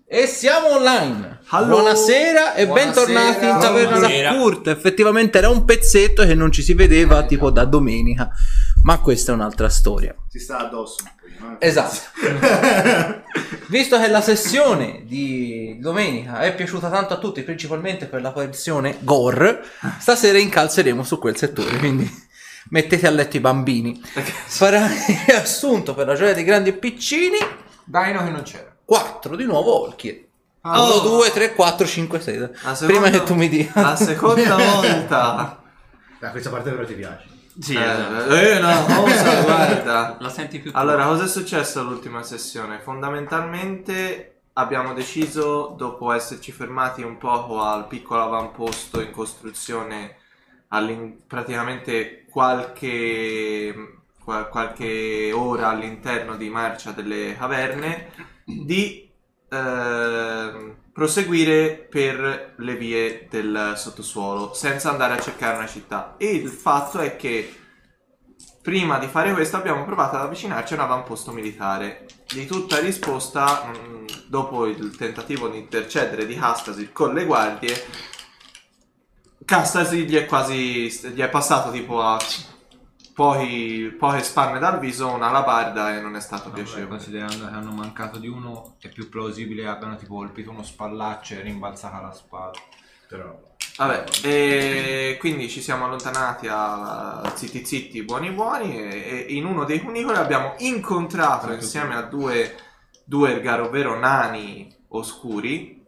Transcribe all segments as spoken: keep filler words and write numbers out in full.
E siamo online. Hello. Buonasera e Buonasera. bentornati in Taverna Buonasera. da Kurt. Effettivamente era un pezzetto che non ci si vedeva tipo da domenica, ma questa è un'altra storia. Si sta addosso un po', no? Esatto. Visto che la sessione di domenica è piaciuta tanto a tutti, principalmente per la versione gore, stasera incalzeremo su quel settore, quindi mettete a letto i bambini. Sarà il riassunto per la gioia dei grandi e piccini. Dino che non c'era. quattro di nuovo Olkir. Ah, uno, no. due, tre, quattro, cinque, sei. La seconda- Prima che tu mi dica. La seconda volta. Da questa parte però ti piace. Sì, Eh, eh, no, cosa, guarda. la senti più Allora, cosa è successo all'ultima sessione? Fondamentalmente abbiamo deciso, dopo esserci fermati un poco al piccolo avamposto in costruzione, all'in- praticamente qualche, qual- qualche ora all'interno di Marcia delle Caverne, di ehm, proseguire per le vie del sottosuolo senza andare a cercare una città. E il fatto è che prima di fare questo abbiamo provato ad avvicinarci a un avamposto militare. Di tutta risposta, mh, dopo il tentativo di intercedere di Castasil con le guardie, Castasil gli è quasi gli è passato tipo a pochi, poche spanne dal viso una alabarda e non è stato Vabbè, piacevole. considerando che hanno mancato di uno, è più plausibile che abbiano tipo colpito uno spallaccio e rimbalzata la spada. Però Vabbè, e quindi ci siamo allontanati a zitti zitti buoni buoni e, e in uno dei cunicoli abbiamo incontrato insieme a due Duergar, ovvero nani oscuri,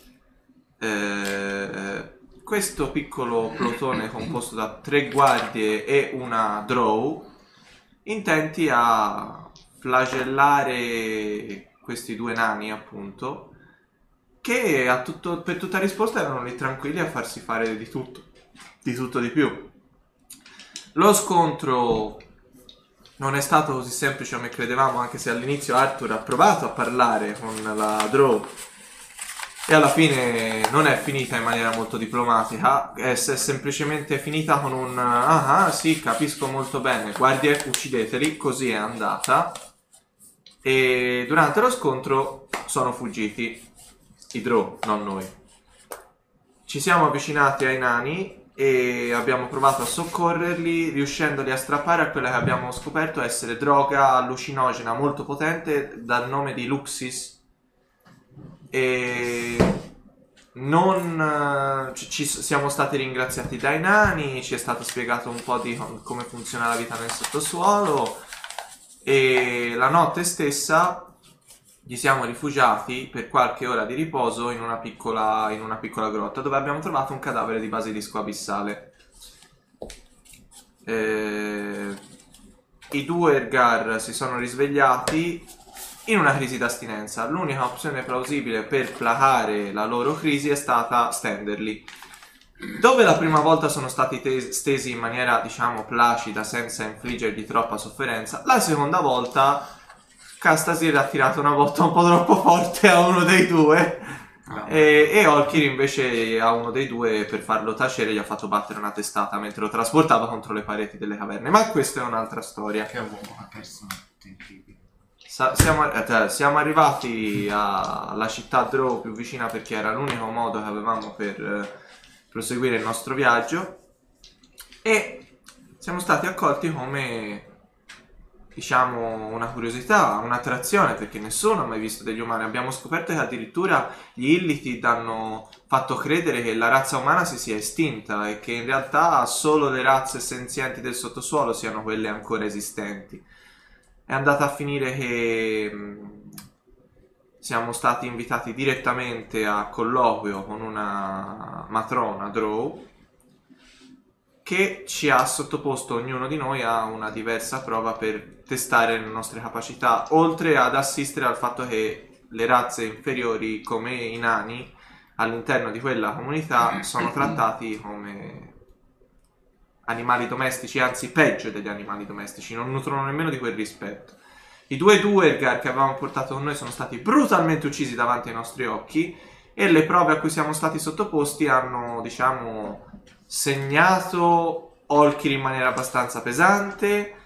eh, questo piccolo plotone composto da tre guardie e una drow, intenti a flagellare questi due nani, appunto, che a tutto, per tutta risposta erano lì tranquilli a farsi fare di tutto, di tutto di più. Lo scontro non è stato così semplice come credevamo, anche se all'inizio Arthur ha provato a parlare con la Drow e alla fine non è finita in maniera molto diplomatica, è, è semplicemente finita con un ah, ah sì, capisco molto bene, guardie, uccideteli, così è andata. E durante lo scontro sono fuggiti i Drow, non noi. Ci siamo avvicinati ai nani e abbiamo provato a soccorrerli, riuscendoli a strappare a quella che abbiamo scoperto essere droga allucinogena molto potente dal nome di Luxis. E non ci, ci siamo stati ringraziati dai nani, ci è stato spiegato un po' di come funziona la vita nel sottosuolo e la notte stessa ci siamo rifugiati per qualche ora di riposo in una piccola, in una piccola grotta dove abbiamo trovato un cadavere di basilisco abissale. Eh, I due Ergar si sono risvegliati in una crisi d'astinenza. L'unica opzione plausibile per placare la loro crisi è stata stenderli. Dove la prima volta sono stati te- stesi in maniera, diciamo, placida, senza infliggergli troppa sofferenza, la seconda volta Castasil ha tirato una botta un po' troppo forte a uno dei due no. e, e Olkir invece a uno dei due, per farlo tacere, gli ha fatto battere una testata mentre lo trasportava contro le pareti delle caverne. Ma questa è un'altra storia. Che uomo, ha perso tempi. Sa- siamo, eh, siamo arrivati a- alla città Drow più vicina perché era l'unico modo che avevamo per eh, proseguire il nostro viaggio e siamo stati accolti come, diciamo, una curiosità, un'attrazione, perché nessuno ha mai visto degli umani. Abbiamo scoperto che addirittura gli Illithid hanno fatto credere che la razza umana si sia estinta e che in realtà solo le razze senzienti del sottosuolo siano quelle ancora esistenti. È andata a finire che mh, siamo stati invitati direttamente a colloquio con una matrona Drow che ci ha sottoposto ognuno di noi a una diversa prova per testare le nostre capacità, oltre ad assistere al fatto che le razze inferiori come i nani all'interno di quella comunità sono trattati come animali domestici, anzi peggio degli animali domestici, non nutrono nemmeno di quel rispetto. I due Duergar che avevamo portato con noi sono stati brutalmente uccisi davanti ai nostri occhi e le prove a cui siamo stati sottoposti hanno, diciamo, segnato Olkir in maniera abbastanza pesante,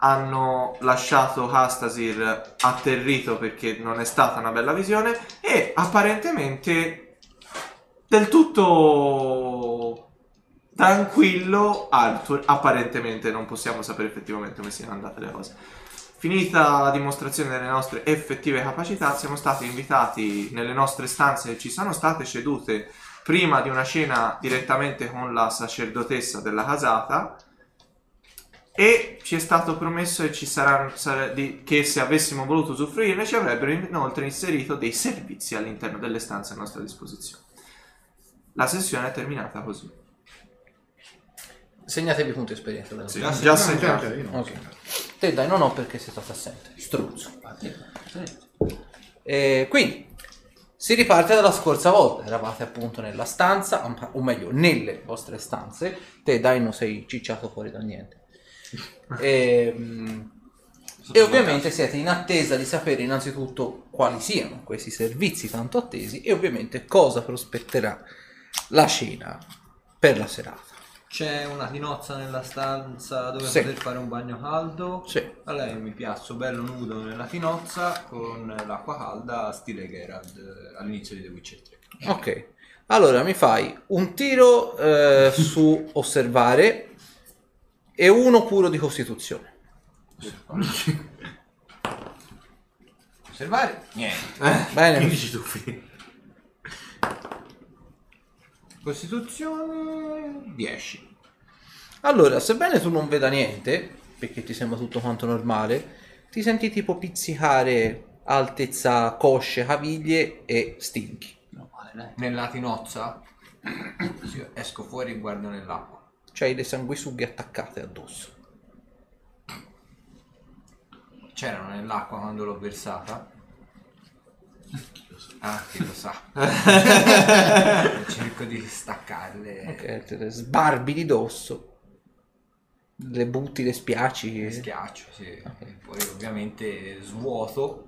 hanno lasciato Hastasir atterrito perché non è stata una bella visione e apparentemente del tutto tranquillo Arthur. Apparentemente non possiamo sapere effettivamente come siano andate le cose. Finita la dimostrazione delle nostre effettive capacità, siamo stati invitati nelle nostre stanze che ci sono state cedute prima di una cena direttamente con la sacerdotessa della casata. E ci è stato promesso che, ci saranno, sare- di, che se avessimo voluto usufruirne ci avrebbero inoltre inserito dei servizi all'interno delle stanze a nostra disposizione. La sessione è terminata così. Segnatevi punti esperienza della Sì, sera. già No, segnato. niente, io non Ok. so. Te dai, non ho perché sei stato assente. Struzzo. E quindi si riparte dalla scorsa volta. Eravate appunto nella stanza, o meglio, nelle vostre stanze. Te dai, non sei cicciato fuori da niente. E, e ovviamente siete in attesa di sapere innanzitutto quali siano questi servizi tanto attesi e ovviamente cosa prospetterà la cena per la serata. C'è una tinozza nella stanza dove Sì. poter fare un bagno caldo. Sì. Allora io mi piazzo bello nudo nella tinozza con l'acqua calda stile Geralt eh, all'inizio di The Witcher tre. Ok, allora mi fai un tiro eh, su osservare e uno puro di costituzione. Osservare? Niente. Bene. Dici tu, Fì. Costituzione dieci. Allora, sebbene tu non veda niente, perché ti sembra tutto quanto normale, ti senti tipo pizzicare altezza cosce, caviglie e stinchi. No, male, dai. Nella tinozza sì, esco fuori e guardo nell'acqua. C'hai le sanguisughe attaccate addosso. C'erano nell'acqua quando l'ho versata. Ah, chi lo sa. Cerco di staccarle. Ok, te le sbarbi di dosso, le butti, le spiaci. Mi schiaccio, sì. E poi ovviamente svuoto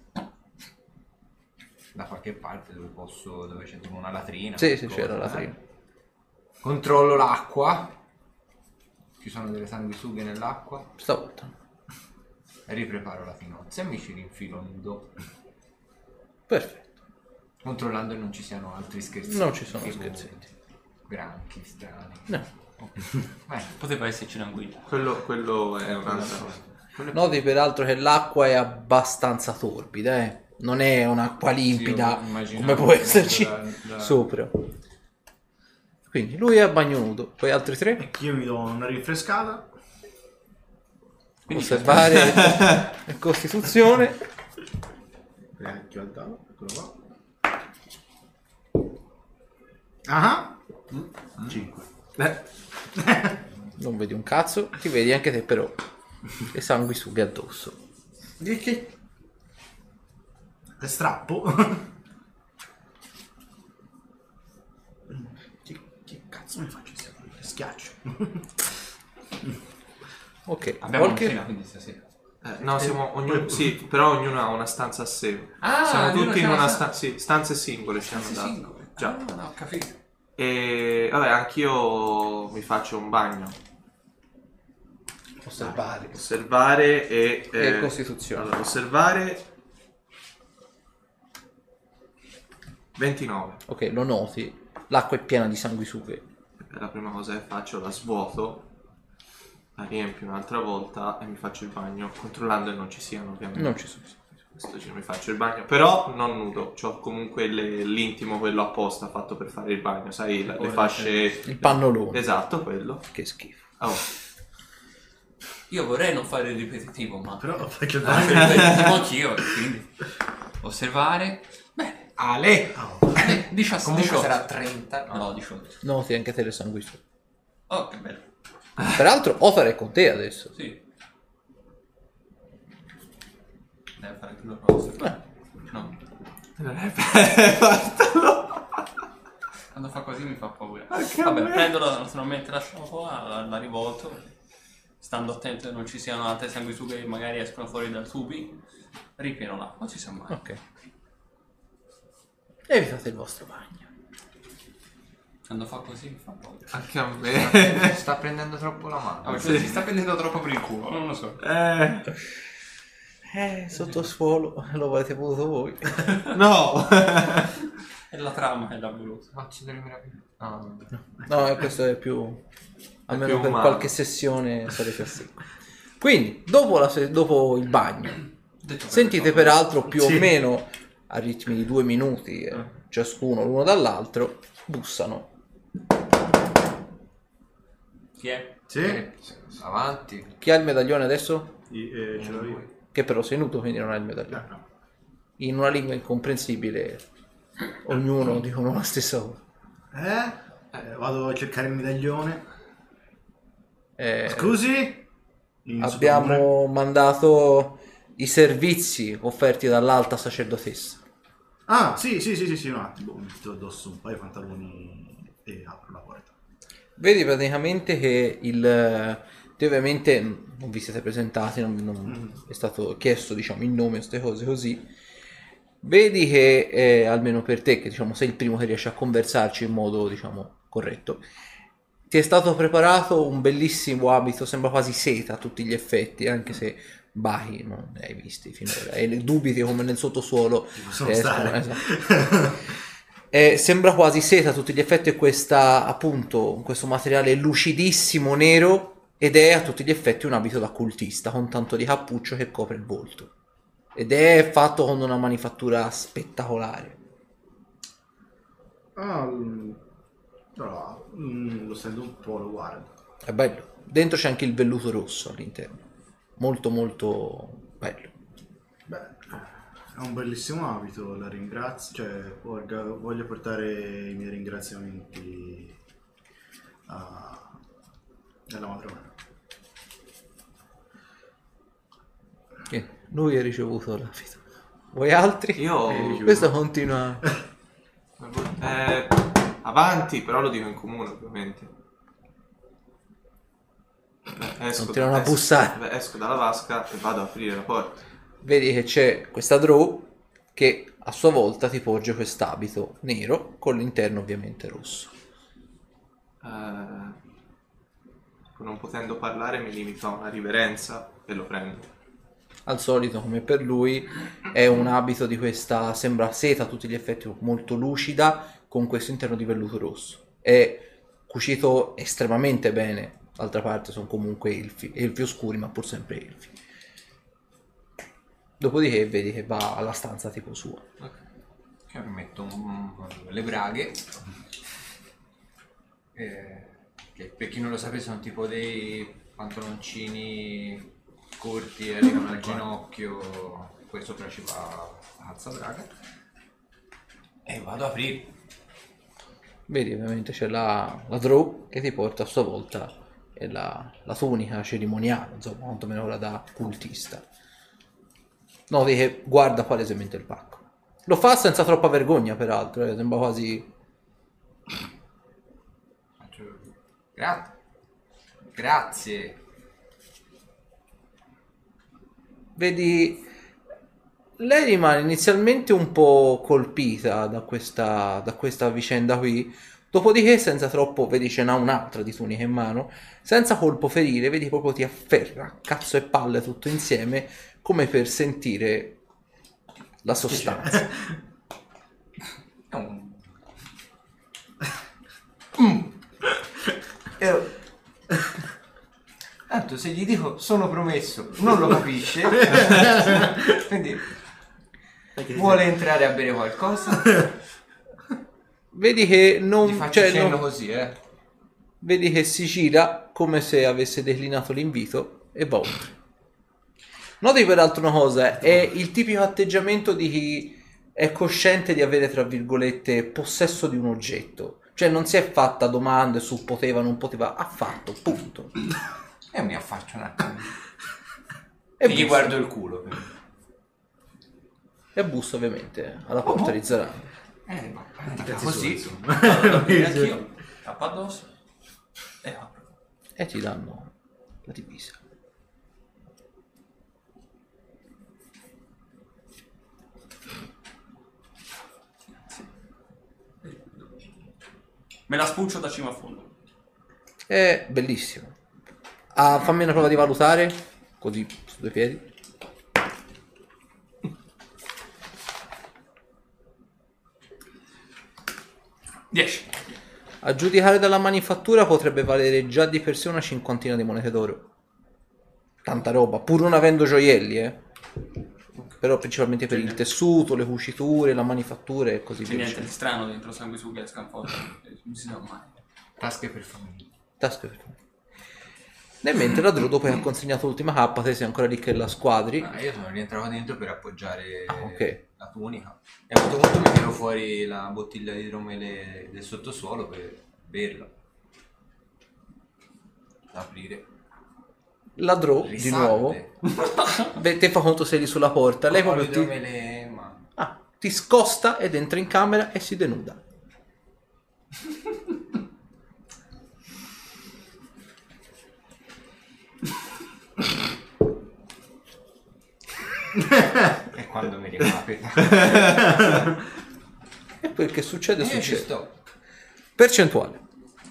da qualche parte dove posso, dove c'è tipo una latrina. Sì, sì, qualcosa, c'era la eh. latrina. Controllo l'acqua. Ci sono delle sanguisughe nell'acqua. Stavolta. Ripreparo la tinozza e mi ci rinfilo nudo. Perfetto. Controllando che non ci siano altri scherzi. Non ci sono scherzetti. Granchi strani. No. Beh, Poteva esserci un'anguilla. Quello, quello è un'altra cosa. Quello è- Noti peraltro che l'acqua è abbastanza torbida, eh. Non è un'acqua limpida Sì, io immaginavo come può esserci da- da- sopra. Quindi lui è a bagno nudo, poi altri tre E che io mi do una rinfrescata. osservare e costituzione. Vecchio al tavolo, eccolo qua. Ah, cinque. Eh, Non vedi un cazzo, ti vedi anche te però le sanguisughe addosso. Di che? Che strappo? che, che cazzo mi faccio sia? Schiaccio. Ok, Abbiamo una Volker? cena quindi stasera. eh, no, siamo ognuno, sì, però ognuno ha una stanza a sé. Ah, Siamo ognuno tutti c'ha in una una sta- stanza, sì, stanze singole ci hanno Stanze dato. singole. Già. Ah, no, ho capito. E vabbè, anch'io mi faccio un bagno. Osservare. Osservare e... E costituzione. Allora, osservare... ventinove. Ok, lo noti, l'acqua è piena di sanguisughe. La prima cosa che faccio, la svuoto, la riempio un'altra volta e mi faccio il bagno, controllando che non ci siano ovviamente. Non ci sono. Questo ci mi faccio il bagno, però non nudo, c'ho comunque le- l'intimo quello apposta fatto per fare il bagno, sai, la- le Ora fasce... Il pannolone. Esatto, quello. Che schifo. Oh. Io vorrei non fare il ripetitivo, ma Però faccio il Ah, bagno. il ripetitivo anch'io, quindi osservare. Bene. Ale! Eh, diciotto. Comunque diciotto. sarà trenta. No, diciotto. Noti anche te le sanguisughe. Oh, che bello. Peraltro Othar è con te adesso. Sì. Deve fare quello che osservare. No. Quando fa così mi fa paura. Vabbè, prendolo naturalmente, lasciamo qua, la, la rivolto. Stando attento che non ci siano altre sanguisughe che magari escono fuori dal tubi. Ripieno l'acqua, non si sa mai. Ok. E vi fate il vostro bagno. Quando fa così mi fa paura. Anche a me. Sta prendendo troppo la mano. Ah, cioè, si sta prendendo troppo per il culo, non lo so. Eh, Eh, sottosuolo, lo avete voluto voi. no. È la trama che l'ha voluto. Faccio delle meraviglie. No, No, eh, questo è più... Almeno più per umano. qualche sessione sarete a secco. Quindi, dopo, la se- dopo il bagno, Detto che sentite questo- peraltro più Sì. o meno a ritmi di due minuti, eh, ciascuno l'uno dall'altro, bussano. Chi è? Sì? Eh, avanti. Chi ha il medaglione adesso? I- eh, ce l'ho io. Che però sei nudo, quindi non ha il medaglione. Eh, no. In una lingua incomprensibile, ognuno dicono la stessa cosa. Eh? Eh, vado a cercare il medaglione. Eh, Scusi? In abbiamo sottocuore. mandato i servizi offerti dall'alta sacerdotessa. Ah, sì, sì, sì, sì, sì, un attimo. Mi metto addosso un paio di pantaloni e apro la porta. Vedi praticamente che il... Te ovviamente non vi siete presentati, non, non è stato chiesto diciamo il nome, queste cose così. Vedi che eh, almeno per te, che diciamo sei il primo che riesce a conversarci in modo diciamo corretto, ti è stato preparato un bellissimo abito, sembra quasi seta a tutti gli effetti, anche se bachi non ne hai visti finora e dubiti come nel sottosuolo Possono riescono- stare. esatto. Eh, sembra quasi seta a tutti gli effetti, questa appunto questo materiale lucidissimo nero, ed è a tutti gli effetti un abito da cultista con tanto di cappuccio che copre il volto, ed è fatto con una manifattura spettacolare. Ah, mm, allora, mm, lo stendo un po', lo guardo. È bello, dentro c'è anche il velluto rosso all'interno, molto molto bello. Beh, è un bellissimo abito, la ringrazio, cioè orga- voglio portare i miei ringraziamenti a... alla madrona. Eh, lui ha ricevuto l'abito, voi altri? Io... Questo continua. Eh, avanti, però lo dico in comune ovviamente. Eh, Esco, Continuano a esco- bussare. eh, esco dalla vasca e vado a aprire la porta. Vedi che c'è questa Drow che a sua volta ti porge quest'abito nero con l'interno ovviamente rosso. Eh, non potendo parlare mi limito a una riverenza e lo prendo. Al solito, come per lui, è un abito di questa, sembra seta a tutti gli effetti, molto lucida, con questo interno di velluto rosso. È cucito estremamente bene, d'altra parte sono comunque elfi, elfi oscuri ma pur sempre elfi. Dopodiché vedi che va alla stanza tipo sua. Che mi metto un, le braghe. Eh, che per chi non lo sapesse sono tipo dei pantaloncini corti e arrivano al ginocchio. Poi sopra ci va la calzabraga. E vado ad aprire. Vedi ovviamente c'è la, la Drow che ti porta a sua volta e la, la tunica cerimoniale, insomma, quantomeno quella da cultista. Noti che guarda palesemente il pacco. Lo fa senza troppa vergogna, peraltro, eh, sembra quasi... Faccio... Gra- Grazie. Vedi, lei rimane inizialmente un po' colpita da questa, da questa vicenda qui, dopodiché senza troppo, vedi ce n'ha un'altra di tunica in mano, senza colpo ferire, vedi proprio ti afferra cazzo e palle tutto insieme, come per sentire la sostanza. È un... Mm. Io... Tanto se gli dico sono promesso, non lo capisce. Quindi vuole entrare a bere qualcosa? Vedi che Gli non... faccio Cioè, cenno non- così, eh. vedi che si gira come se avesse declinato l'invito e va oltre. Noti peraltro una cosa, è il tipico atteggiamento di chi è cosciente di avere, tra virgolette, possesso di un oggetto. Cioè non si è fatta domande su poteva, non poteva, ha fatto, punto. E mi affaccio un attimo. E E gli bussa, guardo il culo. quindi. e bussa ovviamente alla porta di Zarano. Eh, ma dica Cazzi così. suoi, insomma. Allora, quindi anch'io tappo addosso e apro. E ti danno la divisa. Me la spuccio da cima a fondo. È bellissimo. Ah, fammi una prova di valutare, così su due piedi. dieci. A giudicare dalla manifattura potrebbe valere già di per sé una cinquantina di monete d'oro. Tanta roba, pur non avendo gioielli, eh. Però principalmente per il tessuto, le cuciture, la manifattura e così C'è via. niente di strano dentro sanguisughe e scanfotti. Non si sa mai. Tasche per famiglia. Tasche per favore. Nel mentre la Drew, dopo che ha consegnato l'ultima cappa, te sei ancora lì che la squadri. Ah, io sono rientrato dentro per appoggiare ok. la tunica. E a questo punto mi tiro fuori la bottiglia di idromele del sottosuolo per berla. Da aprire. La Drew, di Risante. nuovo, beh, te fa conto sei lì sulla porta. Lei Ho proprio ti, l'idromele in mano. ah, ti scosta ed entra in camera e si denuda. E quando mi ricapita. E quel che succede E io ci succede. sto. Percentuale.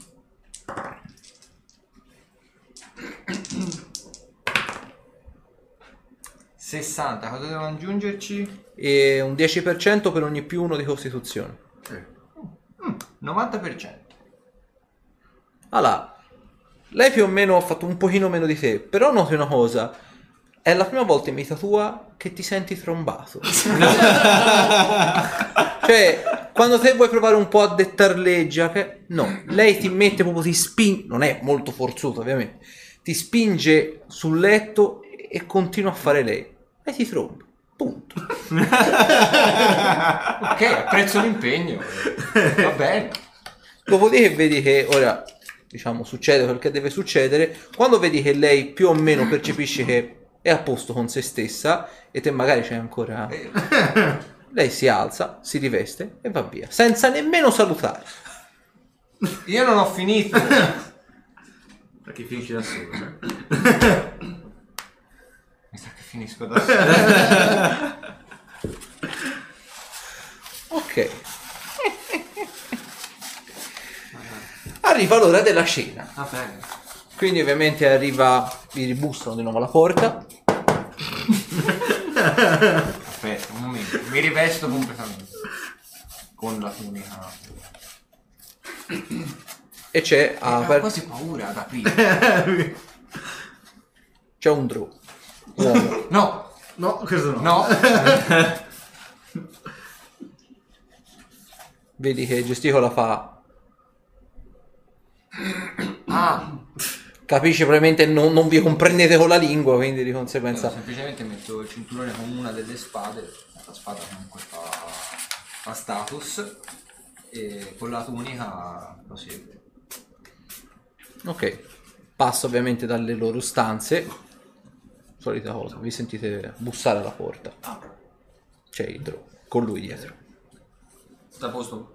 sessanta, cosa devo aggiungerci? E un dieci per cento per ogni più uno di costituzione. Mm, novanta per cento. Allora, lei più o meno ha fatto un pochino meno di te, però noti una cosa. È la prima volta in vita tua che ti senti trombato. Cioè, quando te vuoi provare un po' a dettarleggia, che... no, lei ti mette proprio, ti spinge, non è molto forzuto ovviamente, ti spinge sul letto e continua a fare lei. E ti tromba. Punto. Ok, apprezzo l'impegno. Va bene. Dopodiché vedi che ora, diciamo, succede quel che deve succedere. Quando vedi che lei più o meno percepisce che è a posto con se stessa e te magari c'è ancora... Eh, Lei si alza, si riveste e va via, senza nemmeno salutare. io non ho finito. Perché finisci da solo. Cioè. Mi sa che finisco da solo. Ok. Arriva l'ora della cena. Va bene. Quindi ovviamente arriva, vi ribussano di nuovo alla porta. Aspetta, un momento. Mi rivesto completamente. Con la tunica. E c'è, ah, Ho per- quasi paura ad aprire. c'è un Drow. Uomo. No, No, questo no. no. Vedi che gesticola, fa... Ah, Capisci, probabilmente non, non vi comprendete con la lingua, quindi di conseguenza... io semplicemente metto il cinturone con una delle spade. La spada comunque fa, fa status. E con la tunica lo segue. Ok. Passa ovviamente dalle loro stanze. Solita cosa, vi sentite bussare alla porta. C'è il Drow con lui dietro. Sta a posto?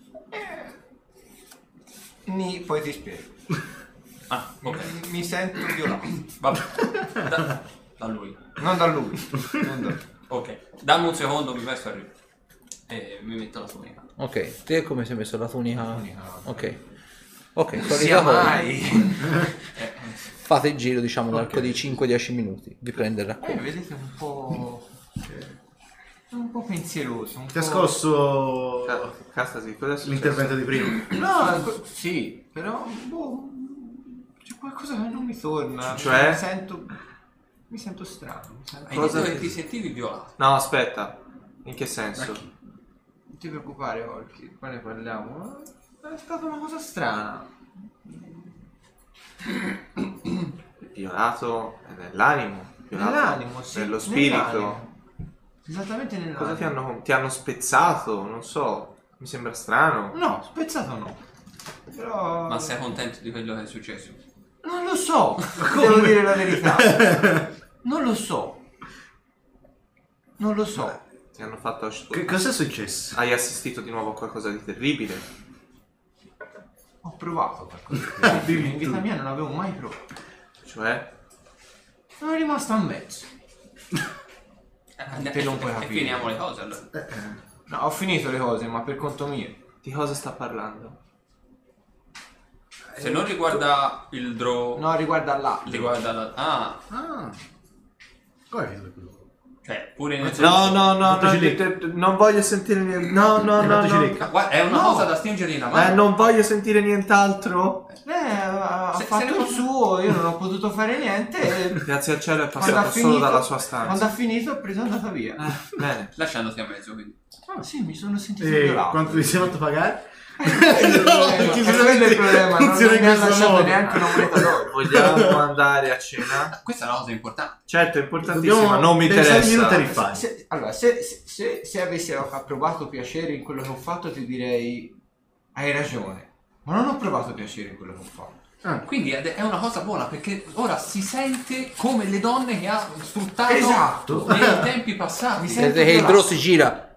Ni, poi ti spiego. Ah, ok. Mi, mi sento violato. Vabbè. Da, da lui. Non da lui. Non da lui. Ok. Dammi un secondo, mi vesto e arrivo. E mi metto la tunica. Ok, te come sei messo la tunica? Tunica. Ok. Ok, Non solita sia cosa. mai. Fate il giro, diciamo, nell'arco Ok. di cinque dieci minuti. Vi prende il Eh, racconto. vedete un po'. Un po' pensieroso. Un Ti ha po'... scosso Ca- Castasi, cosa è successo? l'intervento di prima. No, que- sì, però. Boh, c'è qualcosa che non mi torna. Cioè? Mi sento. Mi sento strano. Mi sento... Hai Cosa detto che ti- ti sentivi violato. No, aspetta. In che senso? Non ti preoccupare, Orchi, poi ne parliamo. È stata una cosa strana. Violato nell'animo? Violato Nell'animo, sì. Nello spirito? nell'animo. Esattamente nell'animo. Cosa ti hanno, ti hanno spezzato? Non so. Mi sembra strano. No, spezzato no. Però. Ma sei contento di quello che è successo? Non lo so. Devo dire la verità. Non lo so. Non lo so. Ti hanno fatto... Che cosa è successo? Hai assistito di nuovo a qualcosa di terribile? Ho provato qualcosa. In vita mia non avevo mai provato. Cioè? Sono rimasto a mezzo. Eh, Te non puoi e capire. finiamo le cose allora. No, ho finito le cose, ma per conto mio. Di cosa sta parlando? Se non riguarda il draw, No, riguarda là. riguarda la... Ah, Ah. Come hai visto quello? cioè pure nel No, no, no, Fattoci no, lì. te- te- non voglio sentire niente. No, no, no, Fattoci no. lì. Guarda, è una No. cosa da stringere in Eh, mano. non voglio sentire nient'altro. Eh, ha Se- se fatto ne il può- suo, io non ho potuto fare niente. E Grazie al cielo è quando ha passato solo finito, dalla sua quando ha stanza. finito, ho preso e è andata via. Eh, bene. Lasciandoti a mezzo, quindi. Ah, sì, mi sono sentito E violato. quanto ti sei fatto pagare? perché quello è il problema, non, non funziona in mi ha questo lasciato modo. neanche una moneta d'oro. Vogliamo andare a cena? Questa è una cosa importante. Certo, è importantissima, Dobbiamo non mi pensare di interessa. minuti rifare. Se, allora, se, se, se, se avessi provato piacere in quello che ho fatto, ti direi hai ragione, ma non ho provato piacere in quello che ho fatto. Ah. Quindi è è una cosa buona perché ora si sente come le donne che ha sfruttato Esatto. nei tempi passati. Mi sento Vedete che il violato. draw si gira.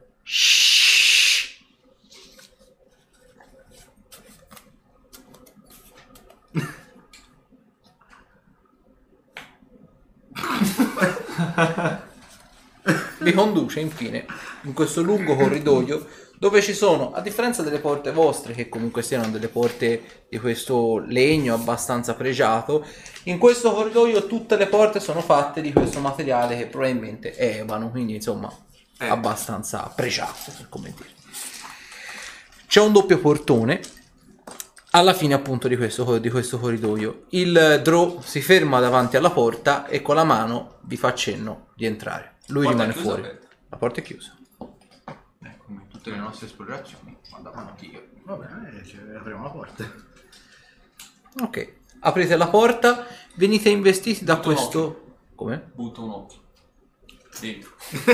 Vi conduce infine in questo lungo corridoio dove ci sono, a differenza delle porte vostre che comunque siano delle porte di questo legno abbastanza pregiato, in questo corridoio tutte le porte sono fatte di questo materiale che probabilmente è ebano, quindi insomma Eh. abbastanza pregiato, per come dire. C'è un doppio portone alla fine appunto di questo, di questo corridoio. Il draw si ferma davanti alla porta e con la mano vi fa cenno di entrare. Lui Porta rimane chiusa o fuori. aperta? La porta è chiusa. Eh, come tutte le nostre esplorazioni, vado avanti io. Va bene, cioè, apriamo la porta. Ok, aprite la porta, venite investiti da Butto un questo... Come? Butto un occhio. Dentro.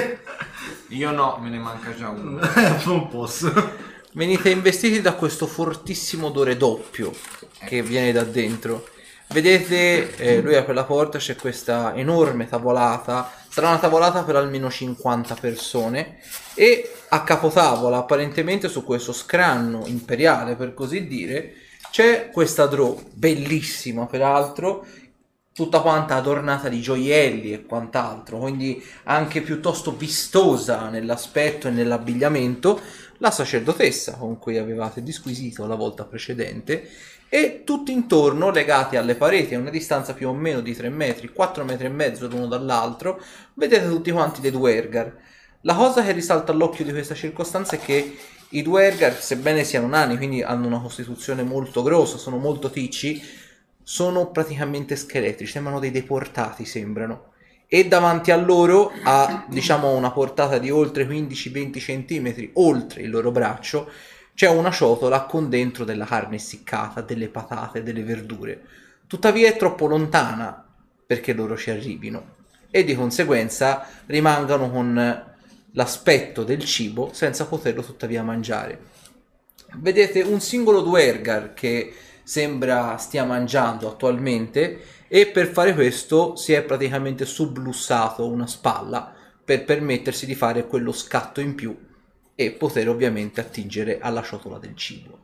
Io no, me ne manca già uno. Non posso. Venite investiti da questo fortissimo odore doppio che viene da dentro. Vedete, eh, lui apre la porta, c'è questa enorme tavolata, sarà una tavolata per almeno cinquanta persone, e a capotavola, apparentemente su questo scranno imperiale per così dire, c'è questa draw, bellissima peraltro, tutta quanta adornata di gioielli e quant'altro, quindi anche piuttosto vistosa nell'aspetto e nell'abbigliamento, la sacerdotessa con cui avevate disquisito la volta precedente, e tutti intorno, legati alle pareti a una distanza più o meno di tre metri, quattro metri e mezzo l'uno dall'altro, vedete tutti quanti dei Duergar. La cosa che risalta all'occhio di questa circostanza è che i Duergar, sebbene siano nani, quindi hanno una costituzione molto grossa, sono molto ticci, sono praticamente scheletrici, sembrano dei deportati, sembrano. E davanti a loro, a diciamo una portata di oltre quindici venti centimetri oltre il loro braccio, c'è una ciotola con dentro della carne essiccata, delle patate, delle verdure. Tuttavia è troppo lontana perché loro ci arrivino e di conseguenza rimangano con l'aspetto del cibo senza poterlo tuttavia mangiare. Vedete un singolo Duergar che sembra stia mangiando attualmente, e per fare questo si è praticamente sublussato una spalla per permettersi di fare quello scatto in più e poter ovviamente attingere alla ciotola del cibo.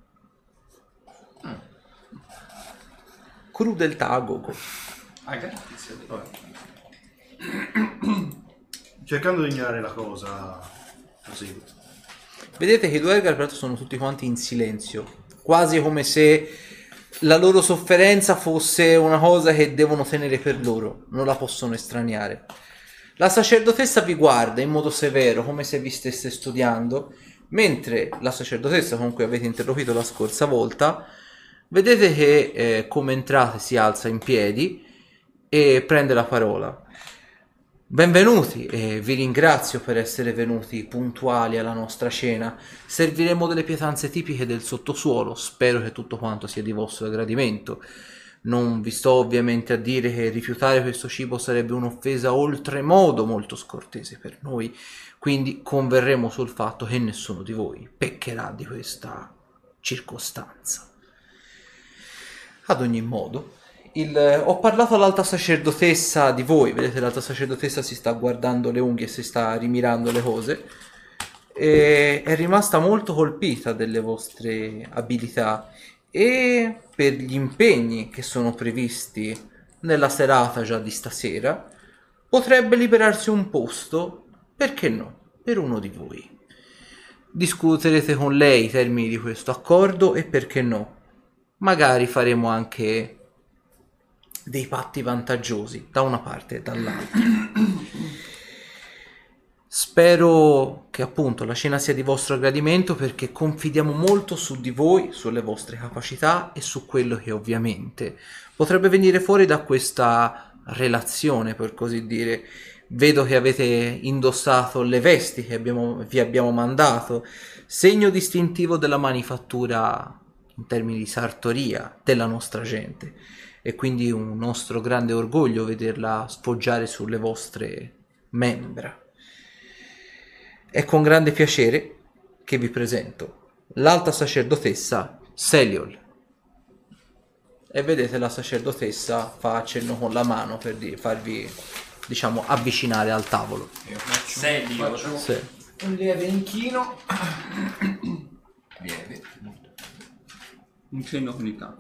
Crudeltà a gogo. Ah, grazie. Vabbè. Cercando di ignorare la cosa, così. Vedete che i Duergar peraltro sono tutti quanti in silenzio, quasi come se la loro sofferenza fosse una cosa che devono tenere per loro, non la possono estraniare. La sacerdotessa vi guarda in modo severo, come se vi stesse studiando, mentre la sacerdotessa con cui avete interloquito la scorsa volta, vedete che eh, come entrate si alza in piedi e prende la parola. Benvenuti e vi ringrazio per essere venuti puntuali alla nostra cena. Serviremo delle pietanze tipiche del sottosuolo, spero che tutto quanto sia di vostro gradimento. Non vi sto ovviamente a dire che rifiutare questo cibo sarebbe un'offesa oltremodo molto scortese per noi, quindi converremo sul fatto che nessuno di voi peccherà di questa circostanza. Ad ogni modo, il, ho parlato all'alta sacerdotessa di voi, vedete l'alta sacerdotessa si sta guardando le unghie e si sta rimirando le cose, e è rimasta molto colpita delle vostre abilità e per gli impegni che sono previsti nella serata già di stasera potrebbe liberarsi un posto, perché no, per uno di voi. Discuterete con lei i termini di questo accordo e perché no, magari faremo anche dei patti vantaggiosi da una parte e dall'altra. Spero che appunto la cena sia di vostro gradimento, perché confidiamo molto su di voi, sulle vostre capacità e su quello che ovviamente potrebbe venire fuori da questa relazione, per così dire. Vedo che avete indossato le vesti che abbiamo, vi abbiamo mandato, segno distintivo della manifattura in termini di sartoria della nostra gente, e quindi un nostro grande orgoglio vederla sfoggiare sulle vostre membra. È con grande piacere che vi presento l'alta sacerdotessa Seliol. E vedete la sacerdotessa fa accenno con la mano per di- farvi, diciamo, avvicinare al tavolo. Io faccio, Sei Dio. faccio Sì. un lieve inchino. Lieve. Un cenno con il capo.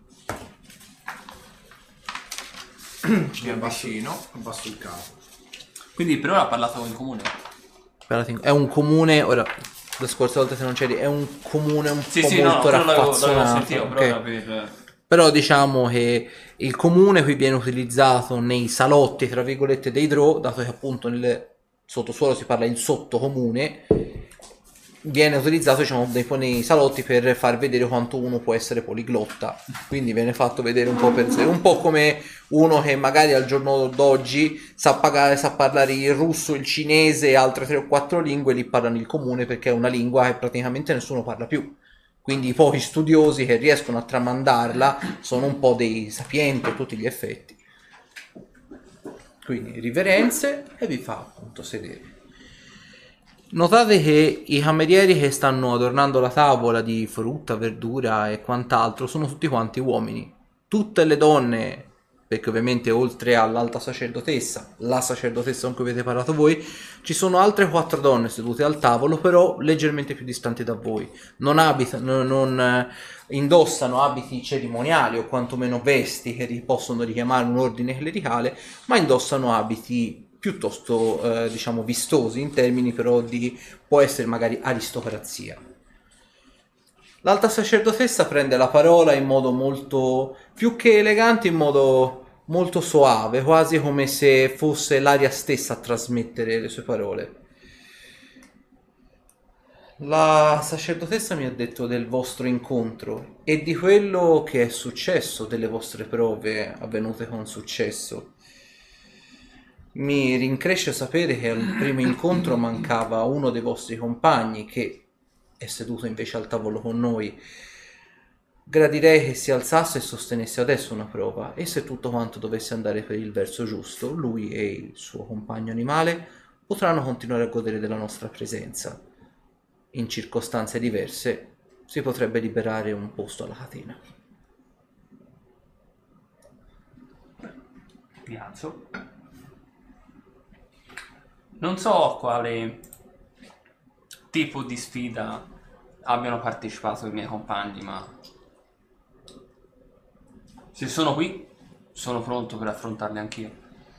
Mi avvicino. Abbasso il capo. Quindi per ora ha parlato in comune. È un comune, ora, la scorsa volta se non c'eri, è un comune un Sì, po' sì, no, molto quello l'avevo, l'avevo raffazzonato. sentito, però ok? era per... Però diciamo che il comune qui viene utilizzato nei salotti, tra virgolette, dei Drow, dato che appunto nel sottosuolo si parla in sottocomune, viene utilizzato, diciamo, nei, nei salotti per far vedere quanto uno può essere poliglotta. Quindi viene fatto vedere un po' per sé, un po' come uno che magari al giorno d'oggi sa, pagare, sa parlare il russo, il cinese e altre tre o quattro lingue, lì parlano il comune perché è una lingua che praticamente nessuno parla più. Quindi i pochi studiosi che riescono a tramandarla sono un po' dei sapienti a tutti gli effetti. Quindi riverenze, e vi fa appunto sedere. Notate che i camerieri che stanno adornando la tavola di frutta, verdura e quant'altro sono tutti quanti uomini. Tutte le donne, perché ovviamente oltre all'alta sacerdotessa, la sacerdotessa con cui avete parlato voi, ci sono altre quattro donne sedute al tavolo, però leggermente più distanti da voi. Non abitano, non eh, indossano abiti cerimoniali o quantomeno vesti che ri- possono richiamare un ordine clericale, ma indossano abiti piuttosto eh, diciamo vistosi, in termini però di, può essere magari aristocrazia. L'alta sacerdotessa prende la parola in modo molto, più che elegante, in modo molto soave, quasi come se fosse l'aria stessa a trasmettere le sue parole. La sacerdotessa mi ha detto del vostro incontro e di quello che è successo, delle vostre prove avvenute con successo. Mi rincresce sapere che al primo incontro mancava uno dei vostri compagni, che è seduto invece al tavolo con noi. Gradirei che si alzasse e sostenesse adesso una prova, e se tutto quanto dovesse andare per il verso giusto, lui e il suo compagno animale potranno continuare a godere della nostra presenza. In circostanze diverse si potrebbe liberare un posto alla catena. Mi alzo. Non so quale tipo di sfida abbiano partecipato i miei compagni, ma se sono qui, sono pronto per affrontarli anch'io.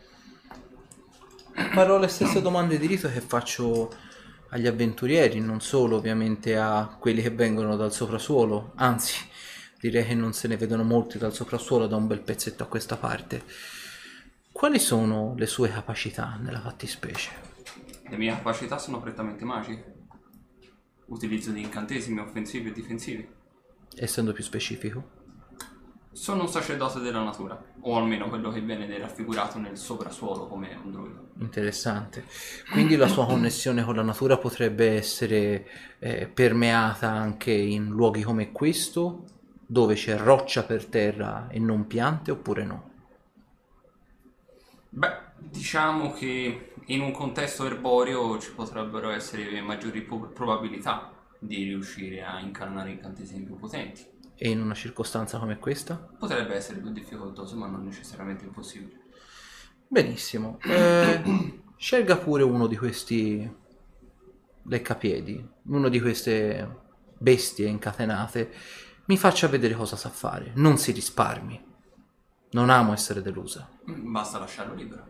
Farò le stesse domande di rito che faccio agli avventurieri, non solo ovviamente a quelli che vengono dal soprasuolo, anzi direi che non se ne vedono molti dal soprasuolo da un bel pezzetto a questa parte. Quali sono le sue capacità nella fattispecie? Le mie capacità sono prettamente magiche. Utilizzo di incantesimi offensivi e difensivi. Essendo più specifico? Sono un sacerdote della natura, o almeno quello che viene raffigurato nel soprasuolo come un druido. Interessante. Quindi la sua connessione con la natura potrebbe essere eh, permeata anche in luoghi come questo, dove c'è roccia per terra e non piante, oppure no? Beh, diciamo che in un contesto erboreo ci potrebbero essere maggiori po- probabilità di riuscire a incarnare incantesimi più potenti. E in una circostanza come questa? Potrebbe essere più difficoltoso, ma non necessariamente impossibile. Benissimo. Eh, scelga pure uno di questi leccapiedi, uno di queste bestie incatenate. Mi faccia vedere cosa sa fare. Non si risparmi. Non amo essere delusa. Basta lasciarlo libero.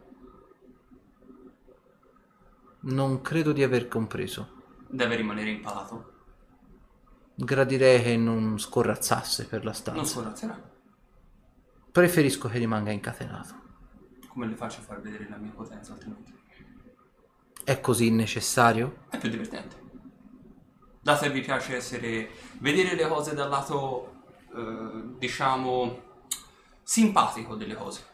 Non credo di aver compreso. Deve rimanere impalato. gradirei che non scorrazzasse per la Non stanza. scorazzerà. Preferisco che rimanga incatenato. Come le faccio a far vedere la mia potenza altrimenti? È così necessario? È più divertente. Dato che vi piace essere... vedere le cose dal lato, eh, diciamo, simpatico delle cose.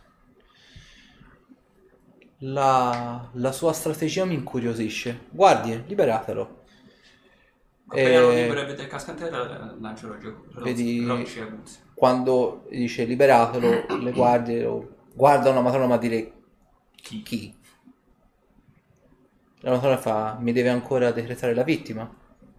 La, la sua strategia mi incuriosisce. Guardie, liberatelo. Appena lo Eh, libero e vede il casco in terra, lancio rocce Vedi- rocce aguzze. Quando dice liberatelo, le guardie lo guardano la matrona ma dire Chi? chi? La matrona fa, mi deve ancora decretare la vittima?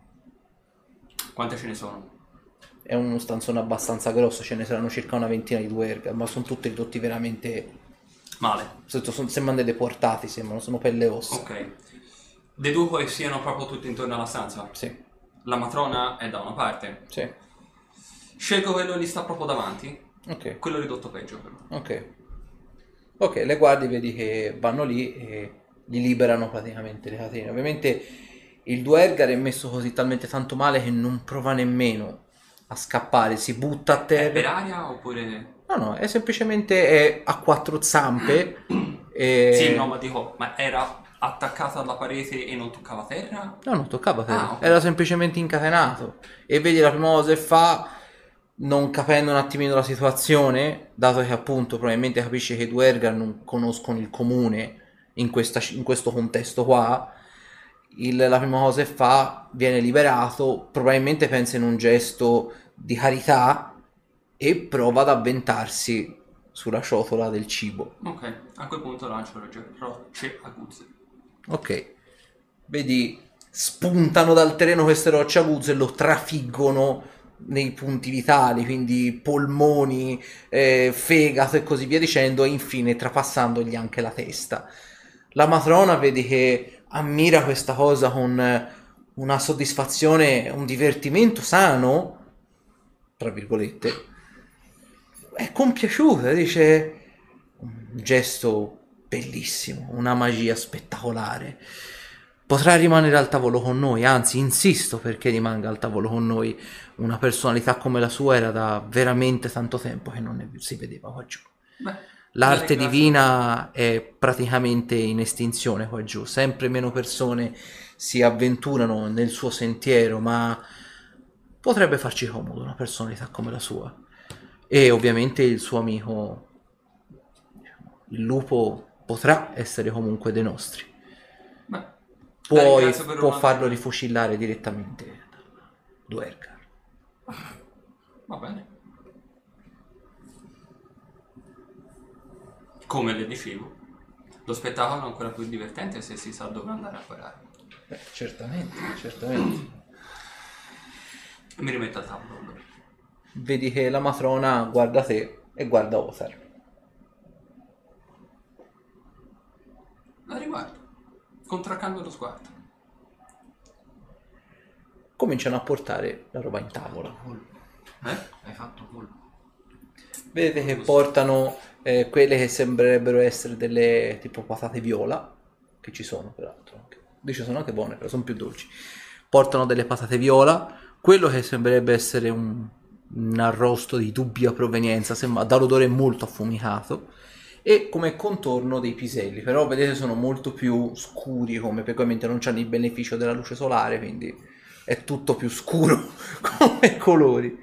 Quante ce ne sono? È uno stanzone abbastanza grosso, ce ne saranno circa una ventina di Duergar, ma sono tutti ridotti veramente... Male. Sono, sembrano dei deportati, sembrano, sono pelle e ossa. Ok. Deduco che siano proprio tutti intorno alla stanza. Sì, La matrona è da una parte. sì. Scelgo quello che gli sta proprio davanti. Ok, Quello ridotto peggio però. ok. Ok, le guardie vedi che vanno lì e gli liberano praticamente le catene. Ovviamente il Duergar è messo così talmente tanto male che non prova nemmeno a scappare, si butta a È per terra. aria oppure... No, no, è semplicemente è a quattro zampe. E... Sì, no, ma dico, ma era attaccata alla parete e non toccava terra? No, non toccava terra, Ah, ok. era semplicemente incatenato. E vedi la prima cosa che fa, non capendo un attimino la situazione, dato che appunto probabilmente capisce che i Duergar non conoscono il comune in, questa, in questo contesto qua, il- la prima cosa che fa, viene liberato, probabilmente pensa in un gesto di carità e prova ad avventarsi sulla ciotola del cibo. Ok, a quel punto lancio rocce, rocce aguzze. Ok, vedi, spuntano dal terreno queste rocce aguzze e lo trafiggono nei punti vitali, quindi polmoni, eh, fegato e così via dicendo, e infine trapassandogli anche la testa. La matrona vedi che ammira questa cosa con una soddisfazione, un divertimento sano, tra virgolette, è compiaciuta, dice un gesto bellissimo, una magia spettacolare. Potrà rimanere al tavolo con noi, anzi insisto perché rimanga al tavolo con noi. Una personalità come la sua era da veramente tanto tempo che non ne si vedeva qua giù. Beh, L'arte la ringrazio. divina è praticamente in estinzione qua giù, sempre meno persone si avventurano nel suo sentiero, ma potrebbe farci comodo una personalità come la sua. E ovviamente il suo amico, il lupo, potrà essere comunque dei nostri. Beh, la Puoi, ringrazio per può una- farlo rifucillare direttamente da Duergar. Va bene. Come le dicevo, lo spettacolo è ancora più divertente se si sa dove andare a parare. Beh, certamente, certamente. E mi rimetto al tavolo allora. Vedi che la matrona guarda te e guarda Othar. La riguardo, contraccando lo sguardo. Cominciano a portare la roba in tavola. Eh? Hai fatto colpo. Vedete che portano eh, quelle che sembrerebbero essere delle tipo patate viola, che ci sono peraltro. Anche. Dice sono anche buone, però sono più dolci. Portano delle patate viola, quello che sembrerebbe essere un, un arrosto di dubbia provenienza, sembra dall'odore molto affumicato, e come contorno dei piselli, però vedete sono molto più scuri, come perché ovviamente non hanno il beneficio della luce solare, quindi è tutto più scuro come colori.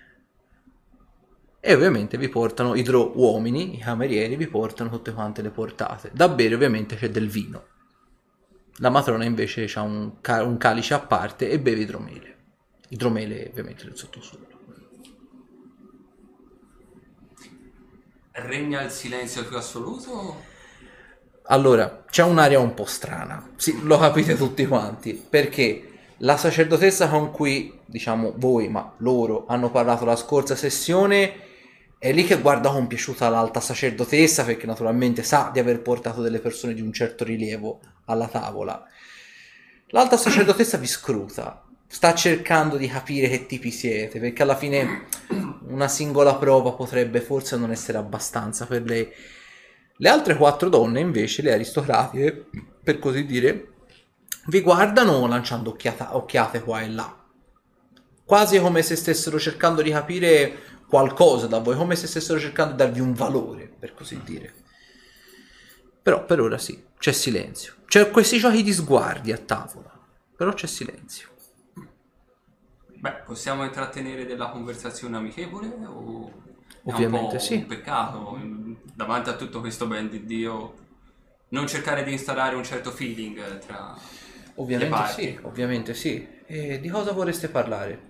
E ovviamente vi portano i dro uomini, i camerieri, vi portano tutte quante le portate. Da bere ovviamente c'è del vino. La matrona invece ha un, ca- un calice a parte e beve idromele. Idromele ovviamente del sottosuolo. Regna il silenzio più assoluto? Allora, c'è un'aria un po' strana, sì, lo capite tutti quanti, perché la sacerdotessa con cui, diciamo voi, ma loro, hanno parlato la scorsa sessione, è lì che guarda compiaciuta l'alta sacerdotessa, perché naturalmente sa di aver portato delle persone di un certo rilievo alla tavola. L'alta sacerdotessa vi scruta, sta cercando di capire che tipi siete, perché alla fine una singola prova potrebbe forse non essere abbastanza per lei. Le altre quattro donne invece, le aristocratiche, per così dire, vi guardano lanciando occhiata- occhiate qua e là. quasi come se stessero cercando di capire qualcosa da voi, come se stessero cercando di darvi un valore, per così dire. Però per ora sì, c'è silenzio. C'è questi giochi di sguardi a tavola, però c'è silenzio. Beh, possiamo intrattenere della conversazione amichevole o è Ovviamente un po' sì. un peccato davanti a tutto questo ben di Dio non cercare di instaurare un certo feeling tra Ovviamente le parti? sì, ovviamente sì. E di cosa vorreste parlare?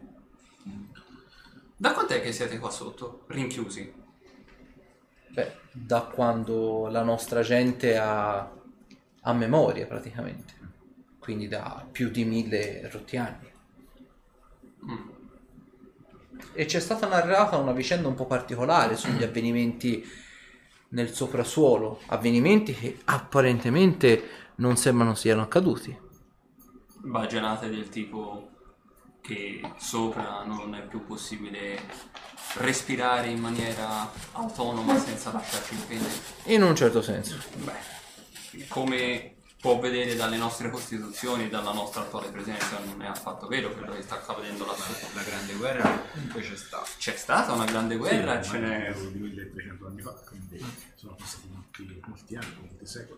Da quant'è che siete qua sotto, rinchiusi? Beh, da quando la nostra gente ha, ha memoria praticamente, quindi da più di mille rotti anni. Mm. E c'è stata narrata una vicenda un po' particolare sugli avvenimenti nel soprasuolo, avvenimenti che apparentemente non sembrano siano accaduti. Baggianate del tipo che sopra non è più possibile respirare in maniera autonoma senza lasciarci dipendere. In un certo senso. Beh, come può vedere dalle nostre costituzioni e dalla nostra attuale presenza, non è affatto vero quello che sta accadendo lassù. La grande guerra comunque c'è stata. C'è stata una grande guerra, Sì, ce ma n'è. ero di milletrecento anni fa, quindi sono passati molti, molti anni, molti secoli.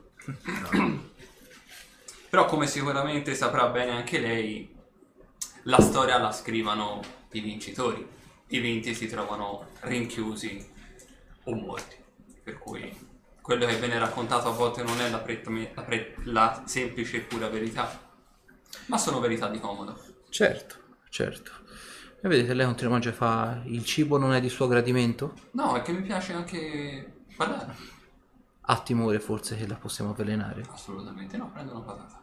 Però come sicuramente saprà bene anche lei, la storia la scrivano i vincitori. I vinti si trovano rinchiusi o morti. Per cui quello che viene raccontato a volte non è la, pre- la, pre- la semplice e pura verità, ma sono verità di comodo. Certo, certo. E vedete, lei continua a mangiare, fa il cibo non è di suo gradimento? No, è che mi piace anche parlare. Ha timore forse che la possiamo avvelenare? Assolutamente no, prendo una patata.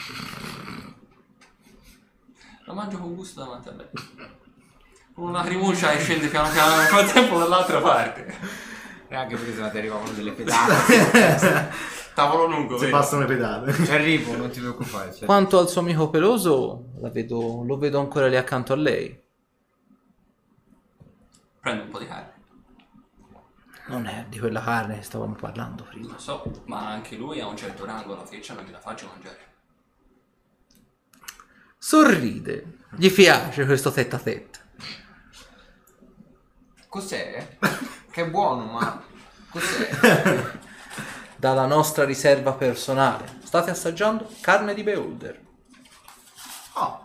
La mangio con gusto davanti a lei. Con una lacrimuccia e scende piano piano nel frattempo dall'altra parte. E anche perché se no ti arrivavano delle pedate. Tavolo lungo, Se vedi? bastano le pedate. Ci arrivo, non ti preoccupare. Cioè. Quanto al suo amico peloso, la vedo, lo vedo ancora lì accanto a lei. Prendo un po' di carne. Non è di quella carne che stavamo parlando prima. Lo so, ma anche lui ha un certo rango, la feccia non gliela faccio mangiare. Sorride. Gli piace questo tête à tête. Cos'è? Che è buono, ma cos'è? Dalla nostra riserva personale. State assaggiando carne di Beholder. Oh,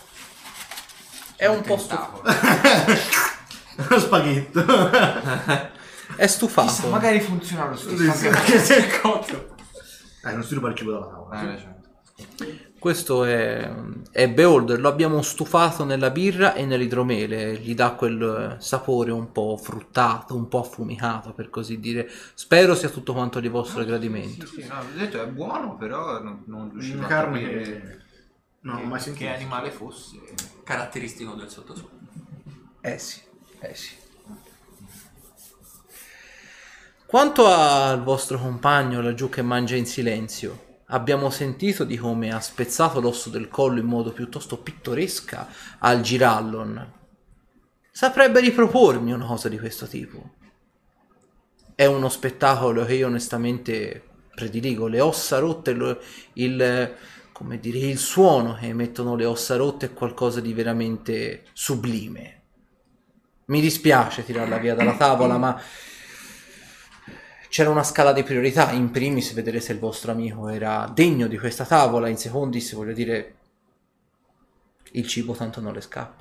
È un po' stufato. lo spaghetto. È stufato. Chissà, magari funziona lo stesso. Sì, anche sì. perché- Sei cotto. Eh, non si ruba il cibo dalla tavola. Eh, certo. Questo è, è Beholder, lo abbiamo stufato nella birra e nell'idromele, gli dà quel sapore un po' fruttato, un po' affumicato per così dire. Spero sia tutto quanto di vostro gradimento. Sì, sì, no, ho detto è buono, però non, non riuscivo Una a carne capire che... No, che, mai sentito. che animale fosse. Caratteristico del sottosuolo. Eh sì, eh sì. Quanto al vostro compagno laggiù che mangia in silenzio, abbiamo sentito di come ha spezzato l'osso del collo in modo piuttosto pittoresca al Girallon. Saprebbe ripropormi una cosa di questo tipo. È uno spettacolo che io onestamente prediligo. Le ossa rotte, lo- il, come dire, il suono che emettono le ossa rotte è qualcosa di veramente sublime. Mi dispiace tirarla via dalla tavola, ma c'era una scala di priorità. In primis vedere se il vostro amico era degno di questa tavola, in secondis voglio dire il cibo tanto non le scappa.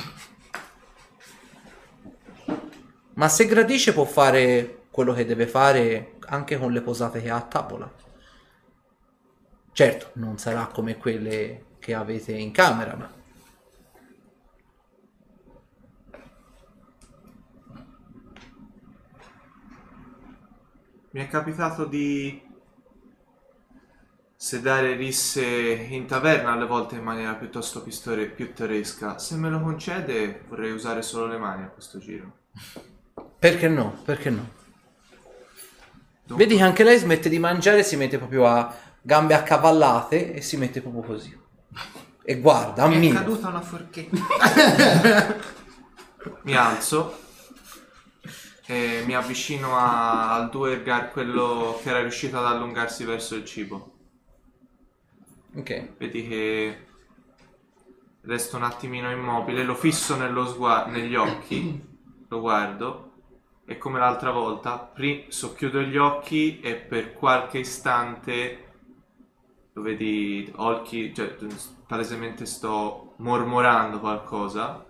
Ma se gradisce può fare quello che deve fare anche con le posate che ha a tavola. Certo, non sarà come quelle che avete in camera, ma Mi è capitato di sedare risse in taverna alle volte in maniera piuttosto pistore- pittoresca. Se me lo concede vorrei usare solo le mani a questo giro. perché no? Perché no? Vedi che anche lei smette di mangiare, si mette proprio a gambe accavallate e si mette proprio così. E guarda, Mi è ammira. caduta una forchetta. Mi alzo e mi avvicino a- al Duergar, quello che era riuscito ad allungarsi verso il cibo. Ok. Vedi che resto un attimino immobile, lo fisso nello sgua- negli occhi, lo guardo e come l'altra volta pri- socchiudo gli occhi e per qualche istante lo vedi occhi, cioè palesemente sto mormorando qualcosa,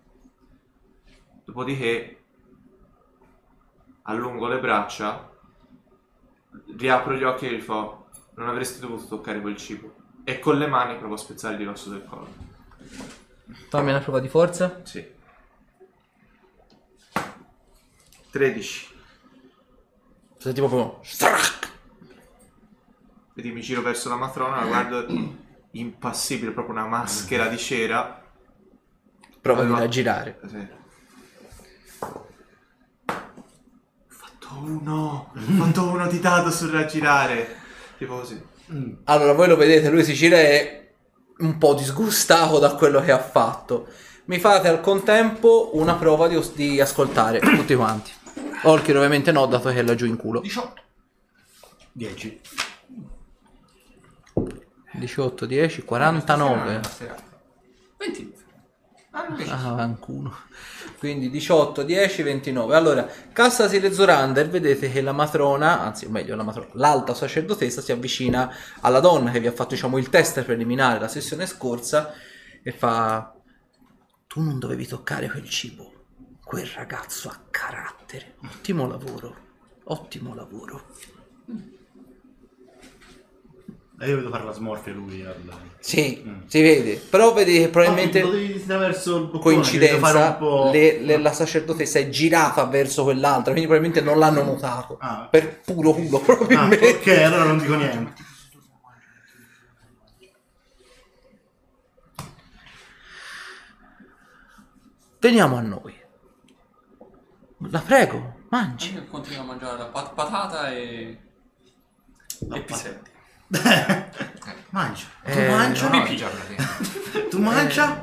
dopodiché allungo le braccia, riapro gli occhi e gli fa: non avresti dovuto toccare quel cibo, e con le mani provo a spezzargli l'osso del collo. Fammi una prova di forza. Sì. tredici. Senti proprio... Vedi, mi giro verso la matrona, la guardo impassibile, proprio una maschera di cera. Prova di Allora- raggirare. Sì. Ho fatto uno, ho fatto uno di dado sul raggirare. Tipo così. Allora, voi lo vedete, lui si gira e è un po' disgustato da quello che ha fatto. Mi fate al contempo una prova di, di ascoltare, tutti quanti. Olkir ovviamente no, dato che è laggiù in culo. diciotto. dieci. diciotto, dieci, quarantanove. venti. Ah, vancuno. Quindi diciotto, dieci, ventinove. Allora, Cassasi le Zorander, vedete che la matrona, anzi, o meglio, la matrona, l'alta sacerdotessa si avvicina alla donna che vi ha fatto, diciamo, il test preliminare la sessione scorsa e fa: tu non dovevi toccare quel cibo. Quel ragazzo ha carattere. Ottimo lavoro. Ottimo lavoro. E io vedo fare la smorfia lui al... Sì, Mm. si vede. Però vedi che probabilmente... Lo devi tirare verso il boccone, devi fare coincidenza, un po'... le- le- la sacerdotessa è girata verso quell'altra, quindi probabilmente non l'hanno notato. Ah. Per puro culo, Ah, probabilmente. ok, allora non dico niente. Veniamo a noi. La prego, mangi. Io continuo a mangiare la pat- patata e... e piselli. Mangia. Tu Eh, mangia? No, già praticamente. Tu mangia?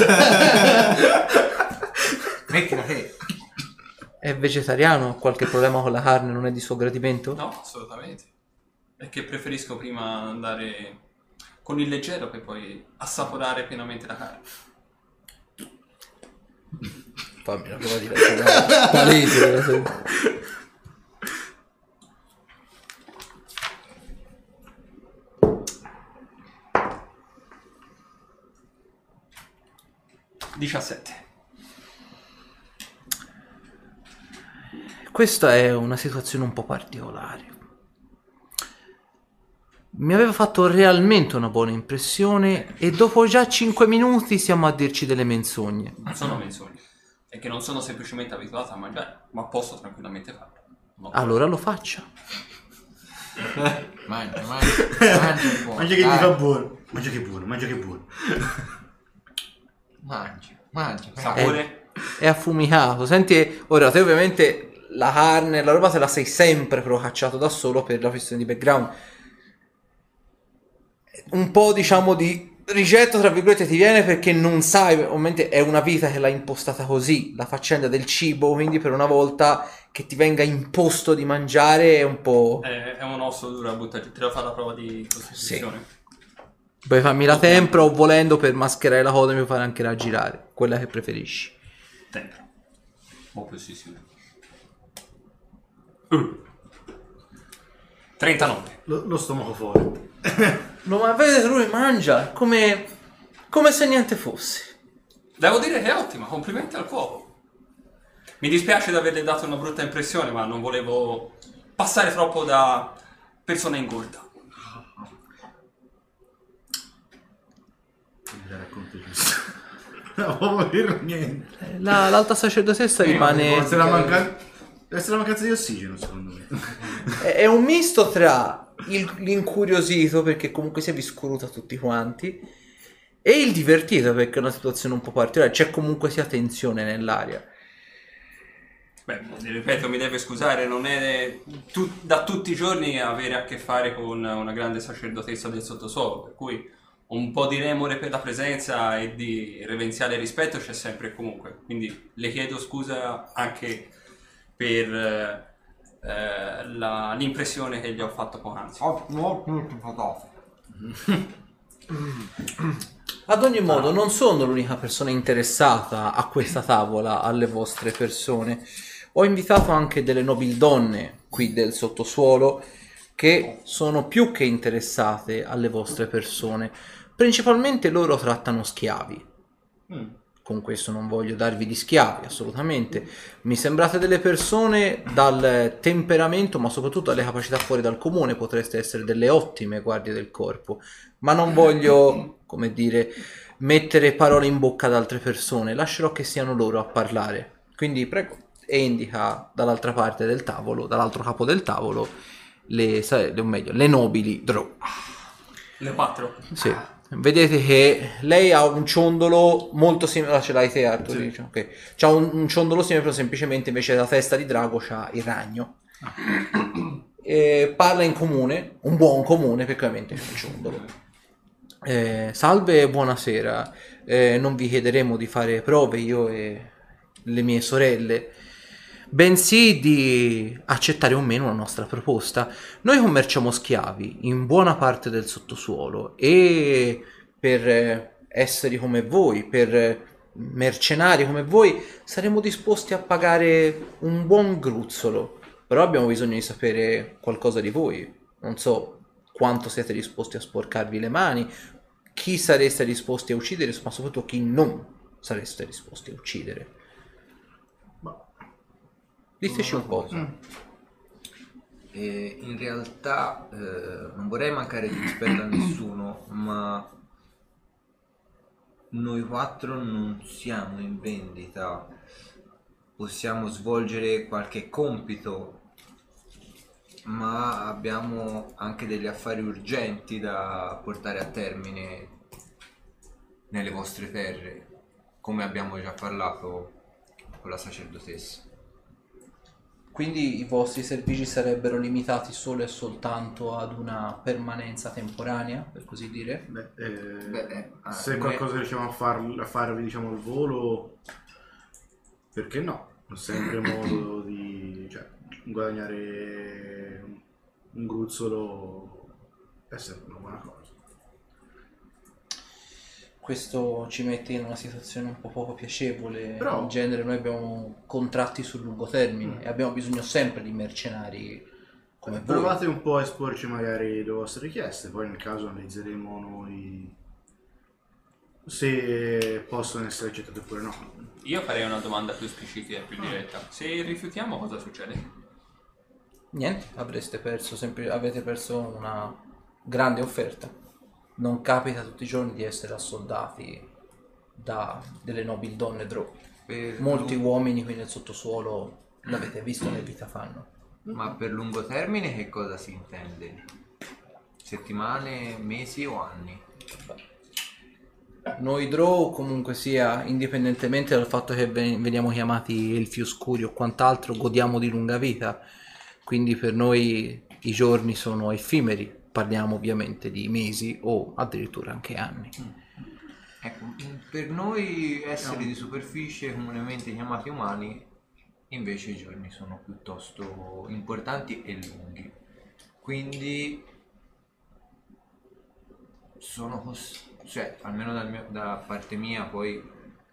Mettila te. È vegetariano? Ha qualche problema con la carne? Non è di suo gradimento? No, assolutamente. È che preferisco prima andare con il leggero per poi assaporare pienamente la carne. Fammi una prova di ragionare. Palese. diciassette. Questa è una situazione un po' particolare. Mi aveva fatto realmente una buona impressione e dopo già cinque minuti siamo a dirci delle menzogne. Non sono menzogne. È che non sono semplicemente abituato a mangiare, ma posso tranquillamente farlo. No. Allora lo faccia. Mangia, mangia. Mangia un po'. Mangia che ti dai. fa buono. Mangia che buono, mangia che buono. Mangia, mangia. Sapore? È affumicato. Senti, ora te ovviamente la carne, la roba te la sei sempre procacciato da solo per la questione di background. Un po' diciamo di rigetto tra virgolette ti viene perché non sai, ovviamente è una vita che l'ha impostata così, la faccenda del cibo, quindi per una volta che ti venga imposto di mangiare è un po'... È, è un osso duro a buttare. Ti devo fare la prova di costituzione. Puoi farmi la tempra o volendo per mascherare la coda mi puoi fare anche raggirare, quella che preferisci. Tempra. Un po' più sì, sì. Uh. trentanove. Lo, lo stomaco fuori. No, ma vedete lui mangia come, come se niente fosse. Devo dire che è ottima, complimenti al cuoco. Mi dispiace di averle dato una brutta impressione, ma non volevo passare troppo da persona ingorda. Non mi racconti questo. Non può dire niente. La- l'alta sacerdotessa rimane... Deve essere la mancanza... Deve essere la mancanza di ossigeno, secondo me. È è un misto tra il- l'incuriosito, perché comunque si è viscuta tutti quanti, e il divertito, perché è una situazione un po' particolare. C'è comunque sia tensione nell'aria. Beh, ripeto, mi deve scusare, non è tu- da tutti i giorni avere a che fare con una grande sacerdotessa del sottosuolo, per cui un po' di remore per la presenza e di reverenziale rispetto c'è sempre e comunque. Quindi le chiedo scusa anche per eh, la- l'impressione che gli ho fatto poc'anzi. Ottimo, ottimo, fantastico. Ad ogni modo, non sono l'unica persona interessata a questa tavola, alle vostre persone. Ho invitato anche delle nobildonne qui del sottosuolo che sono più che interessate alle vostre persone. Principalmente loro trattano schiavi. Mm. Con questo non voglio darvi di schiavi, assolutamente. Mi sembrate delle persone dal temperamento, ma soprattutto dalle capacità fuori dal comune. Potreste essere delle ottime guardie del corpo, ma non voglio, come dire, mettere parole in bocca ad altre persone. Lascerò che siano loro a parlare. Quindi prego. E indica dall'altra parte del tavolo, dall'altro capo del tavolo, le, o meglio, le nobili Drow. Le quattro. Sì. Vedete che lei ha un ciondolo molto simile, ah, ce l'hai te Arthur, Sì. diciamo. Okay. C'ha un, un ciondolo simile, però semplicemente invece della testa di drago c'ha il ragno. E parla in comune, un buon comune, perché ovviamente c'è un ciondolo. Eh, salve, buonasera. Eh, non vi chiederemo di fare prove, io e le mie sorelle, bensì di accettare o meno la nostra proposta. Noi commerciamo schiavi in buona parte del sottosuolo e per esseri come voi, per mercenari come voi, saremo disposti a pagare un buon gruzzolo. Però abbiamo bisogno di sapere qualcosa di voi. Non so quanto siete disposti a sporcarvi le mani, chi sareste disposti a uccidere, ma soprattutto chi non sareste disposti a uccidere. Diteci un po'. Mm. E in realtà eh, non vorrei mancare di rispetto a nessuno, ma noi quattro non siamo in vendita. Possiamo svolgere qualche compito, ma abbiamo anche degli affari urgenti da portare a termine nelle vostre terre, come abbiamo già parlato con la sacerdotessa. Quindi i vostri servigi sarebbero limitati solo e soltanto ad una permanenza temporanea, per così dire? Beh, eh, Beh, eh, ah, se come- qualcosa riusciamo a, far, a farvi, diciamo, il volo, perché no? È sempre modo di, cioè, guadagnare un gruzzolo è sempre una buona cosa. Questo ci mette in una situazione un po' poco piacevole. Però- In genere noi abbiamo contratti sul lungo termine Mm. e abbiamo bisogno sempre di mercenari come voi. Provate un po' a esporci magari le vostre richieste, poi nel caso analizzeremo noi se possono essere accettate oppure no. Io farei una domanda più specifica e più diretta. Se rifiutiamo cosa succede? Niente, avreste perso sempre, avete perso una grande offerta. Non capita tutti i giorni di essere assoldati da delle nobili donne Drow. Per Molti lung- uomini qui nel sottosuolo l'avete visto che vita fanno. Ma per lungo termine che cosa si intende? Settimane, mesi o anni? Noi Drow, comunque sia, indipendentemente dal fatto che ven- veniamo chiamati elfi oscuri o quant'altro, godiamo di lunga vita. Quindi per noi i giorni sono effimeri. Parliamo ovviamente di mesi o addirittura anche anni. Ecco, per noi esseri di superficie comunemente chiamati umani, invece i giorni sono piuttosto importanti e lunghi. Quindi sono cos- cioè, almeno dal mio- da parte mia, poi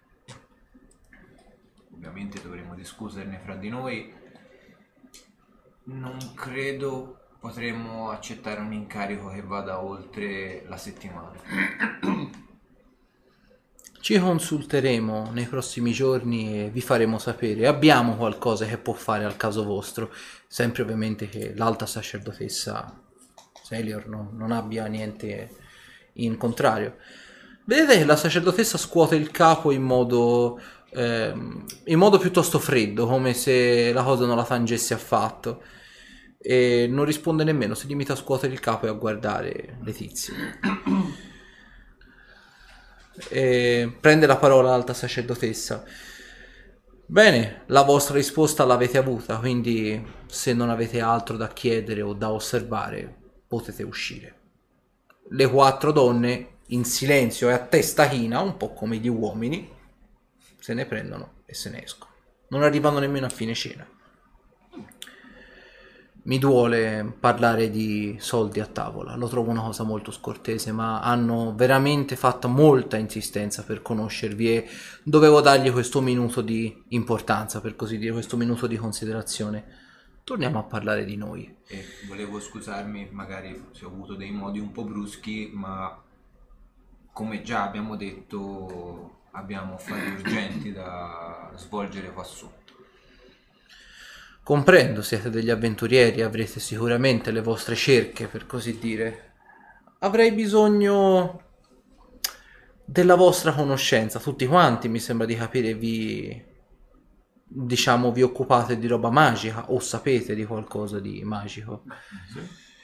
ovviamente dovremo discuterne fra di noi. Non credo potremmo accettare un incarico che vada oltre la settimana. Ci consulteremo nei prossimi giorni e vi faremo sapere. Abbiamo qualcosa che può fare al caso vostro, sempre ovviamente che l'alta sacerdotessa Selior non, non abbia niente in contrario. Vedete che la sacerdotessa scuote il capo in modo, ehm, in modo piuttosto freddo, come se la cosa non la tangesse affatto. E non risponde nemmeno, si limita a scuotere il capo e a guardare le tizie. E prende la parola l'alta sacerdotessa. Bene, la vostra risposta l'avete avuta, quindi se non avete altro da chiedere o da osservare potete uscire. Le quattro donne in silenzio e a testa china, un po' come gli uomini, se ne prendono e se ne escono. Non arrivano nemmeno a fine cena. mi duole parlare di soldi a tavola, lo trovo una cosa molto scortese, ma hanno veramente fatto molta insistenza per conoscervi e dovevo dargli questo minuto di importanza, per così dire, questo minuto di considerazione. Torniamo a parlare di noi. E volevo scusarmi magari se ho avuto dei modi un po' bruschi, ma come già abbiamo detto abbiamo affari urgenti da svolgere qua su. Comprendo, siete degli avventurieri, avrete sicuramente le vostre cerche, per così dire. Avrei bisogno della vostra conoscenza. Tutti quanti, mi sembra di capire, vi, diciamo, vi occupate di roba magica o sapete di qualcosa di magico. Sì.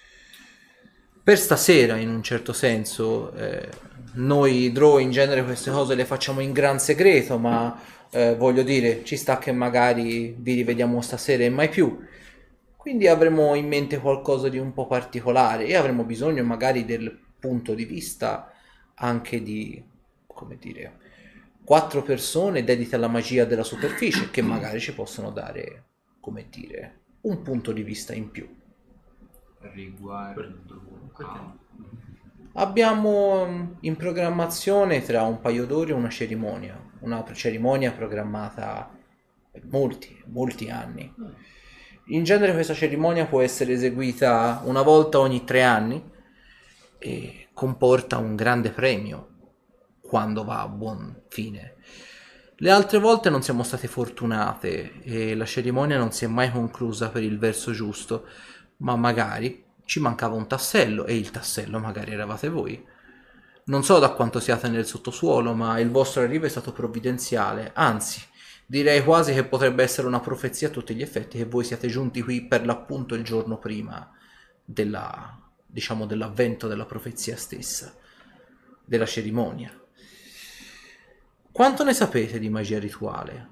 Per stasera, in un certo senso, eh, noi Drow in genere queste cose le facciamo in gran segreto, ma eh, voglio dire, ci sta che magari vi rivediamo stasera e mai più. Quindi avremo in mente qualcosa di un po' particolare e avremo bisogno magari del punto di vista anche di, come dire, quattro persone dedite alla magia della superficie che magari ci possono dare, come dire, un punto di vista in più. Riguardo a... Abbiamo in programmazione tra un paio d'ore una cerimonia, una cerimonia programmata per molti, molti anni. In genere questa cerimonia può essere eseguita una volta ogni tre anni e comporta un grande premio quando va a buon fine. Le altre volte non siamo state fortunate e la cerimonia non si è mai conclusa per il verso giusto, ma magari ci mancava un tassello e il tassello magari eravate voi. Non so da quanto siate nel sottosuolo, ma il vostro arrivo è stato provvidenziale, anzi, direi quasi che potrebbe essere una profezia a tutti gli effetti che voi siate giunti qui per l'appunto il giorno prima della, diciamo, dell'avvento della profezia stessa, della cerimonia. Quanto ne sapete di magia rituale?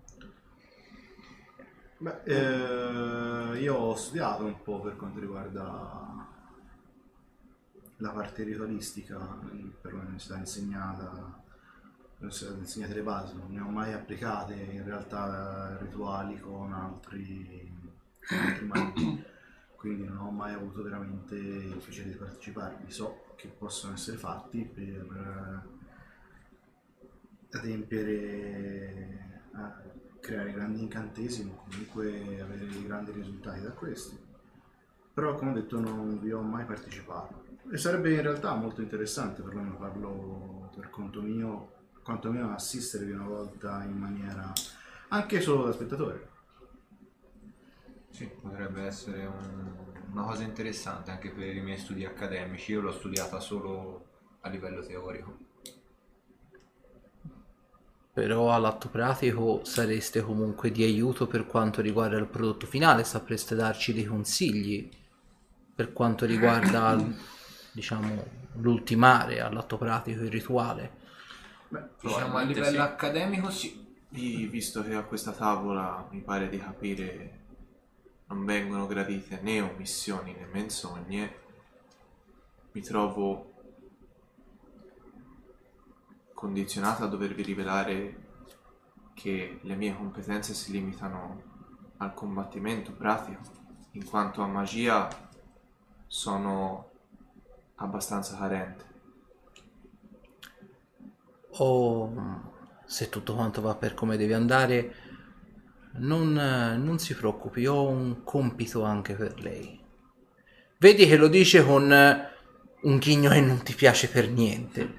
Beh, eh, io ho studiato un po' per quanto riguarda la parte ritualistica per l'università insegnata, l'università insegnate le basi, non ne ho mai applicate in realtà rituali con altri, con altri maghi, quindi non ho mai avuto veramente il piacere di parteciparvi. So che possono essere fatti per adempiere a creare grandi incantesimi o comunque avere dei grandi risultati da questi, però come ho detto non vi ho mai partecipato e sarebbe in realtà molto interessante, perlomeno parlo per conto mio, quantomeno assistervi una volta in maniera anche solo da spettatore. Sì, potrebbe essere un, una cosa interessante anche per i miei studi accademici. Io l'ho studiata solo a livello teorico. Però all'atto pratico sareste comunque di aiuto per quanto riguarda il prodotto finale, sapreste darci dei consigli per quanto riguarda, diciamo, l'ultimare all'atto pratico, il rituale. Beh, Diciamo a livello sì. accademico sì. Vi- visto che a questa tavola mi pare di capire non vengono gradite né omissioni né menzogne, mi trovo condizionato a dovervi rivelare che le mie competenze si limitano al combattimento pratico, in quanto a magia sono abbastanza carente. O se tutto quanto va per come deve andare, non, non si preoccupi, ho un compito anche per lei. Vedi che lo dice con un ghigno che non ti piace per niente.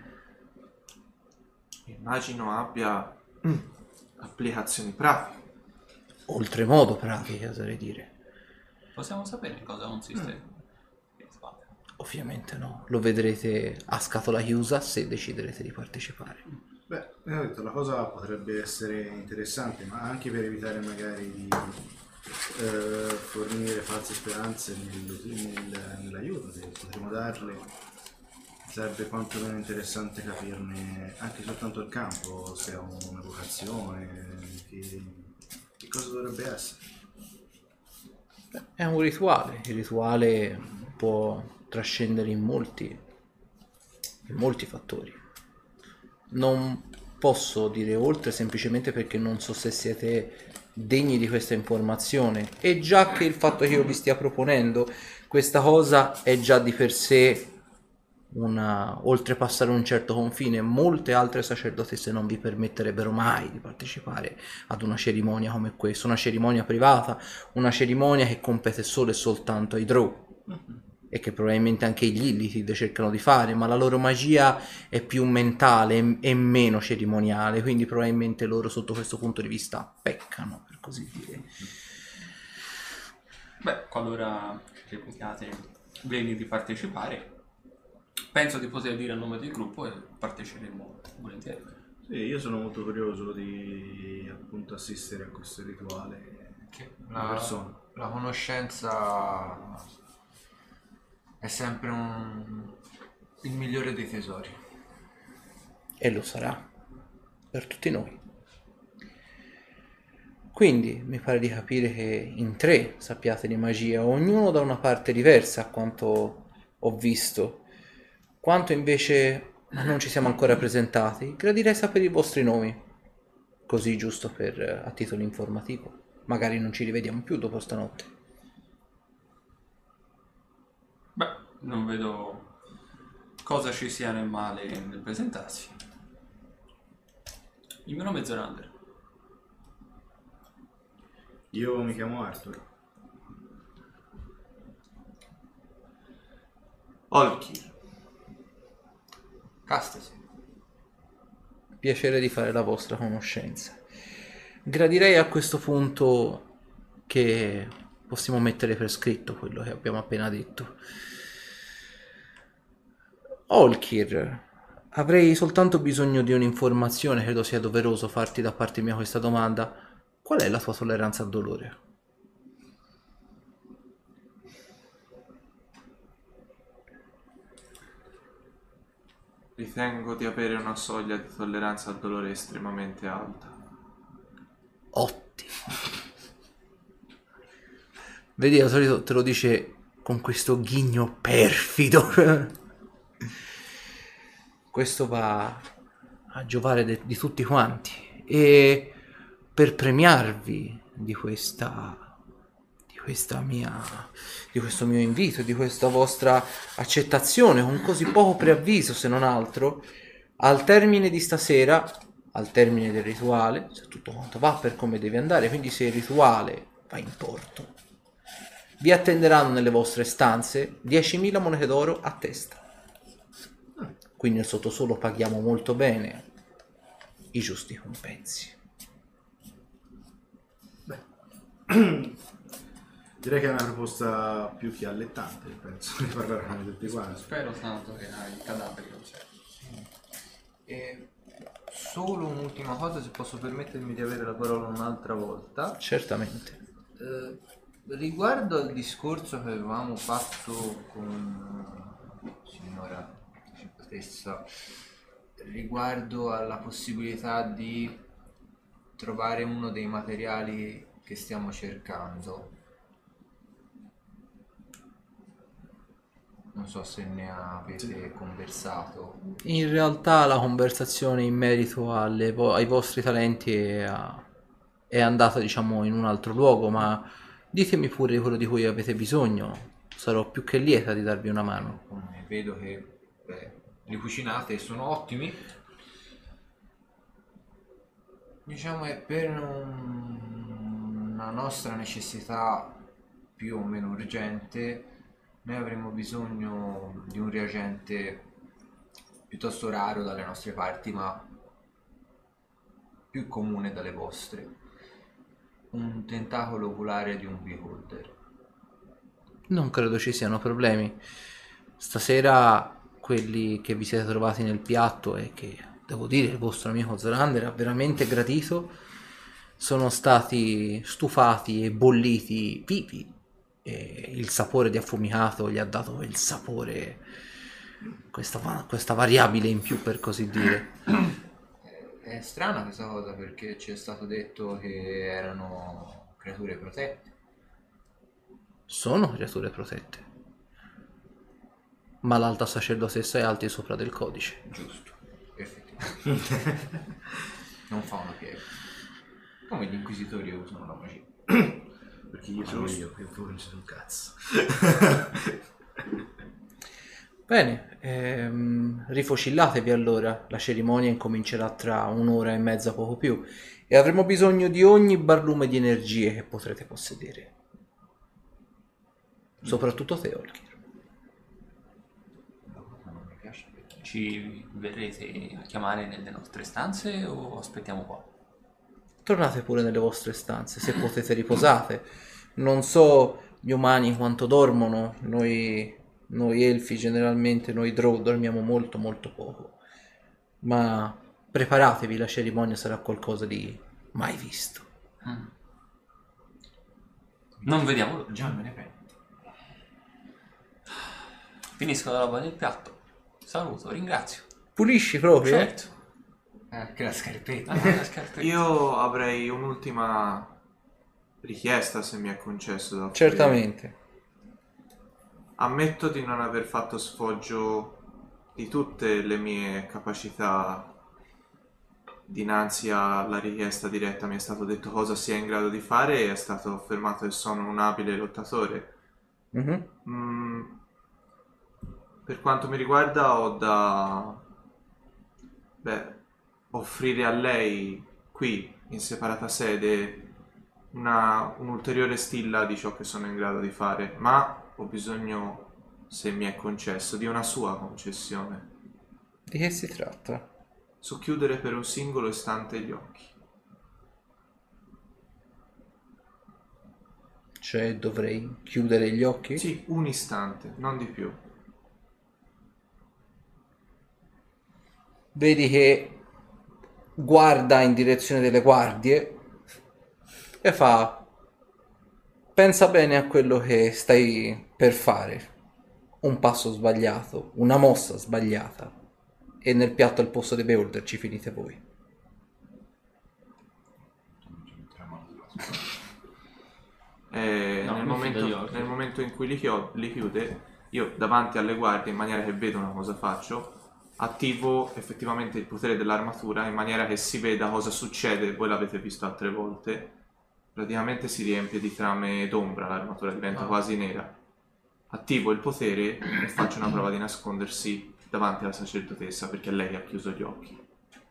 Immagino abbia applicazioni pratiche. Oltremodo pratiche, oserei dire. Possiamo sapere in cosa consiste il rituale? Ovviamente no, lo vedrete a scatola chiusa se deciderete di partecipare. Beh, come ho detto, la cosa potrebbe essere interessante, ma anche per evitare magari di eh, fornire false speranze nel- nel- nell'aiuto che potremo darle. Sarebbe quantomeno interessante capirne anche soltanto il campo, se ha una vocazione, che, che cosa dovrebbe essere. È un rituale, il rituale può trascendere in molti, in molti fattori. Non posso dire oltre semplicemente perché non so se siete degni di questa informazione, e già che il fatto che io vi stia proponendo questa cosa è già di per sé una, oltrepassare un certo confine. Molte altre sacerdotesse non vi permetterebbero mai di partecipare ad una cerimonia come questa, una cerimonia privata, una cerimonia che compete solo e soltanto ai Drow, e che probabilmente anche i Lilithid cercano di fare, ma la loro magia è più mentale e meno cerimoniale, quindi probabilmente loro sotto questo punto di vista peccano, per così dire. Beh, qualora reputiate degni di partecipare, penso di poter dire il nome del gruppo e parteciperemo volentieri. Sì, io sono molto curioso di appunto assistere a questo rituale. Che Una la, persona. la conoscenza è sempre un, il migliore dei tesori. E lo sarà per tutti noi. Quindi mi pare di capire che in tre sappiate di magia, ognuno da una parte diversa a quanto ho visto. Quanto invece non ci siamo ancora presentati, gradirei sapere i vostri nomi, così giusto per a titolo informativo. Magari non ci rivediamo più dopo stanotte. Beh, non vedo cosa ci sia nel male nel presentarsi. Il mio nome è Zorander. Io mi chiamo Arthur. Olkir. Castasi. Piacere di fare la vostra conoscenza. Gradirei a questo punto che possiamo mettere per scritto quello che abbiamo appena detto. Olkir, avrei soltanto bisogno di un'informazione, credo sia doveroso farti da parte mia questa domanda. Qual è la tua tolleranza al dolore? Ritengo di avere una soglia di tolleranza al dolore estremamente alta. Ottimo. Vedi, al solito te lo dice con questo ghigno perfido. Questo va a giovare de- di tutti quanti. E per premiarvi di questa di questa mia di questo mio invito, di questa vostra accettazione con così poco preavviso, se non altro, al termine di stasera, al termine del rituale, se tutto quanto va per come deve andare, quindi se il rituale va in porto, vi attenderanno nelle vostre stanze diecimila monete d'oro a testa. Quindi nel sottosolo paghiamo molto bene i giusti compensi. Direi che è una proposta più che allettante, penso che parleranno tutti quanti. Spero tanto che hai i cadaveri non c'è. E solo un'ultima cosa, se posso permettermi di avere la parola un'altra volta. Certamente. Eh, riguardo al discorso che avevamo fatto con la signora sacerdotessa, riguardo alla possibilità di trovare uno dei materiali che stiamo cercando, non so se ne avete conversato. In realtà la conversazione in merito alle vo- ai vostri talenti è, a- è andata, diciamo, in un altro luogo, ma ditemi pure quello di cui avete bisogno. Sarò più che lieta di darvi una mano. Come vedo che beh, li cucinate e sono ottimi. Diciamo che per un- una nostra necessità più o meno urgente noi avremo bisogno di un reagente piuttosto raro dalle nostre parti, ma più comune dalle vostre. Un tentacolo oculare di un beholder. Non credo ci siano problemi. Stasera quelli che vi siete trovati nel piatto e che, devo dire, il vostro amico Zorander ha veramente gradito, sono stati stufati e bolliti vivi. E il sapore di affumicato gli ha dato quel sapore, questa, va- questa variabile in più, per così dire. È strana questa cosa perché ci è stato detto che erano creature protette. Sono creature protette, ma l'alta sacerdotessa è al di sopra del codice. Giusto, effettivamente. Non fa una piega. Come gli inquisitori usano la magia? Perché io sono io, che voi non siete un cazzo. Bene, ehm, rifocillatevi allora, la cerimonia incomincerà tra un'ora e mezza, poco più, e avremo bisogno di ogni barlume di energie che potrete possedere. Soprattutto te, Olkir. Non mi piace. Ci verrete a chiamare nelle nostre stanze o aspettiamo qua? Tornate pure nelle vostre stanze, se potete riposate. Non so gli umani quanto dormono, noi, noi elfi generalmente, noi drow dormiamo molto molto poco. Ma preparatevi, la cerimonia sarà qualcosa di mai visto. Mm. Non vediamo l'ora. Già me ne pento. Finisco la roba nel piatto. Saluto, ringrazio. Pulisci proprio? Certo. Anche la scarpetta. Ah, la scarpetta. Io avrei un'ultima richiesta, se mi è concesso da offrire. Certamente. Ammetto di non aver fatto sfoggio di tutte le mie capacità dinanzi alla richiesta diretta. Mi è stato detto cosa sia in grado di fare e è stato affermato che sono un abile lottatore. Mhm. Mm, per quanto mi riguarda ho da beh, offrire a lei qui in separata sede una, un'ulteriore stilla di ciò che sono in grado di fare, ma ho bisogno, se mi è concesso, di una sua concessione. Di che si tratta? Socchiudere per un singolo istante gli occhi. Cioè, dovrei chiudere gli occhi? Sì, un istante, non di più. Vedi che guarda in direzione delle guardie e fa: pensa bene a quello che stai per fare. Un passo sbagliato, una mossa sbagliata, e nel piatto al posto dei beholder ci finite voi. E No, nel, mi fido di momento, occhi. nel momento in cui li, chio- li chiude, io davanti alle guardie, in maniera che vedono cosa faccio, attivo effettivamente il potere dell'armatura in maniera che si veda cosa succede. Voi l'avete visto altre volte, praticamente si riempie di trame d'ombra, l'armatura diventa quasi nera. Attivo il potere e faccio una prova di nascondersi davanti alla sacerdotessa, perché è lei che ha chiuso gli occhi.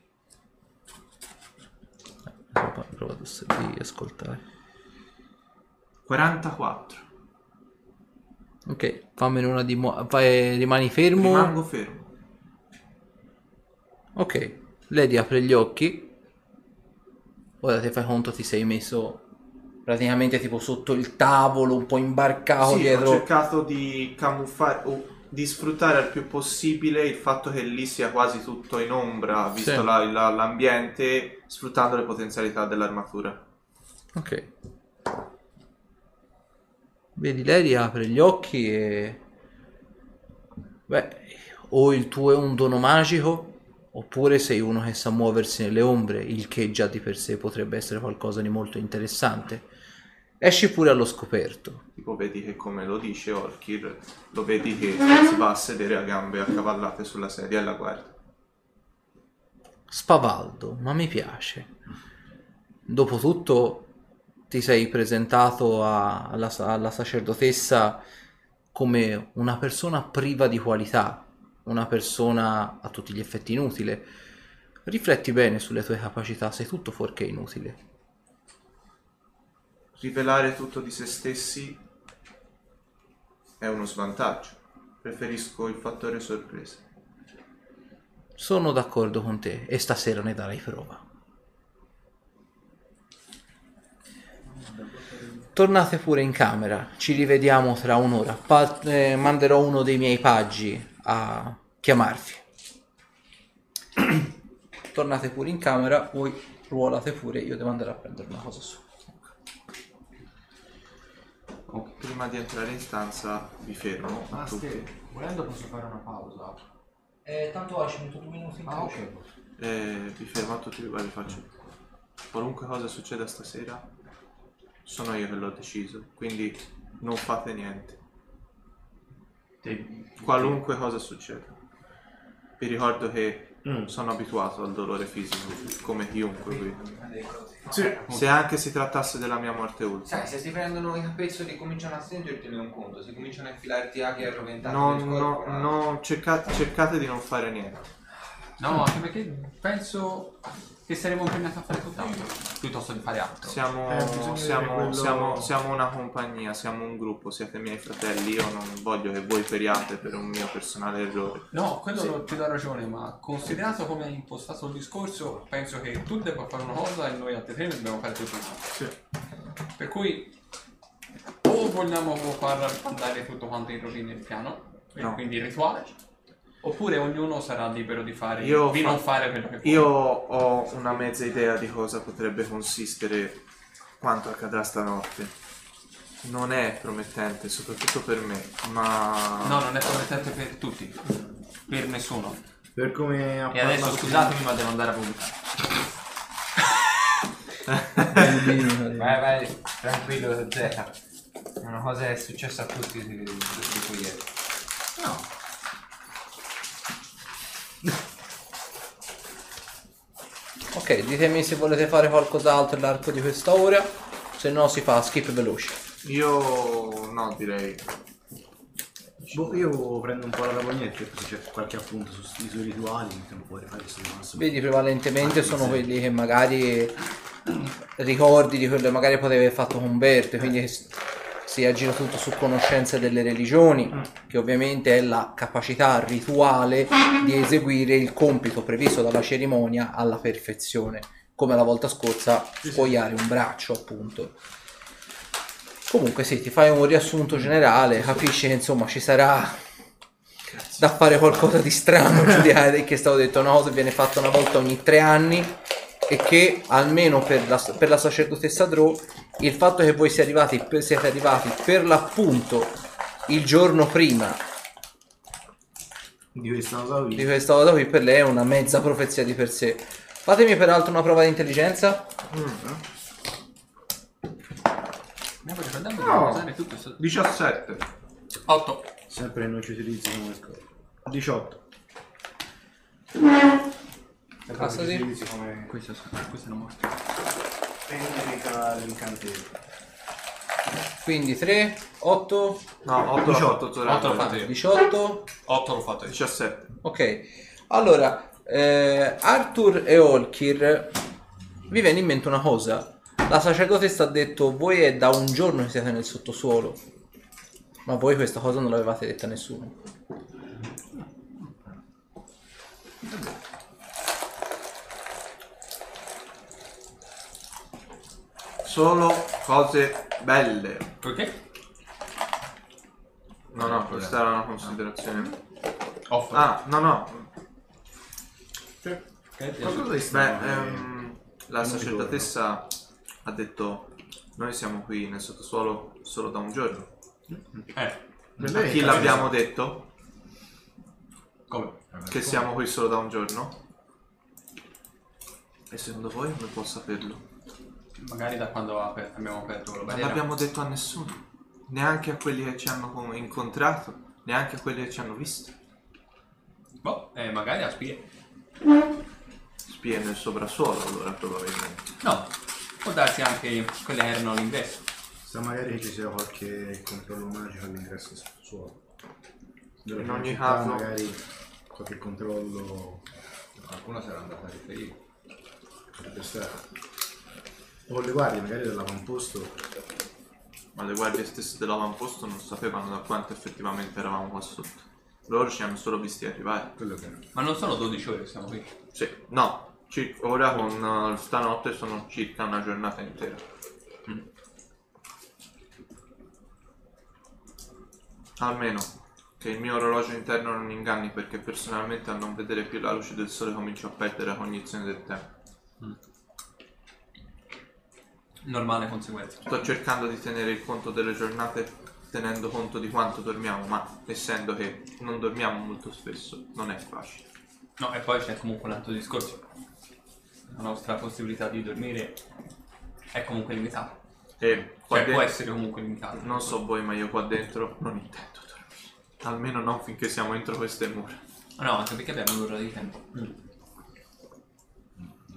Prova, prova ad osservare, di ascoltare. quarantaquattro. Ok, fammene una di mo- vai, rimani fermo. Rimango fermo. Ok, lei apre gli occhi. Ora ti fai conto, ti sei messo praticamente tipo sotto il tavolo, un po' imbarcato Sì, dietro. ho cercato di camuffare o di sfruttare al più possibile il fatto che lì sia quasi tutto in ombra, visto Sì. la- la- l'ambiente, sfruttando le potenzialità dell'armatura. Ok. Vedi, lei riapre gli occhi e... Beh, o il tuo è un dono magico, oppure sei uno che sa muoversi nelle ombre, il che già di per sé potrebbe essere qualcosa di molto interessante. Esci pure allo scoperto. Tipo vedi che, come lo dice Orkir, lo vedi che si va a sedere a gambe accavallate sulla sedia e la guarda. Spavaldo, ma mi piace. Dopotutto ti sei presentato a- alla, alla sacerdotessa come una persona priva di qualità, una persona a tutti gli effetti inutile. Rifletti bene sulle tue capacità, sei tutto fuorché inutile. Rivelare tutto di se stessi è uno svantaggio. Preferisco il fattore sorpresa. Sono d'accordo con te e stasera ne darai prova. Tornate pure in camera, ci rivediamo tra un'ora. Pa- eh, manderò uno dei miei paggi a chiamarvi. Tornate pure in camera, voi ruolate pure, io devo andare a prendere una cosa su. Prima di entrare in stanza vi fermo a tutti. Master, volendo posso fare una pausa. Eh, tanto ci metto due minuti in Ah, ok. Eh, vi fermo a tutti, guarda, vi faccio. Qualunque cosa succeda stasera, sono io che l'ho deciso, quindi non fate niente. Qualunque cosa succeda. Vi ricordo che Mm. sono abituato al dolore fisico, come chiunque qui. Sì. Se anche si trattasse della mia morte ultima. Sai, se ti prendono i capezzoli e cominciano a stringerti non è un conto, se cominciano a infilarti aghi arroventati No, nel no, corpo, no, cercate, cercate di non fare niente. No, anche perché penso che saremo impegnati a fare tutt'altro, piuttosto di fare altro. Siamo, Eh, bisogna siamo, vedere quello- siamo, siamo una compagnia, siamo un gruppo, siete miei fratelli, io non voglio che voi periate per un mio personale errore. No, quello lo- ti do ragione, ma considerato come hai impostato il discorso, penso che tu debba fare una cosa e noi altri tre ne dobbiamo fare tutti un'altra. Sì. Per cui o vogliamo far andare tutto quanto in rovina il piano, e No. quindi il rituale, oppure ognuno sarà libero di fare Io di fa- non fare quello che vuole. Io ho una mezza idea di cosa potrebbe consistere quanto accadrà stanotte. Non è promettente, soprattutto per me, ma... No, non è promettente per tutti, per nessuno. Per come ha E adesso parlato- scusatemi, ma devo andare a pubblicare. Vai, vai, tranquillo, Z. Una cosa è successa a tutti di, di cui ieri. No. Ok, ditemi se volete fare qualcos'altro nell'arco di questa ora, se no si fa skip veloce. Io no, direi. Boh, io prendo un po' la lavagnetta se c'è qualche appunto su- sui suoi rituali, mettiamo fuori, fare questo massimo. Vedi, prevalentemente sono quelli che magari ricordi di quello che magari potevi aver fatto con Bert, quindi s- si aggira tutto su conoscenza delle religioni, che ovviamente è la capacità rituale di eseguire il compito previsto dalla cerimonia alla perfezione, come la volta scorsa spogliare un braccio, appunto. Comunque sì, ti fai un riassunto generale, capisci che insomma ci sarà da fare qualcosa di strano, giudicare che è stato detto una cosa che viene fatta una volta ogni tre anni e che almeno per la, per la sacerdotessa Drow il fatto che voi siete arrivati, per- siete arrivati per l'appunto il giorno prima Di questa cosa di qui. questa cosa qui per lei è una mezza profezia di per sé. Fatemi peraltro una prova di intelligenza. Ne voglio andare No. a usare tutto questo. diciassette. otto. Sempre che non ci utilizzi come scopo. diciotto. Sempre Passa che ci di- utilizzi come Questo, questo è una morte. tecnica l'incantesimo. Quindi tre, otto, No, otto l'ho fatto Zorato. otto l'ho fatto io. diciotto. otto l'ho fatto io. diciassette. Ok, allora eh, Arthur e Olkir vi viene in mente una cosa. La sacerdotessa ha detto: voi è da un giorno che siete nel sottosuolo, ma voi questa cosa non l'avevate detta a nessuno. Solo cose belle. Perché? No, no, questa era una considerazione. Off. Ah, no, no. Qualcosa di Beh, strano. ehm, la sacerdotessa ha detto: noi siamo qui nel sottosuolo solo da un giorno. Eh, Per A lei chi è l'abbiamo detto come? che siamo qui solo da un giorno? E secondo voi come può saperlo? Magari da quando aper- abbiamo aperto la Non barriera. l'abbiamo detto a nessuno, neanche a quelli che ci hanno com- incontrato, neanche a quelli che ci hanno visto. Boh, eh, magari a spie. Spie nel soprassuolo allora probabilmente. No, può darsi anche quelle che erano all'ingresso. Sta magari che ci sia qualche controllo magico all'ingresso del sottosuolo. Delle In ogni città, caso- magari qualche controllo Qualcuno sarà andato a riferire. potrebbe stare. O le guardie magari dell'avamposto. Ma le guardie stesse dell'avamposto non sapevano da quanto effettivamente eravamo qua sotto. Loro ci hanno solo visti arrivare. Quello che è. Ma non sono dodici ore che siamo qui. Sì, no, cir- ora con uh, stanotte sono circa una giornata intera. Almeno che il mio orologio interno non inganni, perché personalmente a non vedere più la luce del sole comincio a perdere la cognizione del tempo. Normale conseguenza. Sto cercando di tenere il conto delle giornate tenendo conto di quanto dormiamo, ma essendo che non dormiamo molto spesso non è facile. No, e poi c'è comunque un altro discorso. La nostra possibilità di dormire è comunque limitata. E qua Cioè, può dentro- essere comunque limitata. non so voi, ma io qua dentro non intendo dormire. Almeno non finché siamo entro queste mura. No, anche perché abbiamo un'ora di tempo.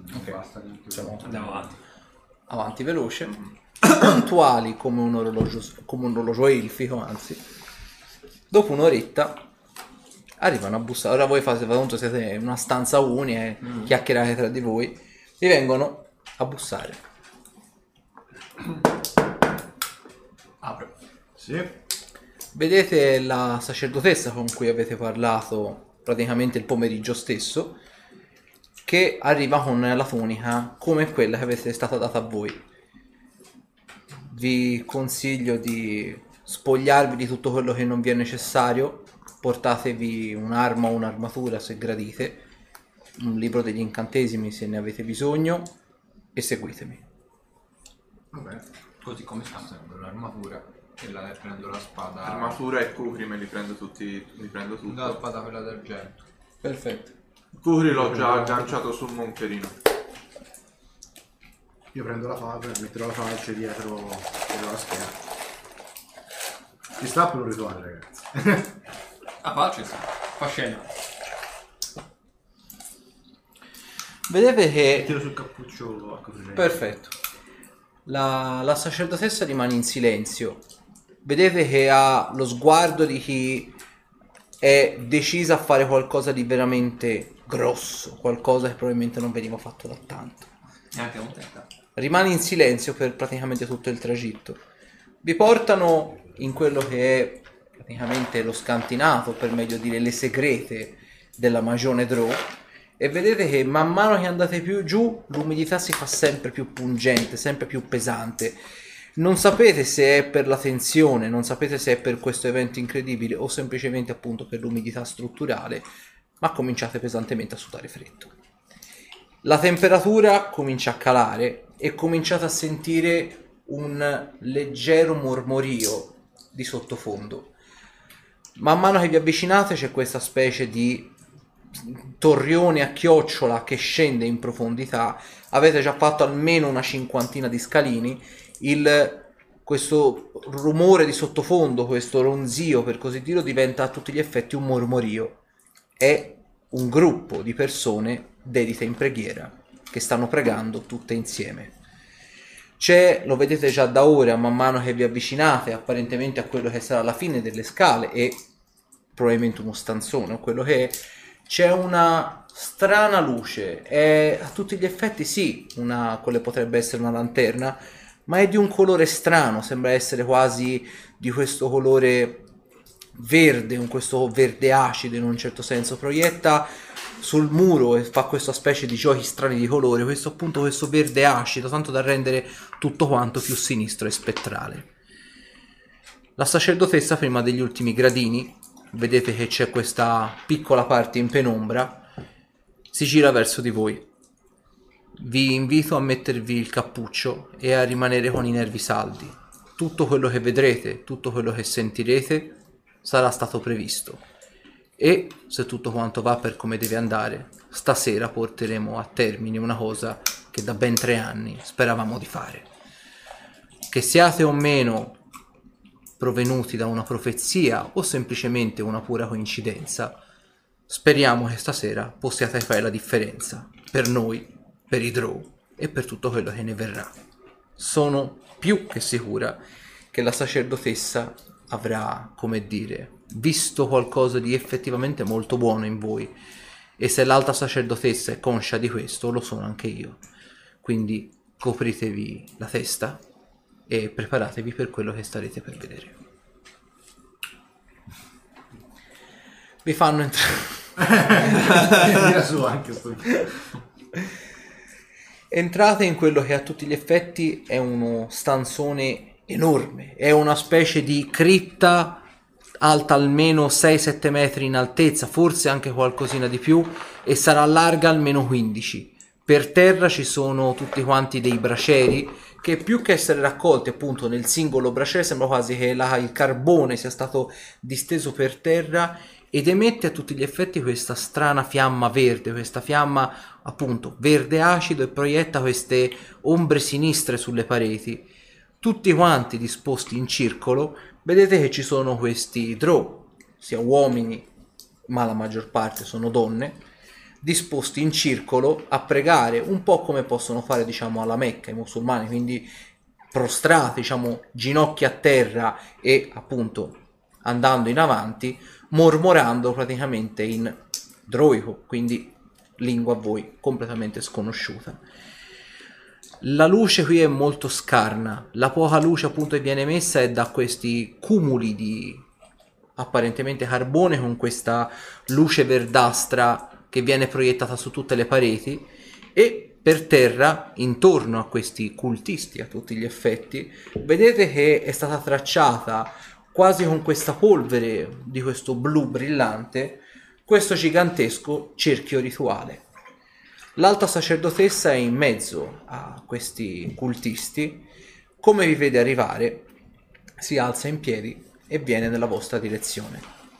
Ok. Basta neanche Diciamo, Andiamo avanti. avanti veloce, puntuali come un orologio, come un orologio elfico, anzi. Dopo un'oretta arrivano a bussare. Ora voi fate, appunto, siete in una stanza unica, eh, Mm. chiacchierate tra di voi, vi vengono a bussare. Apro. Sì. Vedete la sacerdotessa con cui avete parlato praticamente il pomeriggio stesso, che arriva con la tunica come quella che avete stata data a voi. Vi consiglio di spogliarvi di tutto quello che non vi è necessario, portatevi un'arma o un'armatura se gradite, un libro degli incantesimi se ne avete bisogno e seguitemi. Vabbè. Così come siamo. Prendo l'armatura e la prendo la spada. Armatura e Kukri me li prendo tutti, li prendo tutto. La spada quella d'argento. Perfetto. Kukri l'ho già agganciato sul moncherino. Io prendo la falce, metterò la falce dietro, dietro la schiena. Ci sta per un rituale, ragazzi. Ah, faccio sì. Fa scena. Vedete che Tiro sul cappuccio a coprire. perfetto. La, la sacerdotessa rimane in silenzio. Vedete che ha lo sguardo di chi è decisa a fare qualcosa di veramente grosso, qualcosa che probabilmente non veniva fatto da tanto. Neanche un testa. Rimane in silenzio per praticamente tutto il tragitto. Vi portano in quello che è praticamente lo scantinato, per meglio dire le segrete della Magione Drow, e vedete che man mano che andate più giù l'umidità si fa sempre più pungente, sempre più pesante. Non sapete se è per la tensione, non sapete se è per questo evento incredibile o semplicemente appunto per l'umidità strutturale, ma cominciate pesantemente a sudare freddo. La temperatura comincia a calare e cominciate a sentire un leggero mormorio di sottofondo. Man mano che vi avvicinate c'è questa specie di torrione a chiocciola che scende in profondità. Avete già fatto almeno una cinquantina di scalini. Il, questo rumore di sottofondo, questo ronzio per così dire, diventa a tutti gli effetti un mormorio. È un gruppo di persone dedite in preghiera che stanno pregando tutte insieme. C'è, lo vedete già da ora, man mano che vi avvicinate apparentemente a quello che sarà la fine delle scale e probabilmente uno stanzone o quello che è, c'è una strana luce, è a tutti gli effetti sì, una, quella potrebbe essere una lanterna, ma è di un colore strano, sembra essere quasi di questo colore verde, un questo verde acido in un certo senso, proietta sul muro e fa questa specie di giochi strani di colore, questo appunto questo verde acido, tanto da rendere tutto quanto più sinistro e spettrale. La sacerdotessa, prima degli ultimi gradini, vedete che c'è questa piccola parte in penombra, si gira verso di voi. Vi invito a mettervi il cappuccio e a rimanere con i nervi saldi. Tutto quello che vedrete, tutto quello che sentirete sarà stato previsto. E se tutto quanto va per come deve andare, stasera porteremo a termine una cosa che da ben tre anni speravamo di fare. Che siate o meno provenuti da una profezia o semplicemente una pura coincidenza, speriamo che stasera possiate fare la differenza per noi, per i Drow e per tutto quello che ne verrà. Sono più che sicura che la sacerdotessa avrà, come dire, visto qualcosa di effettivamente molto buono in voi, e se l'alta sacerdotessa è conscia di questo, lo sono anche io. Quindi copritevi la testa e preparatevi per quello che starete per vedere. Vi fanno entrare. Tira su anche sto. Entrate in quello che a tutti gli effetti è uno stanzone enorme, è una specie di cripta alta almeno sei sette metri in altezza, forse anche qualcosina di più, e sarà larga almeno quindici. Per terra ci sono tutti quanti dei bracieri che, più che essere raccolti appunto nel singolo braciere, sembra quasi che la, il carbone sia stato disteso per terra ed emette a tutti gli effetti questa strana fiamma verde, questa fiamma appunto verde acido, e proietta queste ombre sinistre sulle pareti. Tutti quanti disposti in circolo, vedete che ci sono questi Drow, sia uomini, ma la maggior parte sono donne, disposti in circolo a pregare, un po' come possono fare, diciamo, alla Mecca i musulmani, quindi prostrati, diciamo, ginocchia a terra e appunto andando in avanti, mormorando praticamente in droico, quindi lingua a voi completamente sconosciuta. La luce qui è molto scarna, la poca luce appunto che viene messa è da questi cumuli di apparentemente carbone con questa luce verdastra che viene proiettata su tutte le pareti, e per terra, intorno a questi cultisti a tutti gli effetti, vedete che è stata tracciata quasi con questa polvere di questo blu brillante questo gigantesco cerchio rituale. L'alta sacerdotessa è in mezzo a questi cultisti, come vi vede arrivare si alza in piedi e viene nella vostra direzione.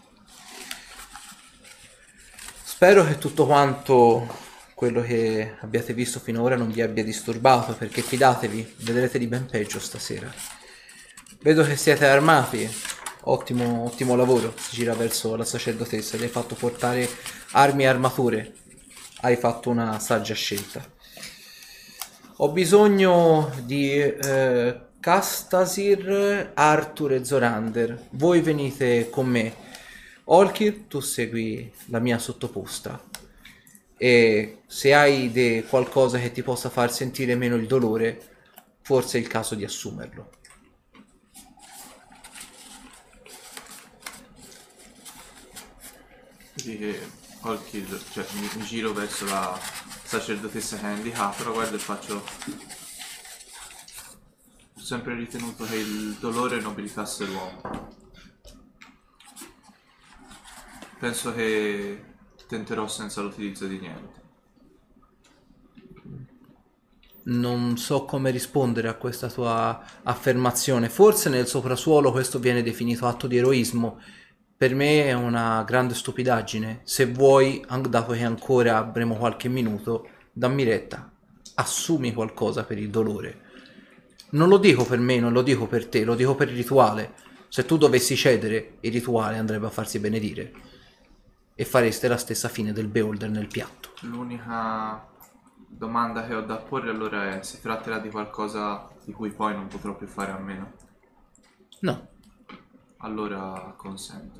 Spero che tutto quanto quello che abbiate visto finora non vi abbia disturbato, perché fidatevi, vedrete di ben peggio stasera. Vedo che siete armati, ottimo, ottimo lavoro. Si gira verso la sacerdotessa, gli hai fatto portare armi e armature, hai fatto una saggia scelta. Ho bisogno di eh, Castasir, Arthur e Zorander, voi venite con me. Olkir, tu segui la mia sottoposta, e se hai de qualcosa che ti possa far sentire meno il dolore, forse è il caso di assumerlo. Vedi che Olkir, cioè mi, mi giro verso la sacerdotessa che ha indicato, la guardo e faccio: ho sempre ritenuto che il dolore nobilitasse l'uomo. Penso che tenterò senza l'utilizzo di niente. Non so come rispondere a questa tua affermazione. Forse nel soprasuolo questo viene definito atto di eroismo. Per me è una grande stupidaggine. Se vuoi, dato che ancora avremo qualche minuto, dammi retta, assumi qualcosa per il dolore. Non lo dico per me, non lo dico per te, lo dico per il rituale. Se tu dovessi cedere, il rituale andrebbe a farsi benedire e fareste la stessa fine del beholder nel piatto. L'unica domanda che ho da porre allora è: si tratterà di qualcosa di cui poi non potrò più fare a meno? No. Allora consento.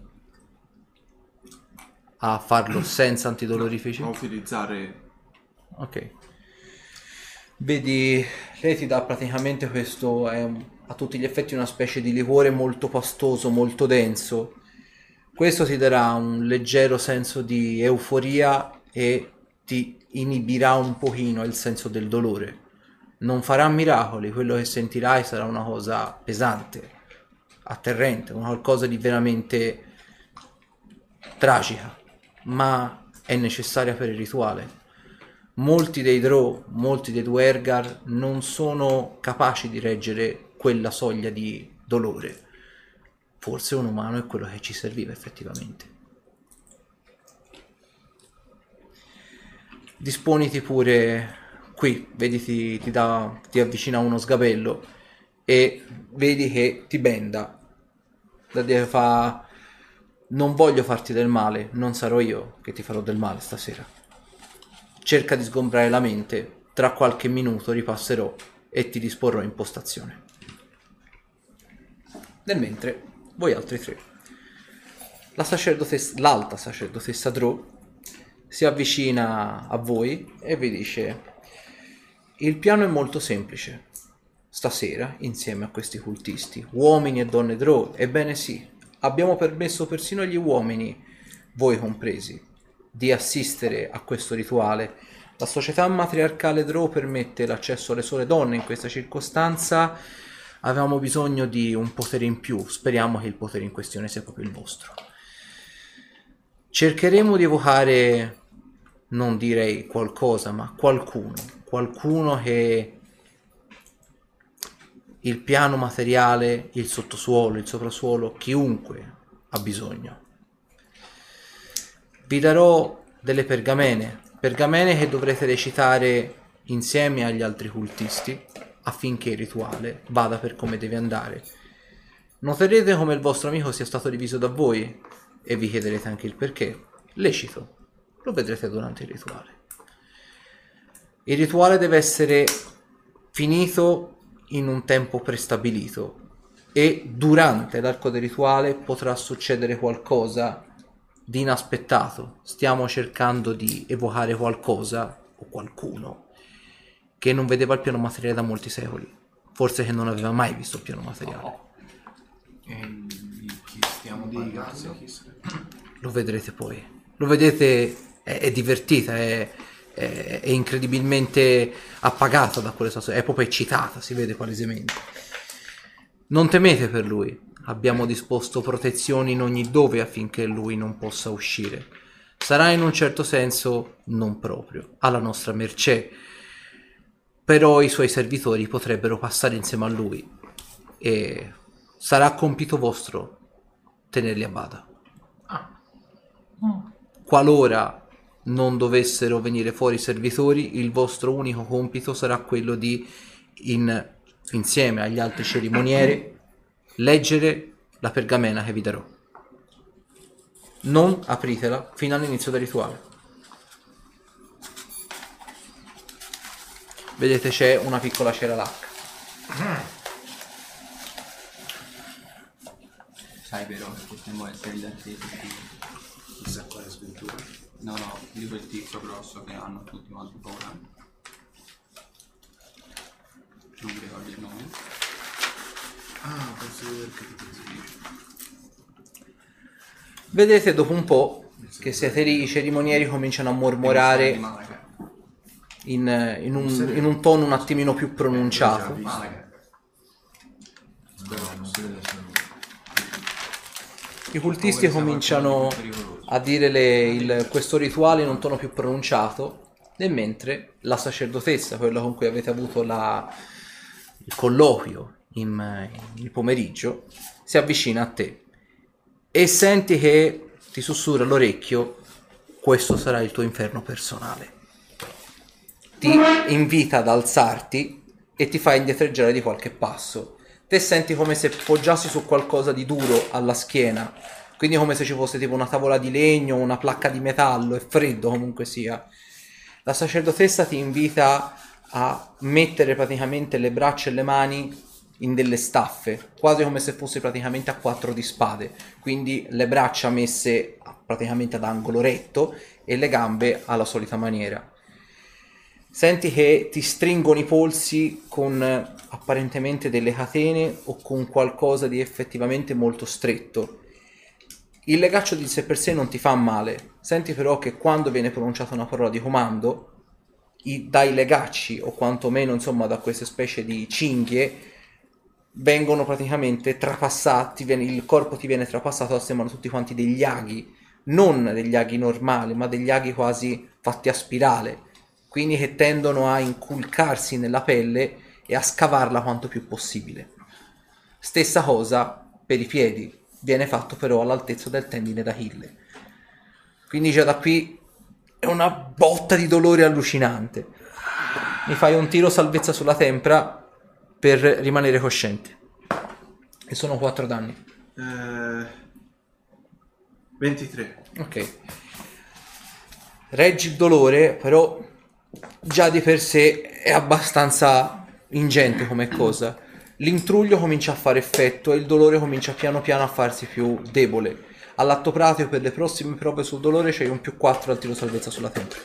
A farlo senza antidolorifici? A utilizzare... Ok. Vedi, lei ti dà praticamente questo, è un, a tutti gli effetti una specie di liquore molto pastoso, molto denso. Questo ti darà un leggero senso di euforia e ti inibirà un pochino il senso del dolore. Non farà miracoli, quello che sentirai sarà una cosa pesante, atterrente, una qualcosa di veramente tragica, ma è necessaria per il rituale. Molti dei Drow, molti dei Duergar non sono capaci di reggere quella soglia di dolore. Forse un umano è quello che ci serviva effettivamente. Disponiti pure qui, vedi ti, ti, dà, ti avvicina uno sgabello e vedi che ti benda. Da dire fa: non voglio farti del male, non sarò io che ti farò del male stasera. Cerca di sgombrare la mente, tra qualche minuto ripasserò e ti disporrò in postazione. Nel mentre, voi altri tre. La sacerdotessa, l'alta sacerdotessa Drow si avvicina a voi e vi dice: il piano è molto semplice. Stasera, insieme a questi cultisti, uomini e donne Drow, ebbene sì, abbiamo permesso persino agli uomini, voi compresi, di assistere a questo rituale. La società matriarcale Drow permette l'accesso alle sole donne. In questa circostanza avevamo bisogno di un potere in più, speriamo che il potere in questione sia proprio il vostro. Cercheremo di evocare, non direi qualcosa, ma qualcuno, qualcuno che il piano materiale, il sottosuolo, il soprasuolo, chiunque ha bisogno. Vi darò delle pergamene, pergamene che dovrete recitare insieme agli altri cultisti affinché il rituale vada per come deve andare. Noterete come il vostro amico sia stato diviso da voi e vi chiederete anche il perché. Lecito, lo vedrete durante il rituale. Il rituale deve essere finito in un tempo prestabilito e durante l'arco del rituale potrà succedere qualcosa di inaspettato. Stiamo cercando di evocare qualcosa o qualcuno che non vedeva il piano materiale da molti secoli, forse che non aveva mai visto il piano materiale. Oh. E di chi stiamo Di parlando? cazzo, chi se- Lo vedrete poi, lo vedete, è, è divertita, è, è, è incredibilmente appagata da quelle situazioni, è proprio eccitata, si vede palesemente. Non temete per lui, abbiamo disposto protezioni in ogni dove affinché lui non possa uscire. Sarà in un certo senso non proprio alla nostra mercé, però i suoi servitori potrebbero passare insieme a lui e sarà compito vostro tenerli a bada. Qualora non dovessero venire fuori i servitori, il vostro unico compito sarà quello di, in, insieme agli altri cerimonieri, leggere la pergamena che vi darò. Non apritela fino all'inizio del rituale. Vedete, c'è una piccola cera lacca. Sai però che potremmo essere gli archetipi. Chissà quale sventura. No, no, di quel tizio grosso che hanno tutti quanti paura. Non mi ricordo il nome. Ah, posso vedere che ti dice. Vedete dopo un po' che siete lì, i cerimonieri cominciano a mormorare in, in, un, in un tono un attimino più pronunciato. Malaga. Spero che non si veda solo. I cultisti cominciano a dire le, il, questo rituale in un tono più pronunciato, e mentre la sacerdotessa, quella con cui avete avuto la, il colloquio in, in pomeriggio, si avvicina a te e senti che ti sussurra all'orecchio: questo sarà il tuo inferno personale. Ti invita ad alzarti e ti fa indietreggiare di qualche passo. Te senti come se poggiassi su qualcosa di duro alla schiena, quindi come se ci fosse tipo una tavola di legno, una placca di metallo, è freddo comunque sia. La sacerdotessa ti invita a mettere praticamente le braccia e le mani in delle staffe, quasi come se fosse praticamente a quattro di spade, quindi le braccia messe praticamente ad angolo retto e le gambe alla solita maniera. Senti che ti stringono i polsi con apparentemente delle catene o con qualcosa di effettivamente molto stretto. Il legaccio di sé per sé non ti fa male, senti però che quando viene pronunciata una parola di comando, i, dai legacci o quantomeno insomma da queste specie di cinghie vengono praticamente trapassati, viene, il corpo ti viene trapassato, sembrano tutti quanti degli aghi, non degli aghi normali, ma degli aghi quasi fatti a spirale, quindi che tendono a inculcarsi nella pelle e a scavarla quanto più possibile. Stessa cosa per i piedi, viene fatto però all'altezza del tendine d'Achille. Quindi già da qui è una botta di dolore allucinante. Mi fai un tiro salvezza sulla tempra per rimanere cosciente. E sono quattro danni. Eh, ventitré. Ok. Reggi il dolore, però già di per sé è abbastanza ingente come cosa. L'intruglio comincia a fare effetto e il dolore comincia piano piano a farsi più debole. All'atto pratico per le prossime prove sul dolore c'hai un più quattro al tiro salvezza sulla tempra.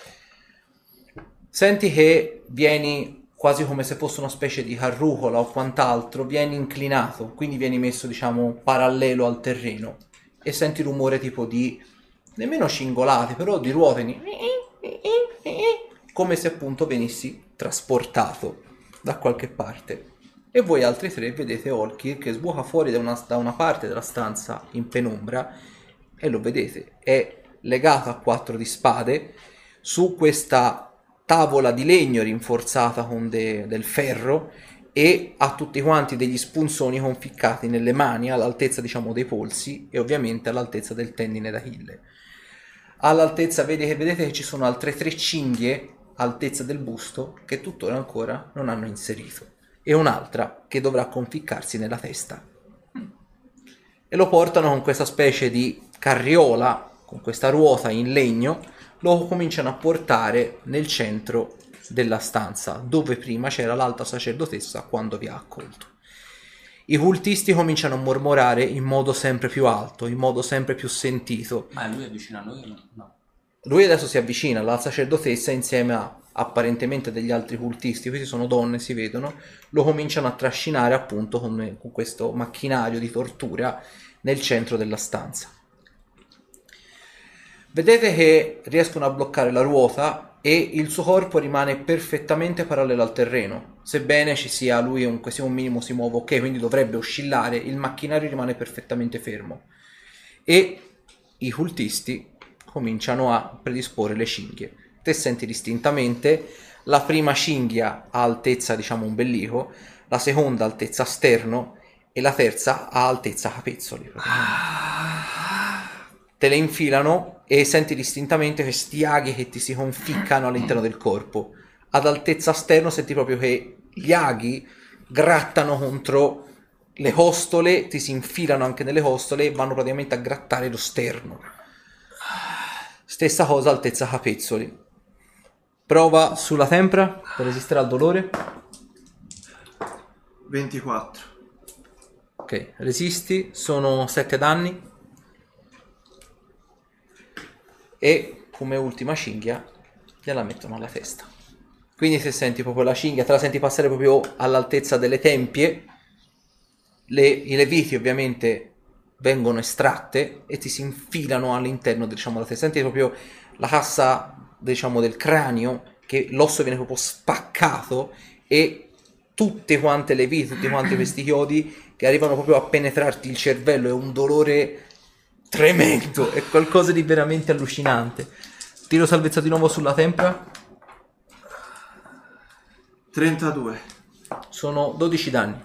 Senti che vieni quasi come se fosse una specie di carrucola o quant'altro, vieni inclinato, quindi vieni messo diciamo parallelo al terreno e senti rumore tipo di, nemmeno cingolate, però di ruote, come se appunto venissi trasportato da qualche parte. E voi altri tre vedete Olkir che sbuca fuori da una, da una parte della stanza in penombra e lo vedete, è legato a quattro di spade su questa tavola di legno rinforzata con de, del ferro e ha tutti quanti degli spunzoni conficcati nelle mani all'altezza diciamo dei polsi e ovviamente all'altezza del tendine d'Achille. All'altezza vedete, vedete che ci sono altre tre cinghie all'altezza del busto che tuttora ancora non hanno inserito e un'altra che dovrà conficcarsi nella testa. E lo portano con questa specie di carriola, con questa ruota in legno, lo cominciano a portare nel centro della stanza, dove prima c'era l'alta sacerdotessa quando vi ha accolto. I cultisti cominciano a mormorare in modo sempre più alto, in modo sempre più sentito. Ma lui è vicino a noi o no? No. Lui adesso si avvicina alla sacerdotessa insieme a apparentemente degli altri cultisti, questi sono donne, si vedono, lo cominciano a trascinare appunto con, con questo macchinario di tortura nel centro della stanza. Vedete che riescono a bloccare la ruota e il suo corpo rimane perfettamente parallelo al terreno, sebbene ci sia lui un, sia un minimo si muove ok, quindi dovrebbe oscillare, il macchinario rimane perfettamente fermo e i cultisti cominciano a predisporre le cinghie. Te senti distintamente la prima cinghia a altezza diciamo ombelico, la seconda altezza sterno e la terza a altezza capezzoli. Te le infilano e senti distintamente questi aghi che ti si conficcano all'interno del corpo. Ad altezza sterno senti proprio che gli aghi grattano contro le costole, ti si infilano anche nelle costole e vanno praticamente a grattare lo sterno. Stessa cosa altezza capezzoli. Prova sulla tempra per resistere al dolore. ventiquattro. Ok, resisti, sono sette danni. E come ultima cinghia gliela mettono alla testa. Quindi se senti proprio la cinghia, te la senti passare proprio all'altezza delle tempie, le, le viti ovviamente vengono estratte e ti si infilano all'interno diciamo della testa. Senti proprio la cassa diciamo del cranio, che l'osso viene proprio spaccato e tutte quante le viti, tutti quanti questi chiodi che arrivano proprio a penetrarti il cervello. È un dolore tremendo, è qualcosa di veramente allucinante. Tiro salvezza di nuovo sulla tempra. trentadue. Sono dodici danni.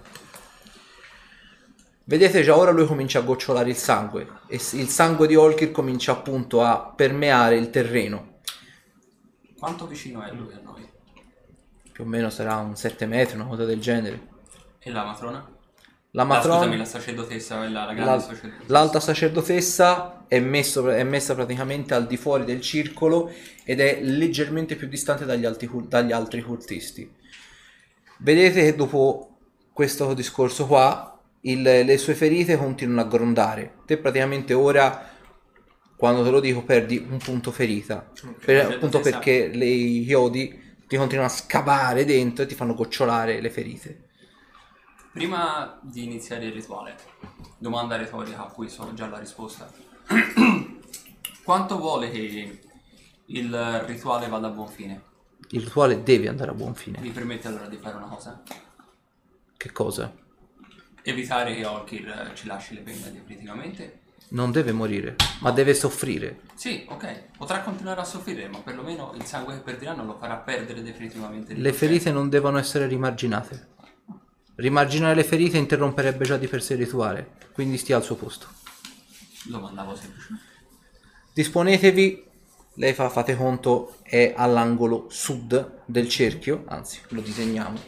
Vedete già ora lui comincia a gocciolare il sangue e il sangue di Olkir comincia appunto a permeare il terreno. Quanto vicino è lui a noi? Più o meno sarà un sette metri, una cosa del genere. E la matrona? La matrona, Ah, scusami, la sacerdotessa, quella, la grande la- sacerdotessa. l'alta sacerdotessa è, messo- è messa praticamente al di fuori del circolo ed è leggermente più distante dagli, alti cul- dagli altri cultisti. Vedete che dopo questo discorso qua il- le sue ferite continuano a grondare. Te praticamente ora, quando te lo dico, perdi un punto ferita, per- appunto perché le i chiodi ti continuano a scavare dentro e ti fanno gocciolare le ferite. Prima di iniziare il rituale, domanda retorica a cui so già la risposta. Quanto vuole che il rituale vada a buon fine? Il rituale deve andare a buon fine. Mi permette allora di fare una cosa? Che cosa? Evitare che Olkir ci lasci le penne definitivamente? Non deve morire, ma deve soffrire. Sì, ok, potrà continuare a soffrire, ma perlomeno il sangue che perderà non lo farà perdere definitivamente. di Le coscienza. ferite non devono essere rimarginate. Rimarginare le ferite interromperebbe già di per sé il rituale, quindi stia al suo posto. Lo mandavo semplicemente. Disponetevi, lei fa, fate conto, è all'angolo sud del cerchio, anzi lo disegniamo.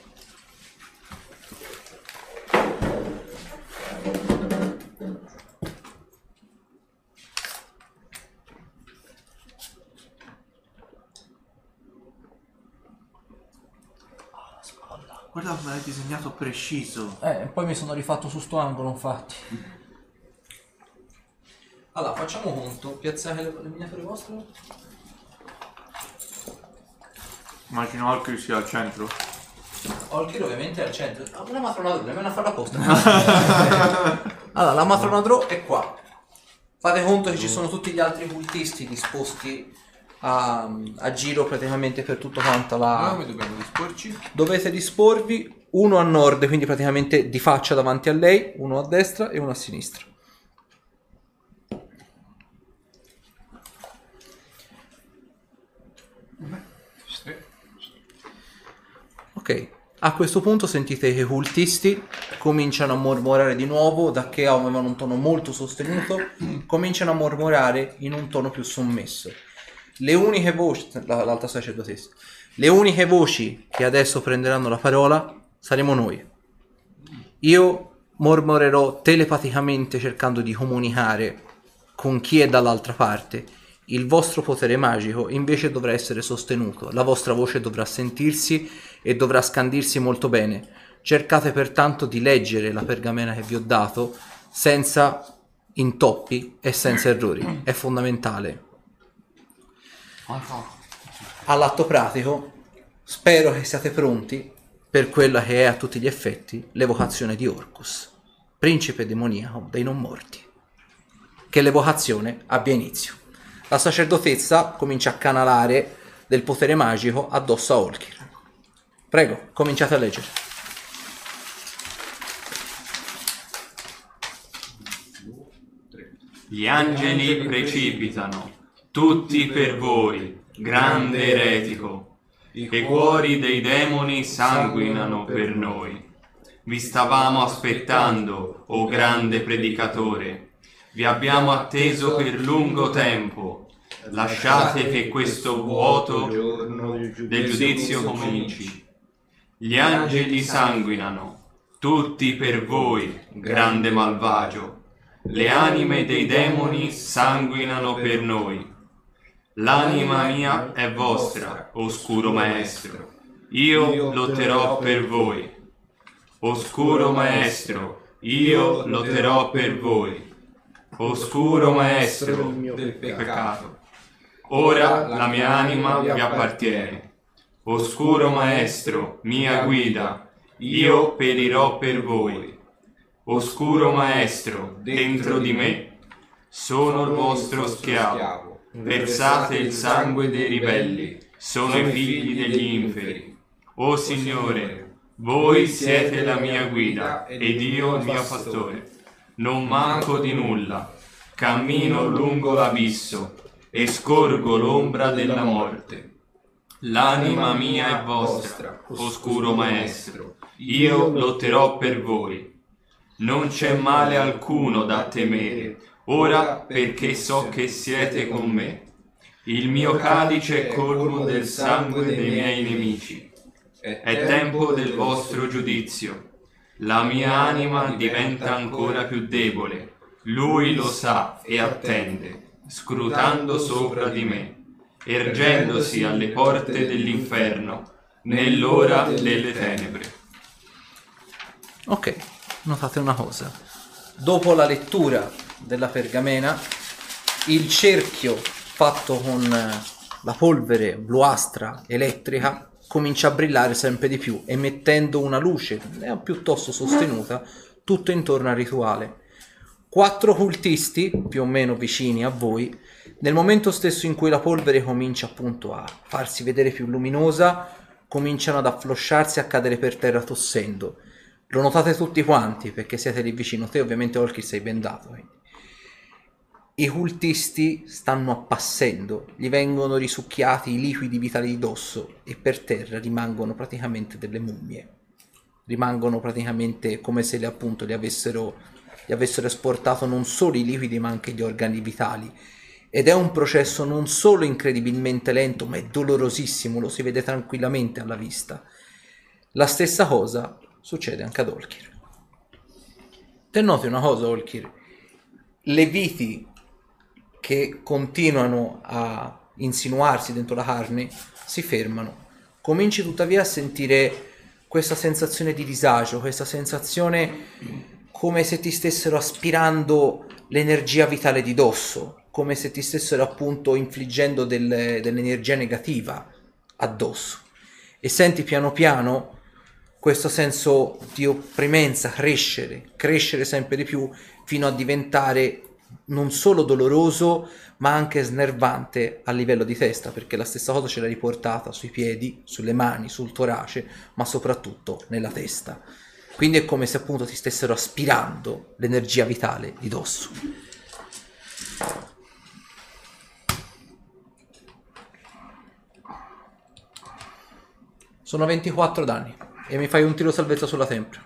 Guarda come l'hai disegnato preciso. Eh, poi mi sono rifatto su sto angolo, infatti. Allora, facciamo conto, piazzate le, le miniature vostre. Immagino Olkir sia al centro. Olkir ovviamente è al centro. Ah, una matrona Drò, nemmeno a farla apposta. Allora, la matrona Drò è qua. Fate conto che ci sono tutti gli altri cultisti disposti a, a giro praticamente per tutto quanto la... Come dobbiamo disporci? Dovete disporvi uno a nord, quindi praticamente di faccia davanti a lei, uno a destra e uno a sinistra. Ok, a questo punto sentite che i cultisti cominciano a mormorare di nuovo, da che avevano un tono molto sostenuto, cominciano a mormorare in un tono più sommesso. Le uniche voci, la- l'alta sacerdotessa, le uniche voci che adesso prenderanno la parola saremo noi. Io mormorerò telepaticamente cercando di comunicare con chi è dall'altra parte il vostro potere magico invece dovrà essere sostenuto, la vostra voce dovrà sentirsi e dovrà scandirsi molto bene. Cercate pertanto di leggere la pergamena che vi ho dato senza intoppi e senza errori, è fondamentale. All'atto pratico spero che siate pronti per quella che è a tutti gli effetti l'evocazione di Orcus, principe demoniaco dei non morti. Che l'evocazione abbia inizio. La sacerdotessa comincia a canalare del potere magico addosso a Olkir. Prego, cominciate a leggere. Gli angeli precipitano, tutti per voi, grande eretico. I cuori dei demoni sanguinano per noi. Vi stavamo aspettando, o grande predicatore. Vi abbiamo atteso per lungo tempo. Lasciate che questo vuoto del giudizio cominci. Gli angeli sanguinano, tutti per voi, grande malvagio. Le anime dei demoni sanguinano per noi. L'anima mia è vostra, oscuro maestro. Io lotterò per voi. Oscuro maestro, io lotterò per voi. Oscuro maestro del peccato. Ora la mia anima vi appartiene. Oscuro maestro, mia guida, io perirò per voi. Oscuro maestro, dentro di me, sono il vostro schiavo. Versate il sangue dei ribelli, sono i figli degli inferi. O Signore, voi siete la mia guida ed io il mio pastore. Non manco di nulla, cammino lungo l'abisso e scorgo l'ombra della morte. L'anima mia è vostra, oscuro maestro, io lotterò per voi. Non c'è male alcuno da temere, ora perché so che siete con me. Il mio calice è colmo del sangue dei miei nemici. È tempo del vostro giudizio. La mia anima diventa ancora più debole. Lui lo sa e attende, scrutando sopra di me, ergendosi alle porte dell'inferno, nell'ora delle tenebre. Ok, notate una cosa. Dopo la lettura della pergamena, il cerchio fatto con la polvere bluastra elettrica comincia a brillare sempre di più, emettendo una luce piuttosto sostenuta tutto intorno al rituale. Quattro cultisti, più o meno vicini a voi, nel momento stesso in cui la polvere comincia appunto a farsi vedere più luminosa, cominciano ad afflosciarsi e a cadere per terra tossendo. Lo notate tutti quanti perché siete lì vicino. Te ovviamente Olkir sei bendato, quindi. I cultisti stanno appassendo, gli vengono risucchiati i liquidi vitali di dosso e per terra rimangono praticamente delle mummie. Rimangono praticamente come se li, appunto li avessero, gli avessero esportato non solo i liquidi ma anche gli organi vitali. Ed è un processo non solo incredibilmente lento ma è dolorosissimo, lo si vede tranquillamente alla vista. La stessa cosa succede anche ad Olkir. Te noti una cosa, Olkir? Le viti che continuano a insinuarsi dentro la carne si fermano. Cominci tuttavia a sentire questa sensazione di disagio, questa sensazione come se ti stessero aspirando l'energia vitale di dosso, come se ti stessero appunto infliggendo del, dell'energia negativa addosso. E senti piano piano questo senso di opprimenza crescere, crescere sempre di più fino a diventare non solo doloroso ma anche snervante a livello di testa, perché la stessa cosa ce l'ha riportata sui piedi, sulle mani, sul torace, ma soprattutto nella testa. Quindi è come se appunto ti stessero aspirando l'energia vitale di dosso. Sono ventiquattro danni e mi fai un tiro salvezza sulla tempra.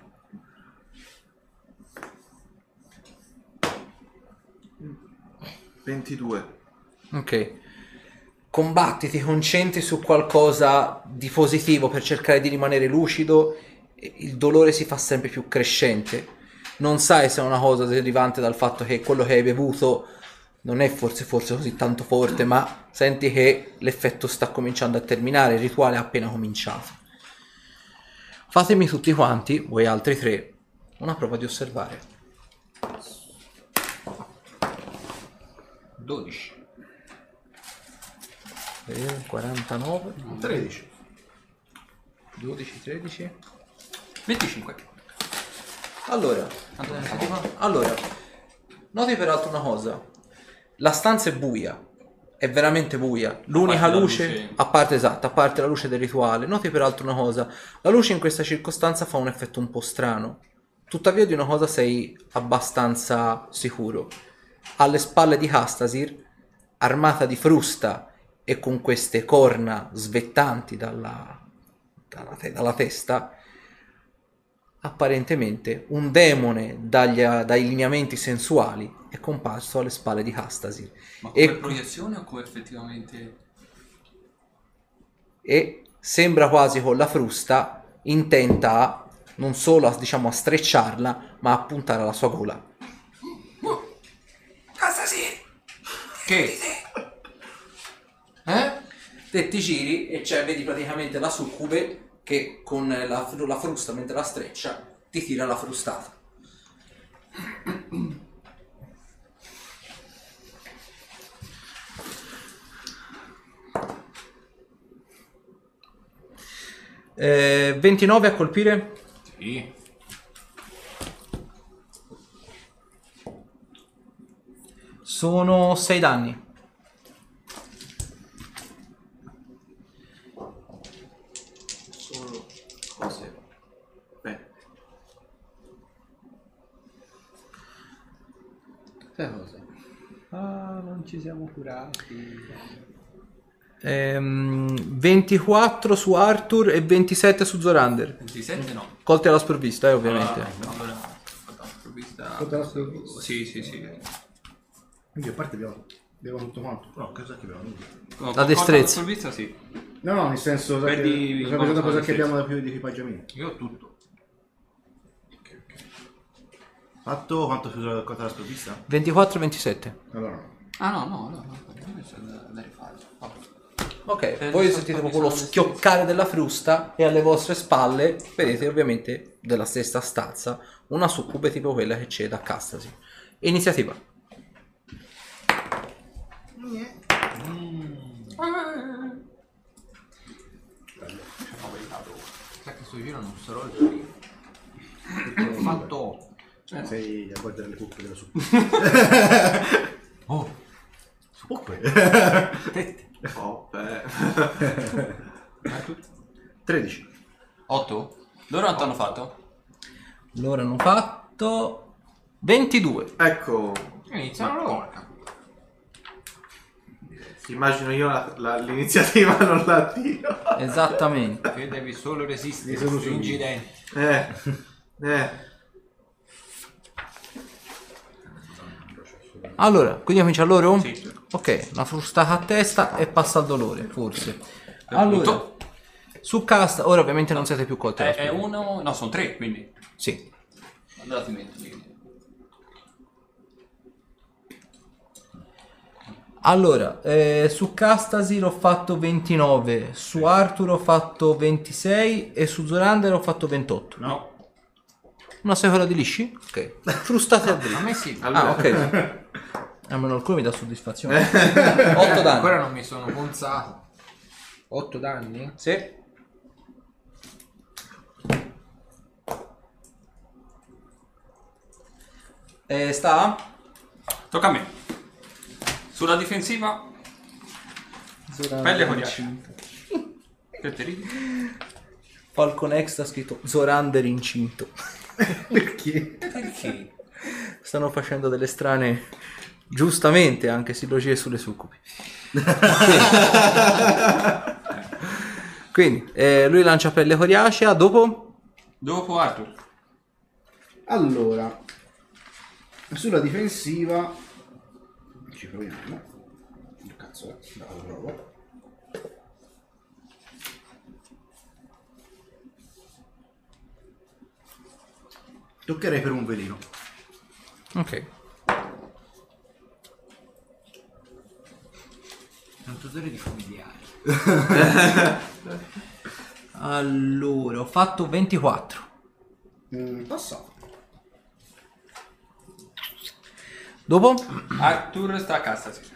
ventidue. Ok. Combattiti, concentri su qualcosa di positivo per cercare di rimanere lucido. Il dolore si fa sempre più crescente. Non sai se è una cosa derivante dal fatto che quello che hai bevuto non è forse forse così tanto forte, ma senti che l'effetto sta cominciando a terminare, il rituale è appena cominciato. Fatemi tutti quanti, voi altri tre, una prova di osservare. dodici. Eh, quarantanove, tredici. dodici, tredici. venticinque. Allora, allora, noti peraltro una cosa. La stanza è buia, è veramente buia. L'unica A parte la luce, luce- a parte esatto, a parte la luce del rituale. Noti peraltro una cosa. La luce in questa circostanza fa un effetto un po' strano. Tuttavia di una cosa sei abbastanza sicuro. Alle spalle di Hastasir, armata di frusta e con queste corna svettanti dalla, dalla, te- dalla testa, apparentemente un demone dagli, dai lineamenti sensuali è comparso alle spalle di Hastasir. Ma come E- proiezione o come effettivamente... e sembra quasi con la frusta intenta a, non solo a, diciamo, a strecciarla, ma a puntare alla sua gola. Che? Eh? Te ti giri e c'è, vedi praticamente la succube che con la, fru- la frusta mentre la streccia ti tira la frustata. Eh, ventinove a colpire. Sì. Sono sei danni. Solo cose. Beh, Sai cosa? Ah, non ci siamo curati. Ehm, ventiquattro su Arthur e ventisette su Zorander. ventisette no. Colti alla sprovvista, eh, ovviamente. Ah, allora, fatta la sprovvista. Fatta la sprovvista. Sì, sì, sì. Quindi a parte abbiamo, abbiamo tutto quanto. No, cosa che abbiamo? No, La con destrezza. colpa alla sprovvista sì. No, no, nel senso, sai Perdi che, i sapete bonus una cosa alla che abbiamo destrezza. da più di equipaggiamento. Io ho tutto. Fatto quanto si usa la sprovvista? ventiquattro e ventisette. Allora no. Ah no, no, no, no, questo è da, da rifare. Vabbè. Ok, Eh, voi so- sentite so- proprio lo so- schioccare della frusta e alle vostre spalle vedete ovviamente della stessa stazza una succube tipo quella che c'è da Castasi. Iniziativa. Sa che sto giro non sarò il primo. Perché ho fatto otto. Sei a guardare le cuppe della suppa. Oh, Suppe. tette. oh, beh. tredici. otto? Loro quanto hanno fatto? Loro hanno fatto ventidue. Ecco, Iniziano loro. immagino io la- la- l'iniziativa non la tiro. Esattamente. Che devi solo resistere Devi solo sugli incidenti. Eh, eh. Allora, quindi comincia loro? Sì. Ok, una frustata a testa e passa al dolore, forse. Appunto. Allora, su casta, ora ovviamente non siete più colti. È, è uno... No, sono tre, quindi. Sì. Allora ti metto lì. Allora, eh, su Castasi ho fatto ventinove, su Arthur ho fatto ventisei e su Zorander ho fatto ventotto. No. Una seconda di lisci? Ok. Frustate a A dritto. me sì. Ah, ok. Almeno alcuni mi dà soddisfazione. otto danni. Ancora non mi sono punzato. otto danni? Sì. E sta? Tocca a me. Sulla difensiva, pelle coriacea. Che te ridi? Falcon X ha scritto Zorander incinto. Perché? Perché? Stanno facendo delle strane, giustamente, anche silogie sulle succubi. Quindi, eh, lui lancia pelle coriacea, dopo? Dopo Arthur. Allora, sulla difensiva ci proviamo. Che cazzo è? No, lo provo. Toccherei per un veleno. Ok. Cantatore di familiari. Allora, ho fatto ventiquattro. Mm, passato. Dopo? Arthur sta a casa, sì.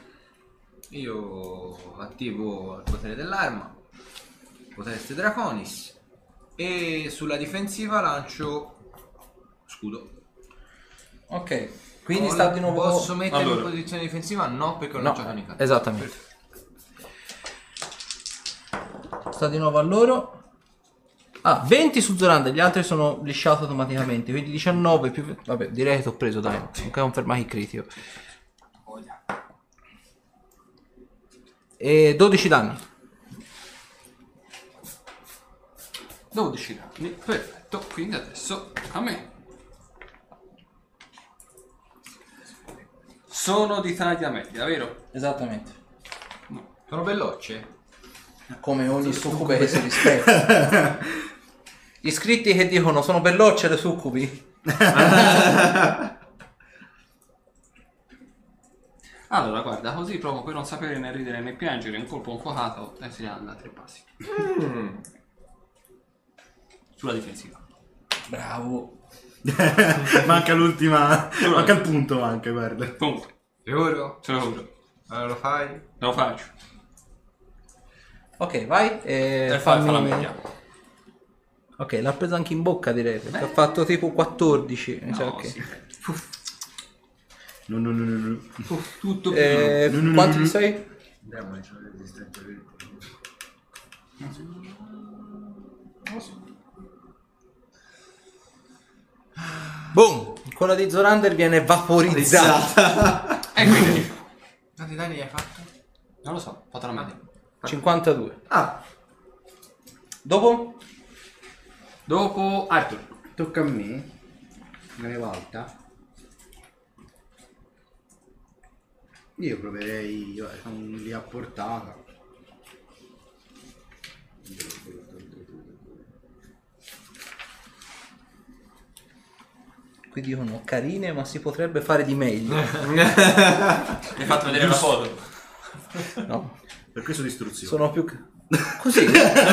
Io attivo il potere dell'arma, Poteste Draconis, e sulla difensiva lancio scudo. Ok, quindi Ho sta la- di nuovo... Posso mettermi Allora. in posizione difensiva? No, perché ho No, lanciato in canto. esattamente. Sta di nuovo a loro. Ah, venti su Zorander, gli altri sono lisciati automaticamente, quindi diciannove più... Vabbè, direi che ti ho preso, dai, non confermare il critico. E dodici danni. dodici danni, perfetto, quindi adesso a me. Sono di taglia media, vero? Esattamente. Sono bellocce? Come ogni succube che si rispetta. Gli iscritti che dicono sono bellocce le succubi? Allora, guarda, così proprio per non sapere né ridere né piangere, un colpo infuocato e si anda a tre passi. Mm. Sulla difensiva. Bravo. Manca l'ultima. Manca il punto, manca, guarda. Punto. Sicuro? Ce lo giuro. Allora lo fai? Lo faccio. Ok, vai. E E fa, fa la fammi- media. Ok, l'ha presa anche in bocca, direi. Perché ha fatto tipo quattordici. mi sa No, che- sì. No, no, no, no, no. Tutto più. Eh, No, no, no, quanti no, no. sei? Andiamo, c'è una resistenza per- Boom! Quella di Zorander viene vaporizzata. E quindi. Quanti danni hai fatto? Non lo so, ho fatto la media. cinquantadue. Ah, Dopo? Dopo Arthur. Tocca a me. Una volta. Io proverei. Vabbè, sono lì a portata. Qui dicono carine, ma si potrebbe fare di meglio. Mi hai fatto vedere la foto. No, Per questo distruzione. sono più... ca- Così?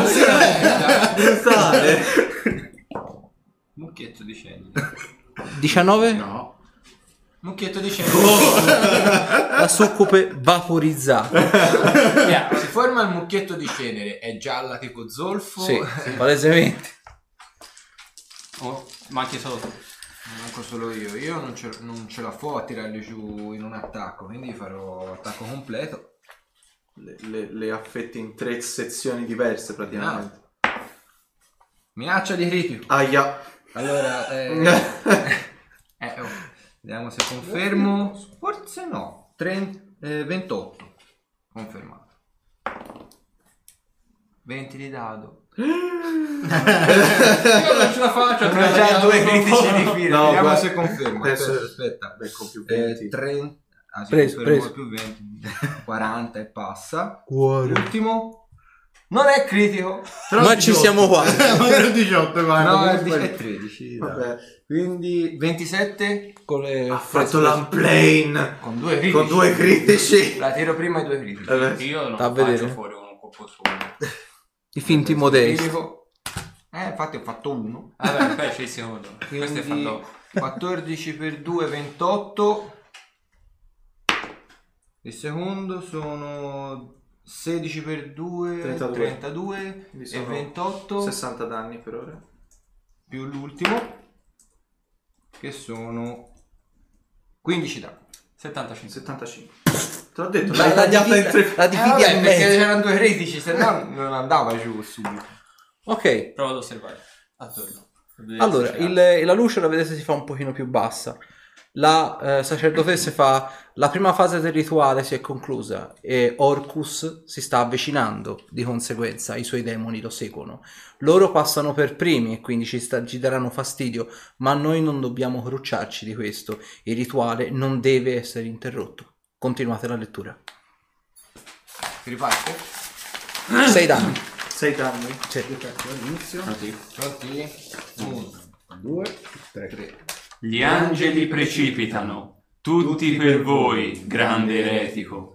Mucchietto di cenere. diciannove? No. Mucchietto di cenere. La succupe vaporizzata. Yeah. Si forma il mucchietto di cenere, è gialla tipo zolfo. Sì, palesemente. Oh, manchi solo tu. Manco solo io, io non ce, non ce la fo a tirarli giù in un attacco, quindi farò attacco completo. le, le, le affetti in tre sezioni diverse praticamente. Minaccia di critico. Aia. Allora, eh, eh, oh, vediamo se confermo. Forse no. trenta, eh, ventotto. Confermato. venti di dado. Io non ce la faccio. Sono già due critici di fila. No, vediamo guarda, se confermo. adesso- Aspetta, aspetta. Beh, con più Eh, venti. trenta. Ah, sì, Preso, confermo preso. più venti. quaranta e passa. Cuore. L'ultimo. Non è critico. Ma ci siamo qua. Ma era diciotto, guarda. No, che è, di- sbagli- è tredici. dai. Vabbè. Quindi ventisette Con le Ha fatto l'unplane con due critici. con due critici. La tiro prima i due critici. Eh, Io non Sta a faccio vedere. fuori un colpo solo. I finti modesti. Critico. Eh, infatti ho fatto uno. Vabbè, poi c'è il secondo. Questo è Quindi fatto. quattordici per due, ventotto. Il secondo sono sedici per due, trentadue. trentadue Quindi e sono ventotto sessanta danni per ora. più l'ultimo che sono quindici danni. settantacinque. settantacinque. Te l'ho detto, La, l'hai la tagliata dividi, in tre. la Eh, dividi vabbè, a perché mezzo. c'erano due critici, se no non andava giù subito. Ok, Prova ad osservare. Attorno. Per vedere allora, se c'è il- la luce la vedete si fa un pochino più bassa. La eh, sacerdotessa fa la prima fase del rituale si è conclusa e Orcus si sta avvicinando, di conseguenza i suoi demoni lo seguono. Loro passano per primi e quindi ci, sta- ci daranno fastidio, ma noi non dobbiamo crucciarci di questo. Il rituale non deve essere interrotto. Continuate la lettura. Si riparte? sei danni. sei danni. Sì. All'inizio. Pronti? uno, Due. Tre. Gli angeli precipitano, tutti per voi, grande eretico.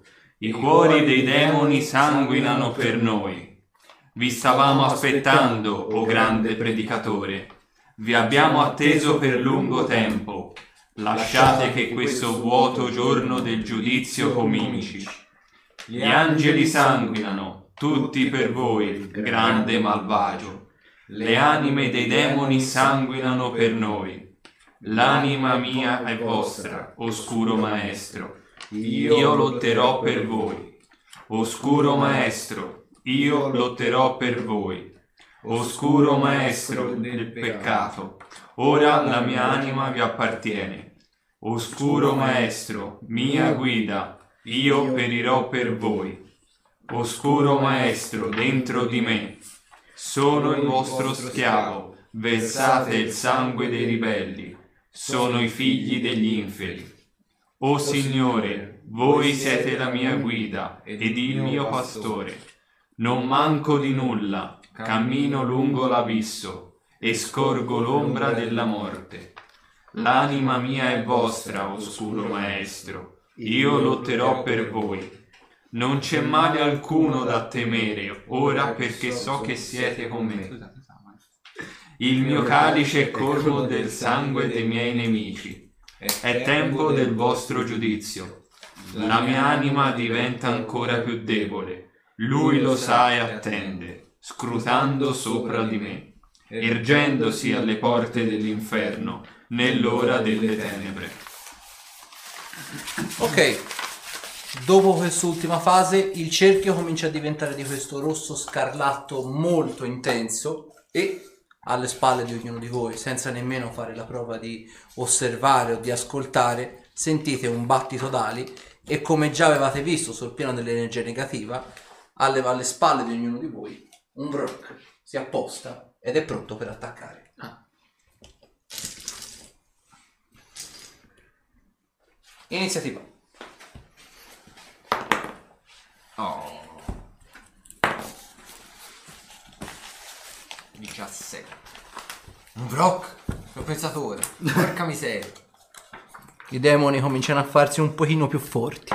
I cuori dei demoni sanguinano per noi. Vi stavamo aspettando, o grande predicatore. Vi abbiamo atteso per lungo tempo. Lasciate che questo vuoto giorno del giudizio cominci. Gli angeli sanguinano, tutti per voi, grande malvagio. Le anime dei demoni sanguinano per noi. L'anima mia è vostra, oscuro maestro. Io lotterò per voi. Oscuro maestro, io lotterò per voi. Oscuro maestro del peccato, ora la mia anima vi appartiene. Oscuro maestro, mia guida, io perirò per voi. Oscuro maestro dentro di me, sono il vostro schiavo, versate il sangue dei ribelli, sono i figli degli inferi. O Signore, voi siete la mia guida ed il mio pastore. Non manco di nulla, cammino lungo l'abisso e scorgo l'ombra della morte. L'anima mia è vostra, oscuro maestro, io lotterò per voi. Non c'è male alcuno da temere, ora perché so che siete con me. Il mio calice è colmo del sangue dei miei nemici. È tempo del vostro giudizio. La mia anima diventa ancora più debole. Lui lo sa e attende, scrutando sopra di me, ergendosi alle porte dell'inferno, nell'ora delle tenebre. Ok, dopo quest'ultima fase il cerchio comincia a diventare di questo rosso scarlatto molto intenso e alle spalle di ognuno di voi, senza nemmeno fare la prova di osservare o di ascoltare, sentite un battito d'ali e, come già avevate visto sul piano dell'energia negativa, alle, alle spalle di ognuno di voi un Brock si apposta ed è pronto per attaccare. Ah. Iniziativa. Oh. diciassette. Un Brock? L'ho pensato ora. Porca miseria. I demoni cominciano a farsi un pochino più forti,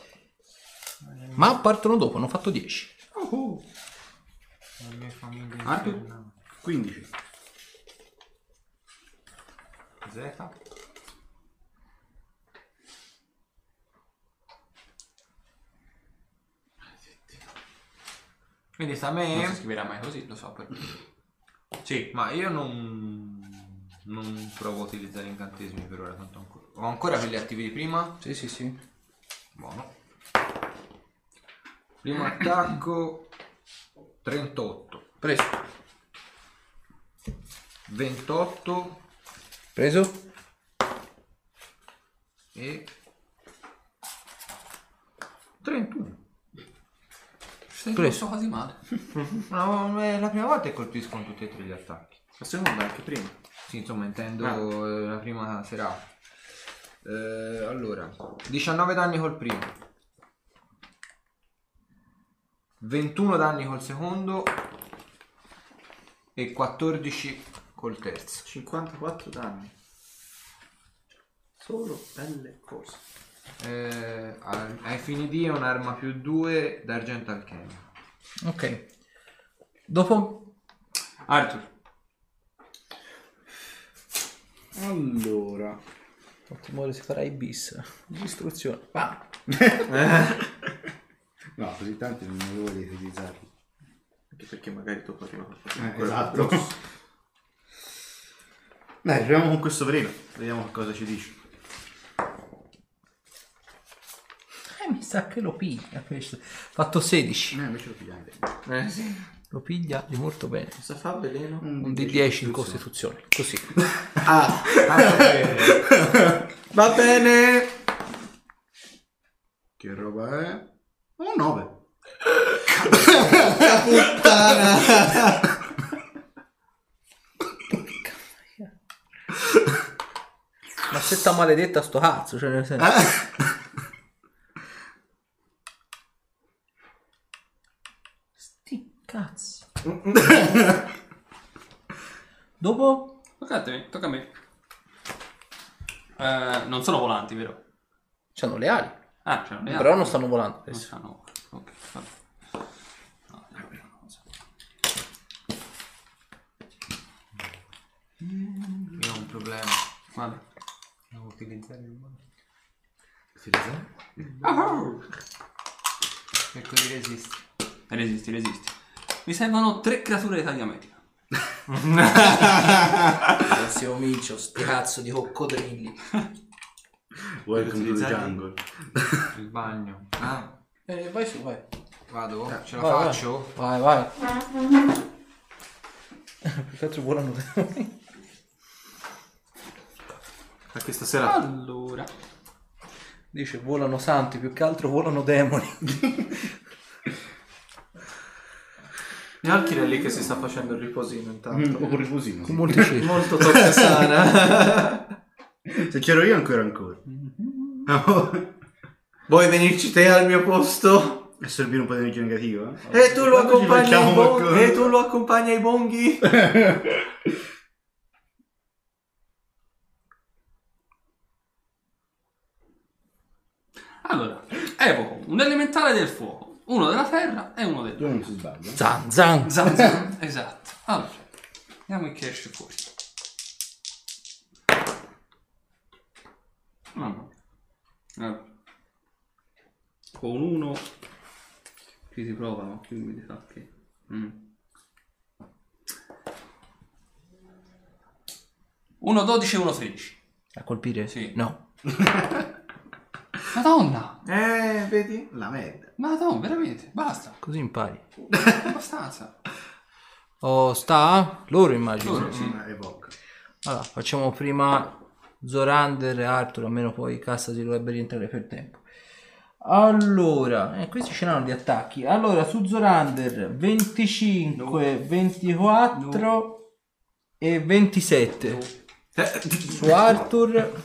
ma partono dopo, hanno fatto dieci. Uh-huh. Arthur? quindici. Z. Quindi sta a Non si me. scriverà mai così, lo so. Per... Sì, ma io non, non provo a utilizzare incantesimi per ora, tanto ancora. Ho ancora quelli attivi di prima. Sì, sì, sì. Buono. Primo attacco trentotto. Preso. ventotto Preso. e trentuno. Stai Preso. messo quasi male. No, è la prima volta che colpisco con tutti e tre gli attacchi. La seconda anche prima. Sì, insomma, intendo Ah. eh, la prima serata. Eh, allora, diciannove danni col primo, ventuno danni col secondo e quattordici col terzo. cinquantaquattro danni. Solo belle cose. Eh, ai ai fini di è un'arma più due d'argento alchemico. Ok. Dopo Arthur. Allora. Timore si farà i bis. Distruzione. Va. No, così tanti non ne voglio utilizzarli. Anche perché magari dopo arriva qualcosa. Eh, esatto. Dai, proviamo con questo veleno. Vediamo che cosa ci dice. Eh, mi sa che lo piglia questo. Fatto sedici. Eh, invece lo pigliamo. Eh sì. Lo piglia di molto bene. Cosa fa veleno? Un D dieci in costituzione. Così. Ah, Va bene. che roba è? Un nove. Ma setta maledetta sto cazzo, cioè nel senso. Sti cazzo. Dopo? Tocca a te, tocca a me. Eh, non sono volanti, vero? C'hanno le ali. Ah, c'erano le Però altre. non stanno volando Non adesso. stanno. Ok, vabbè. No, è una cosa. Io ho un problema. Vale. Devo utilizzare il modo. Cerco di resistere. Resisti, resisti. Mi servono tre creature di taglia media. Prossimo micio, sti cazzo di coccodrilli. Welcome to the utilizzare- jungle. Il bagno. Ah, Eh, vai su, vai. Vado? Ce la Vai, faccio? Vai, vai. Più che altro volano demoni. anche stasera. Allora. Dice volano santi, più che altro volano demoni. Neanche è lì che si sta facendo il riposino intanto. Mm, o con riposino, sì. Con molti cerchi. Molto toccasana. Se c'ero io ancora ancora. Vuoi venirci te al mio posto? E servire un po' di energia negativa? eh? E tu lo Quando ci accompagni ai facciamo bonghi? qualcosa? E tu lo accompagni ai bonghi? Allora, evoco un elementale del fuoco, uno della terra e uno del Tu non si sbaglia. Zan, zan. Zan zan. Esatto. Allora, vediamo che esce fuori. No, no. Allora. Con uno ci si prova, ma qui mi sa che... Mm. uno dodici e uno tredici. A colpire? Sì. No. Madonna! Eh, vedi? La merda. Madonna, veramente, basta. Così impari. Abbastanza. Oh, sta? Loro immagino. Loro, sì. Mm, evoca. Allora, facciamo prima Zorander e Arthur, almeno poi Cassa si dovrebbe rientrare per tempo. Allora, eh, questi ce l'hanno di attacchi. Allora, su Zorander venticinque, ventiquattro e ventisette. Su Arthur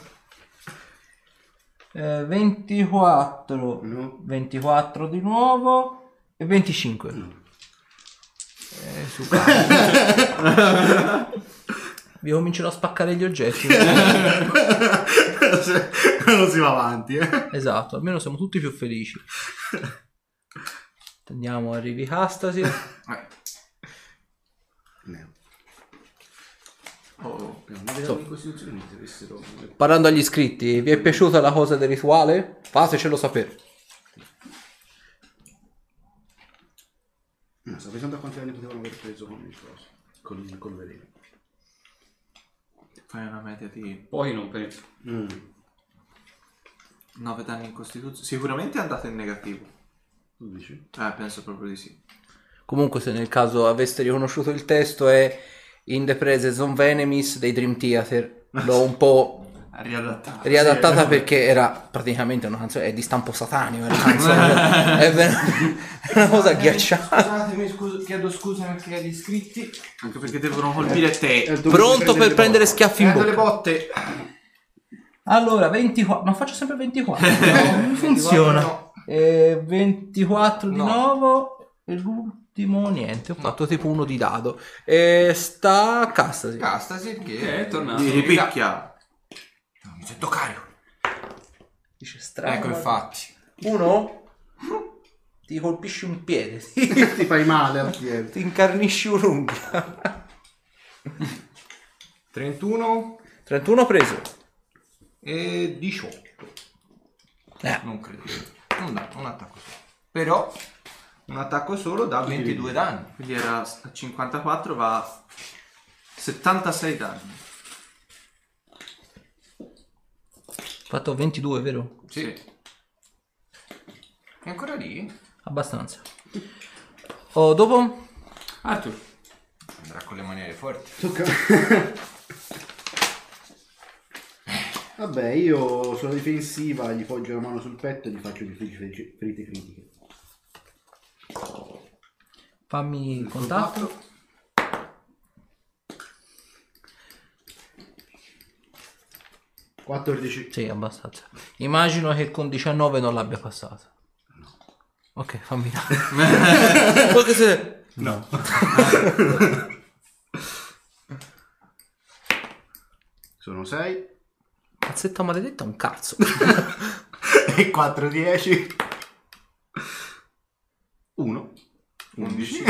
eh, ventiquattro, No. ventiquattro di nuovo e venticinque. No. Eh, su Vi comincerò a spaccare gli oggetti. Non si va avanti, eh. Esatto, almeno siamo tutti più felici. Andiamo, arrivi Castasi. No. Oh, Una vedata in Costituzione mi avessero... Parlando agli iscritti, vi è piaciuta la cosa del rituale? Fatecelo sapere. No, sto pensando a quanti anni potevano aver preso con il coso. Con, col veleno. fai una media di Poi non penso. Mm. nove danni in Costituzione. Sicuramente è andata in negativo. Tu dici? Eh, penso proprio di sì. Comunque, se nel caso aveste riconosciuto il testo, è In the Presence of Enemies dei Dream Theater. L'ho un po' Riadattato. riadattata perché era praticamente una canzone, è di stampo satanico, la canzone, è, ver- è una cosa ghiacciata. Scusatemi, scusa, chiedo scusa anche agli iscritti. Anche perché devono colpire te. Pronto per prendere schiaffi in Prendo le bocca. botte. Allora, ventiquattro, ma faccio sempre ventiquattro, no, non funziona. No. Eh, ventiquattro di No. nuovo e l'ultimo niente, ho fatto tipo uno di dado. E sta Castasi. Castasi Ok, che è tornato. Ti ripicchia. No, mi sento carico. Dice strano. Ecco, infatti. Uno ti colpisci un piede, ti, Ti fai male al piede. ti incarnisci un'unghia. trentuno trentuno preso. e diciotto. Eh, Non credo. Non dà, un attacco solo. Però un attacco solo da ventidue danni. Quindi era a cinquantaquattro, va a settantasei danni. fatto ventidue, vero? Sì. È ancora lì? Abbastanza. Oh, dopo? Arthur. Andrà con le maniere forti. Tocca. Vabbè, io sulla difensiva gli poggio la mano sul petto e gli faccio le ferite ferite critiche. Fammi il contatto. quattordici. Sì, abbastanza. Immagino che con diciannove non l'abbia passata. Ok, fammi dare. Perché se... No. Sono sei. Cazzetta maledetta un cazzo. E quattro, dieci. uno. undici.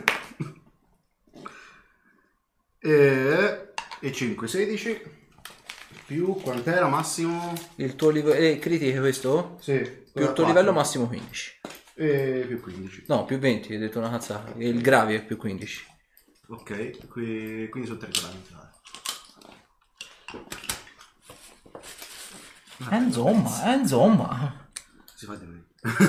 e, e cinque, sedici. Più quant'era massimo? Il tuo livello... Eh, critiche questo? Sì. Più il tuo livello massimo quindici. E più quindici. No, più venti, hai detto una cazzata. E il gravio è più quindici. Ok, qui, quindi sono trenta danni. Eh, insomma, eh, insomma. Si fa di lui.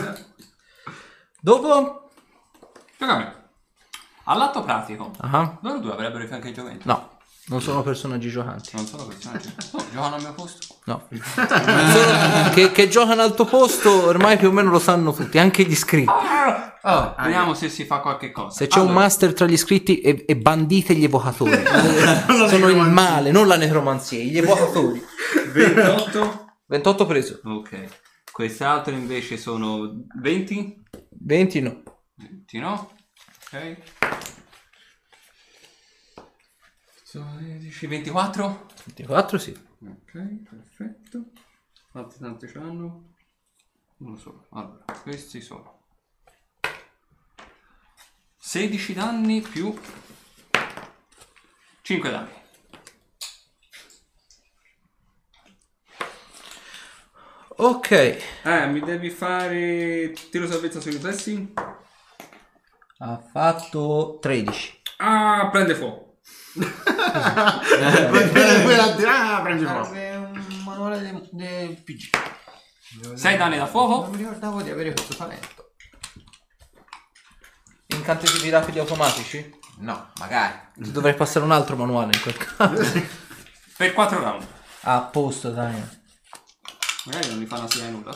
Dopo? Gioca a me. All'atto pratico, Ah, loro due avrebbero i fiancheggiamenti. no, non sono personaggi giocanti. Non sono personaggi. No, giocano al mio posto. No. Sono- che, che giocano al tuo posto ormai più o meno lo sanno tutti, anche gli iscritti. Oh, vediamo se si fa qualche cosa. Se c'è un Allora, master tra gli iscritti e, e bandite gli evocatori. Sono il male, non la necromanzia, gli evocatori. ventotto. ventotto preso. Ok. Quest'altro invece sono venti. venti no. venti no. Ok. Sono sedici, ventiquattro. ventiquattro sì. Ok, perfetto. Quanti tanti c'hanno? Uno solo. Allora, questi sono sedici danni più cinque danni. Ok. Eh, mi devi fare tiro salvezza sui riflessi? Ha fatto tredici. Ah, prende fuoco. Ah, prendi fuoco. Serve un manuale del de P G. sei danni da fuoco? Non mi ricordavo di avere questo talento. Incantesimi rapidi automatici? No, magari. Dovrei passare un altro manuale in quel caso. Per quattro round. A posto, dai. Magari non mi fanno sia nulla.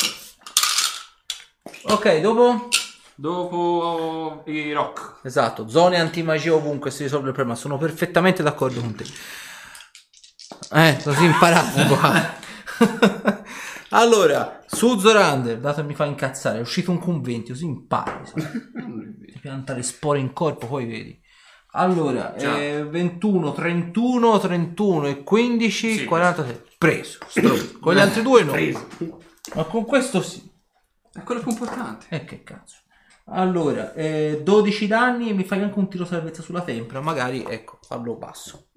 Ok, dopo? Dopo i rock. Esatto, zone antimagia ovunque si risolve il problema. Sono perfettamente d'accordo con te. Eh, così imparato qua. Allora, su Zorander, dato che mi fa incazzare, è uscito un conventi, così impari. Ti pianta le spore in corpo, poi vedi. Allora, eh, ventuno, trentuno, trentuno e quindici, Sì, quarantasei. Preso. Stro- con gli altri due no. Ma con questo sì. È quello più importante. E che cazzo. Allora, eh, dodici danni e mi fai anche un tiro salvezza sulla tempra. Magari, ecco, fallo basso.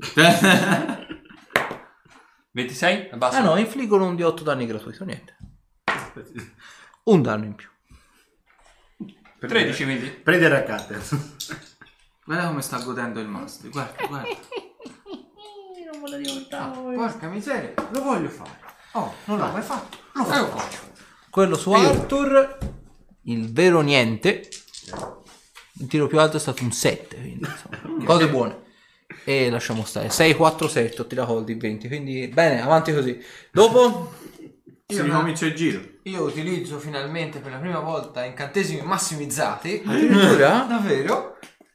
ventisei? È basso? Ah no, infliggono un di otto danni gratuito, niente. Un danno in più. tredici quindi? Prendi il raccatte. Guarda come sta godendo il master. Guarda, guarda. Non me la ricordavo. Porca miseria, lo voglio fare. Oh, non l'ho mai fatto. Lo Eh, faccio. Quello su Arthur, il vero niente. Il tiro più alto è stato un sette, quindi insomma, cose buone. E lasciamo stare. sei, quattro, sette, tira hold in venti, quindi bene, avanti così. Dopo... Si ricomincia il giro. Io utilizzo finalmente per la prima volta incantesimi massimizzati. Addirittura? Davvero?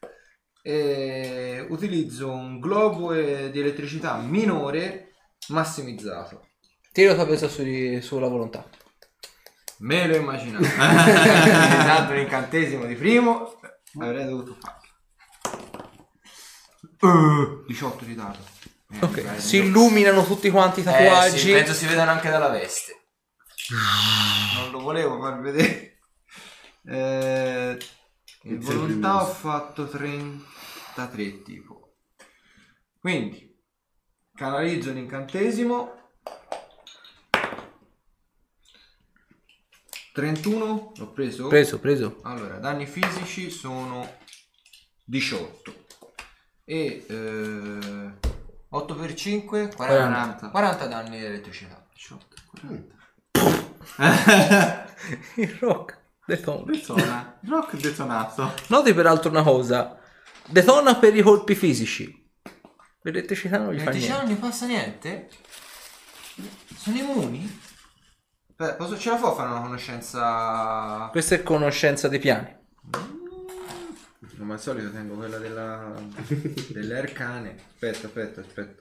E utilizzo un globo e- di elettricità minore massimizzato. Tiro salvezza su- sulla volontà. Me lo immaginavo. Tanto un incantesimo di primo avrei dovuto farlo. Uh, diciotto di dato. Eh, Ok, dai, si no. illuminano tutti quanti i Eh, tatuaggi. sì, penso si vedano anche dalla veste. Non lo volevo far vedere. Eh, in Il sempre volontà ho immenso. fatto trentatré tipo. Quindi canalizzo l'incantesimo. trentuno l'ho preso? Preso, preso. Allora, danni fisici sono diciotto. E eh, otto per cinque, quaranta. quaranta danni di elettricità. diciotto, quaranta. Il rock detona. Detona. Rock detonato. Noti peraltro una cosa. Detona per i colpi fisici. L'elettricità non gli fa L'elettricità niente. non gli passa niente? Sono immuni? Beh, posso, ce la può fare una conoscenza? Questa è conoscenza dei piani. Come al solito tengo quella della delle arcane. Aspetta, aspetta, aspetta.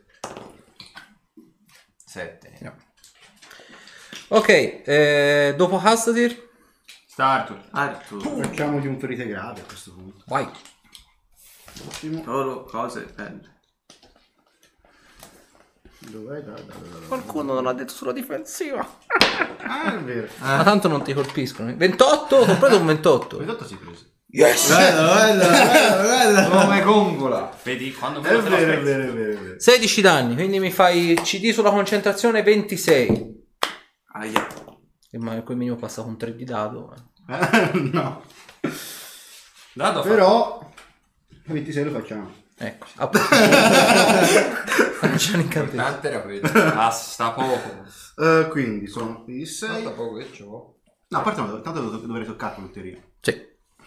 sette. No. Ok, eh, dopo Hastadir, Sta Arthur. Arthur. Facciamogli un ferite grave a questo punto. vai. Ottimo. Solo cose belle. Dov'è? Da, da, da, da, da. Qualcuno non ha detto sulla difensiva. Ah, è vero. Ma tanto non ti colpiscono. ventotto? Ho preso un ventotto. ventotto si è preso. Yes! Guarda, guarda, guarda, guarda come congola. Vedi, quando È vedo te lo vero, è spezzi. vero, è vero, è vero. sedici danni, quindi mi fai C D sulla concentrazione ventisei. Aia. E ma quel minimo passa con tre di dado. Eh, no. Dado fa- Però ventisei lo facciamo. Ecco, appunto. Facciamo incantesimo. L'importante era quello. Basta poco. Eh, quindi sono i sei. Guarda poco che c'ho. No, a parte no, tanto dov- dovrei toccare la lotteria. Sì.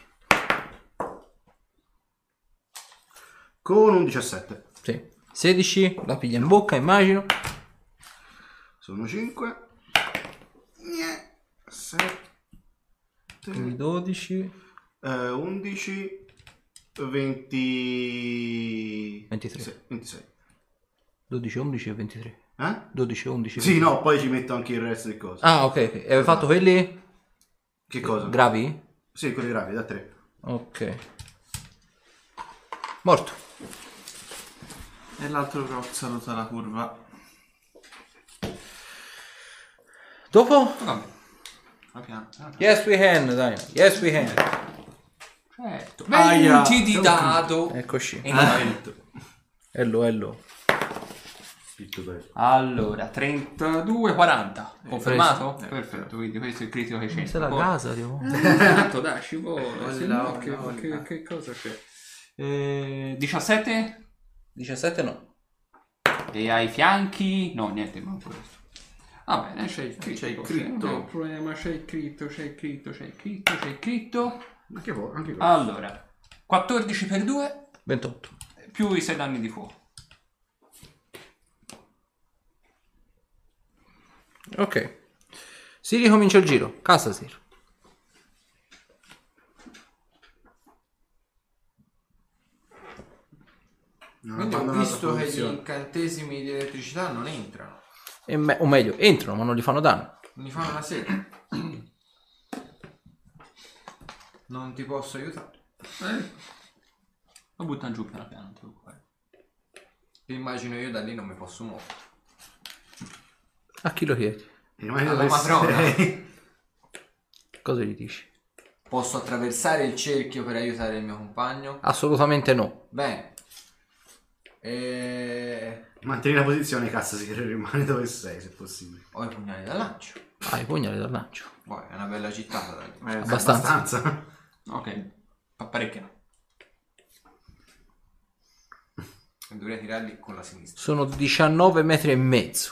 Con un diciassette. Sì. sedici, la piglia in bocca, immagino. Sono cinque. sette. Quindi dodici. Eh, undici. venti. ventitré. Sì, ventisei. dodici, undici e ventitré. Eh? dodici, undici. Sì, no, poi ci metto anche il resto di cose. Ah, ok, ok. E avevi fatto quelli Che cosa? gravi? Sì, quelli gravi, da tre. Ok. Morto. E l'altro croc saluta la curva. Dopo? Vabbè. La pianta. la pianta. Yes we can, dai. Yes we can. Certo. Aia. venti di dado. Eccoci. E non Ello, ello. Scritto bello. Allora, trentadue, quaranta. Confermato? preso. Perfetto, quindi questo è il critico che c'è. Questa è la casa, Dio. Esatto, dai, ci vuole. se Olla, no, che, olla, che- olla. che cosa c'è? Eh, diciassette? diciassette no. E ai fianchi? No, niente, manco questo. Va bene, c'è il critico. C'è il sì, critto. Non è un problema, c'è il critto, c'è il critto, c'è il critto, c'è il critto. Anche voi, anche voi. Allora, quattordici per due ventotto. più i sei danni di fuoco. Ok. Si ricomincia il giro. Casasir. Non Quindi ho abbandonato visto la che gli posizione. incantesimi di elettricità non entrano. E me- o meglio, entrano ma non gli fanno danno. Mi fanno una sega. Non ti posso aiutare. Eh? Lo buttano giù piano piano, non ti preoccupare. Immagino io da lì non mi posso muovere. A chi lo chiedi? Rimani Alla dove matrona. sei. Cosa gli dici? Posso attraversare il cerchio per aiutare il mio compagno? Assolutamente no. Bene. E... Mantieni la posizione, cazzo, si rimane dove sei, se possibile. ho i pugnali da lancio. Ah, i pugnali dal lancio. Poi è una bella città da lì. Eh, Abbastanza. Abbastanza. Ok, fa parecchio. Dovrei tirarli con la sinistra. Sono diciannove metri e mezzo.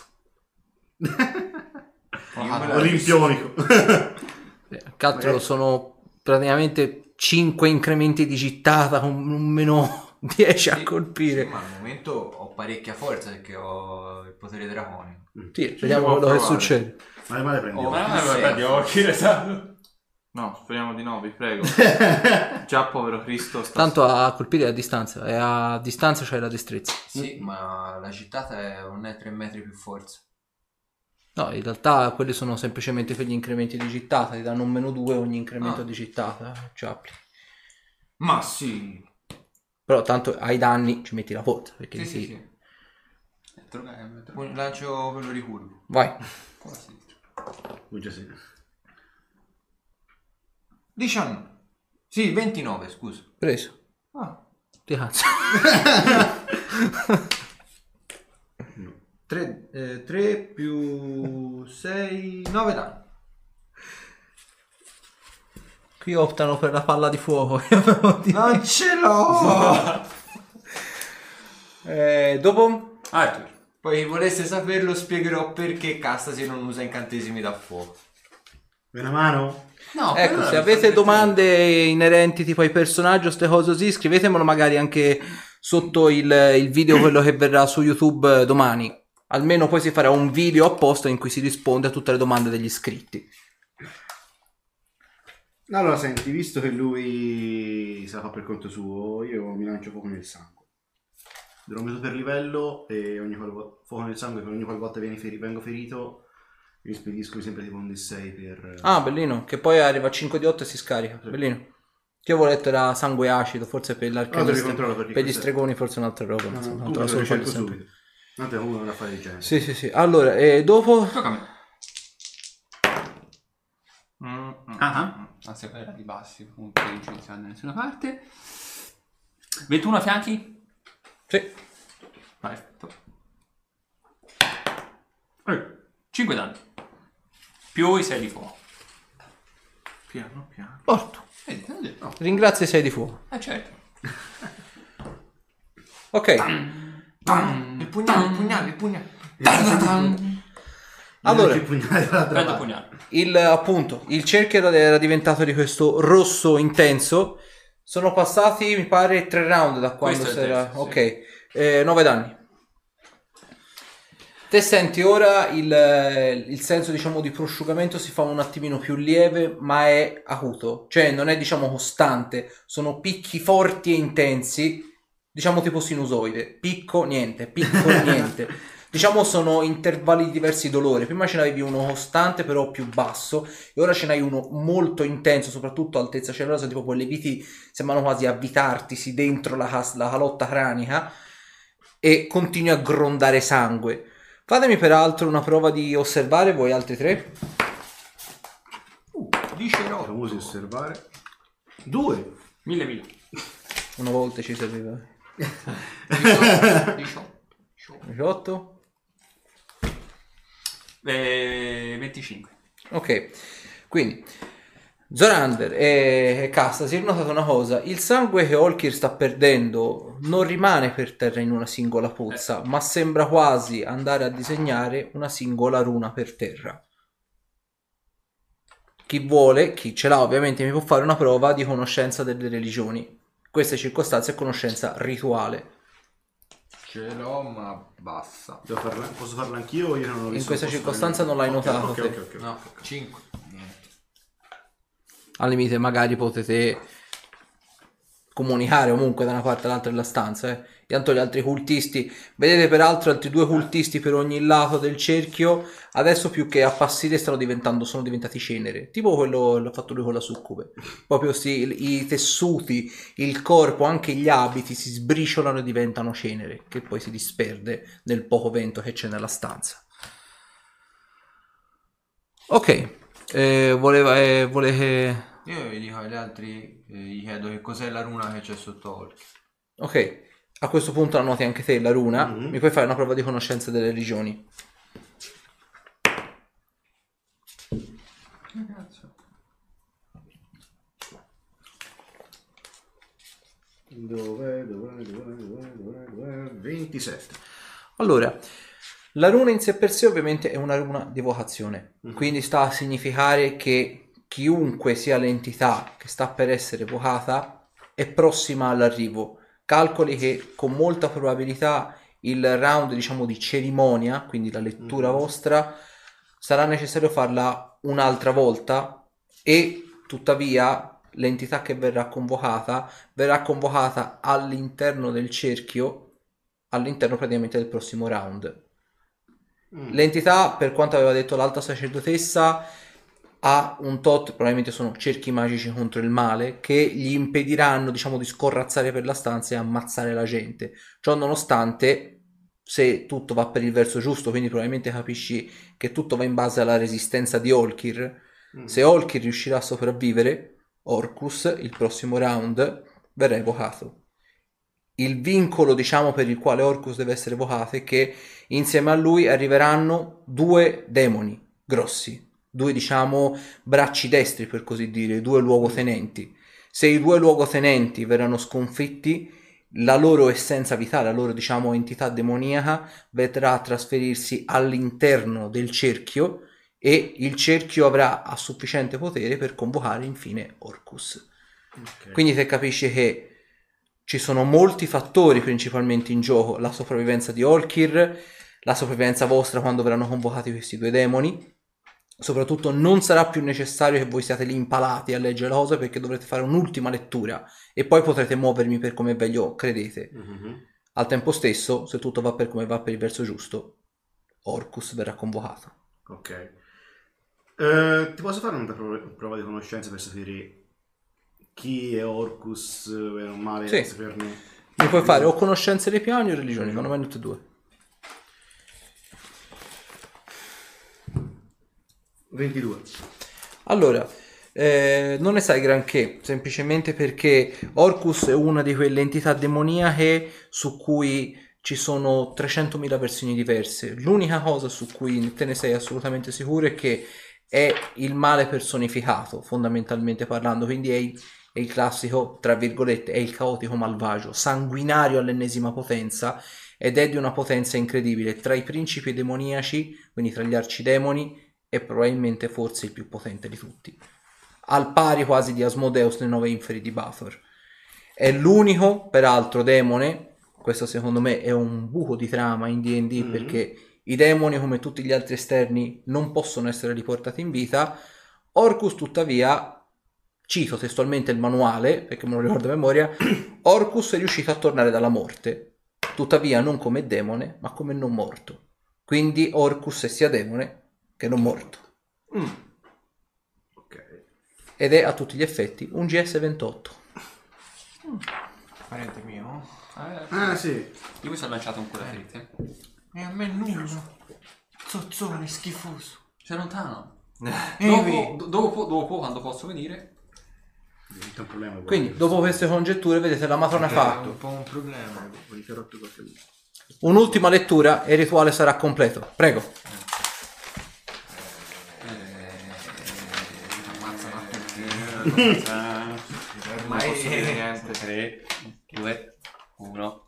Olimpionico. Eh, Che altro sono praticamente cinque incrementi di gittata con un meno dieci a Sì, colpire. ma al momento ho parecchia forza perché ho il potere draconico. Sì, vediamo può quello che provare. succede. Male male prendi. Oh, Ma non sì. è per gli occhi, esatto. No, speriamo di no, vi prego. Già povero Cristo sta... Tanto a colpire a distanza. E a distanza c'hai la destrezza. Sì, ma la gittata è un tre metri più forza. No, in realtà quelli sono semplicemente per gli incrementi di gittata. Ti danno un meno due ogni incremento Ah. di gittata. Ci applichi. Ma sì. Però tanto ai danni ci metti la forza. Perché Sì, sì, sì, sì. Droga- Poi lancio quello ricurvo. Vai. Con la sinistra. Uh, già sì. diciannove. Sì, ventinove, scusa. Preso. Ah. Ti cazzo. tre più sei, nove danni. Qui optano per la palla di fuoco. Non ce l'ho! eh, dopo? Arthur. Poi chi volesse saperlo spiegherò perché Castasi non usa incantesimi da fuoco. Una mano? No, Ecco, però se mi avete sta domande inerenti tipo ai personaggi o ste cose così, scrivetemelo magari anche sotto il, il video, quello che verrà su YouTube eh, domani. Almeno poi si farà un video apposta in cui si risponde a tutte le domande degli iscritti. Allora, senti, visto che lui se la fa per conto suo, io mi lancio fuoco nel sangue. L'ho messo per livello e ogni qualvolta fuoco nel sangue, per ogni qualvolta viene feri- vengo ferito, mi spedisco sempre tipo un D sei per... Ah, bellino, che poi arriva a cinque di otto e si scarica. Bellino. Che io avevo letto era sangue acido, forse per Allora, l'archivista. ricontrollo perché Per gli questo è- stregoni forse è un'altra roba. No, insomma, no, non te la comunque so lo fare cerco sempre. subito. Tanto è uno da fare di genere. Sì, sì, sì. Allora, e dopo... Tocca a me. Mm, mm, Ah, mm. anzi, quella di bassi, comunque non c'è da nessuna parte. ventuno a fianchi? Sì. Perfetto. cinque danni. Più i sei di fuoco. Piano piano. Morto. Vedi, te l'ho detto. Ringrazio i sei di fuoco. Eh certo. Ok. Tam, il pugnale, il pugnale, il pugnale. Allora, il pugnale dall'altra Prendo parte. pugnale. il, appunto, il cerchio era, era diventato di questo rosso intenso. Sono passati, mi pare, tre round da quando Questo è si il era... terzo, sì. Ok. Eh, nove danni. Te senti ora il, il senso, diciamo, di prosciugamento si fa un attimino più lieve, ma è acuto. Cioè, non è, diciamo, costante. Sono picchi forti e intensi. Diciamo tipo sinusoide, picco, niente, picco, niente. Diciamo sono intervalli di diversi dolori. Prima ce n'avevi uno costante però più basso e ora ce n'hai uno molto intenso, soprattutto a altezza cerebrale, tipo quelle viti sembrano quasi avvitartisi dentro la, cas- la calotta cranica e continui a grondare sangue. Fatemi peraltro una prova di osservare voi altri tre. Uh, dice no. Famosi osservare. Due. Mille mille. Una volta ci serviva. diciotto. diciotto. Eh, venticinque. Ok, quindi Zorander e, e Castasir, notate una cosa: il sangue che Olkir sta perdendo non rimane per terra in una singola puzza, ma sembra quasi andare a disegnare una singola runa per terra. Chi vuole, chi ce l'ha ovviamente, mi può fare una prova di conoscenza delle religioni. Queste circostanze è conoscenza rituale. Ce l'ho ma bassa. Devo farla- posso farlo anch'io o io non l'ho visto? In questa Posso circostanza farlo? non l'hai Ok, notato ok, te. ok, ok. No, cinque. Niente. Al limite magari potete comunicare comunque da una parte all'altra della stanza, eh. Tanto gli altri cultisti, vedete peraltro altri due cultisti per ogni lato del cerchio, adesso più che appassire stanno diventando, sono diventati cenere, tipo quello l'ha fatto lui con la succube, proprio si, i tessuti, il corpo, anche gli abiti si sbriciolano e diventano cenere, che poi si disperde nel poco vento che c'è nella stanza. Ok, eh, voleva, eh, volete... Io gli dico agli altri, eh, gli chiedo che cos'è la runa che c'è sotto Olk. Ok, a questo punto la noti anche te, la runa. Mhm. Mi puoi fare una prova di conoscenza delle religioni? Dov'è, dov'è, dov'è, dov'è, dov'è, dov'è? ventisette. Allora, la runa in sé per sé ovviamente è una runa di evocazione, quindi sta a significare che chiunque sia l'entità che sta per essere evocata è prossima all'arrivo. Calcoli che con molta probabilità il round, diciamo, di cerimonia, quindi la lettura Mhm. vostra, sarà necessario farla un'altra volta e tuttavia l'entità che verrà convocata verrà convocata all'interno del cerchio, all'interno praticamente del prossimo round. Mm. L'entità, per quanto aveva detto l'alta sacerdotessa, ha un tot, probabilmente sono cerchi magici contro il male, che gli impediranno, diciamo, di scorrazzare per la stanza e ammazzare la gente. Ciò nonostante, se tutto va per il verso giusto, quindi probabilmente capisci che tutto va in base alla resistenza di Olkir, Mm. se Olkir riuscirà a sopravvivere, Orcus, il prossimo round, verrà evocato. Il vincolo, diciamo, per il quale Orcus deve essere evocato è che insieme a lui arriveranno due demoni grossi, due, diciamo, bracci destri, per così dire, due luogotenenti. Se i due luogotenenti verranno sconfitti, la loro essenza vitale, la loro, diciamo, entità demoniaca vedrà trasferirsi all'interno del cerchio e il cerchio avrà a sufficiente potere per convocare infine Orcus. Ok. Quindi te capisci che ci sono molti fattori principalmente in gioco: la sopravvivenza di Olkir, la sopravvivenza vostra quando verranno convocati questi due demoni. Soprattutto non sarà più necessario che voi siate lì impalati a leggere la cosa, perché dovrete fare un'ultima lettura e poi potrete muovermi per come meglio credete. Mhm. Al tempo stesso, se tutto va per come va per il verso giusto, Orcus verrà convocato. Ok. Eh, ti posso fare una prova, prova di conoscenza per sapere chi è Orcus, bene o male, Sì. saperne... Mi puoi fare o conoscenze dei piani o religioni, vanno bene tutte e due. ventidue. Allora, eh, non ne sai granché, semplicemente perché Orcus è una di quelle entità demoniache su cui ci sono trecentomila versioni diverse. L'unica cosa su cui te ne sei assolutamente sicuro è che è il male personificato, fondamentalmente parlando, quindi è il, è il classico, tra virgolette, è il caotico malvagio, sanguinario all'ennesima potenza, ed è di una potenza incredibile. Tra i principi demoniaci, quindi tra gli arcidemoni, è probabilmente forse il più potente di tutti, al pari quasi di Asmodeus nei Nove Inferi di Bathor. È l'unico, peraltro, demone, questo secondo me è un buco di trama in D and D, mm-hmm. perché i demoni, come tutti gli altri esterni, non possono essere riportati in vita. Orcus, tuttavia, cito testualmente il manuale, perché me lo ricordo a memoria, Orcus è riuscito a tornare dalla morte, tuttavia non come demone, ma come non morto. Quindi Orcus è sia demone che non morto. Mm. Ok. Ed è a tutti gli effetti un G S ventotto. Mm. Parente mio? Eh, Ah, sì. Io mi sono lanciato un cura ferite. E a me nulla. Zozzone schifoso. C'è lontano. Eh, Dopo, do- dopo, dopo, quando posso venire. Diventa un problema. Quindi, dopo queste congetture, vedete la matrona È fa un po' un problema. Ho interrotto qualche volta. un'ultima lettura e il rituale sarà completo. Prego. Ormai posso dire niente. tre, due, uno.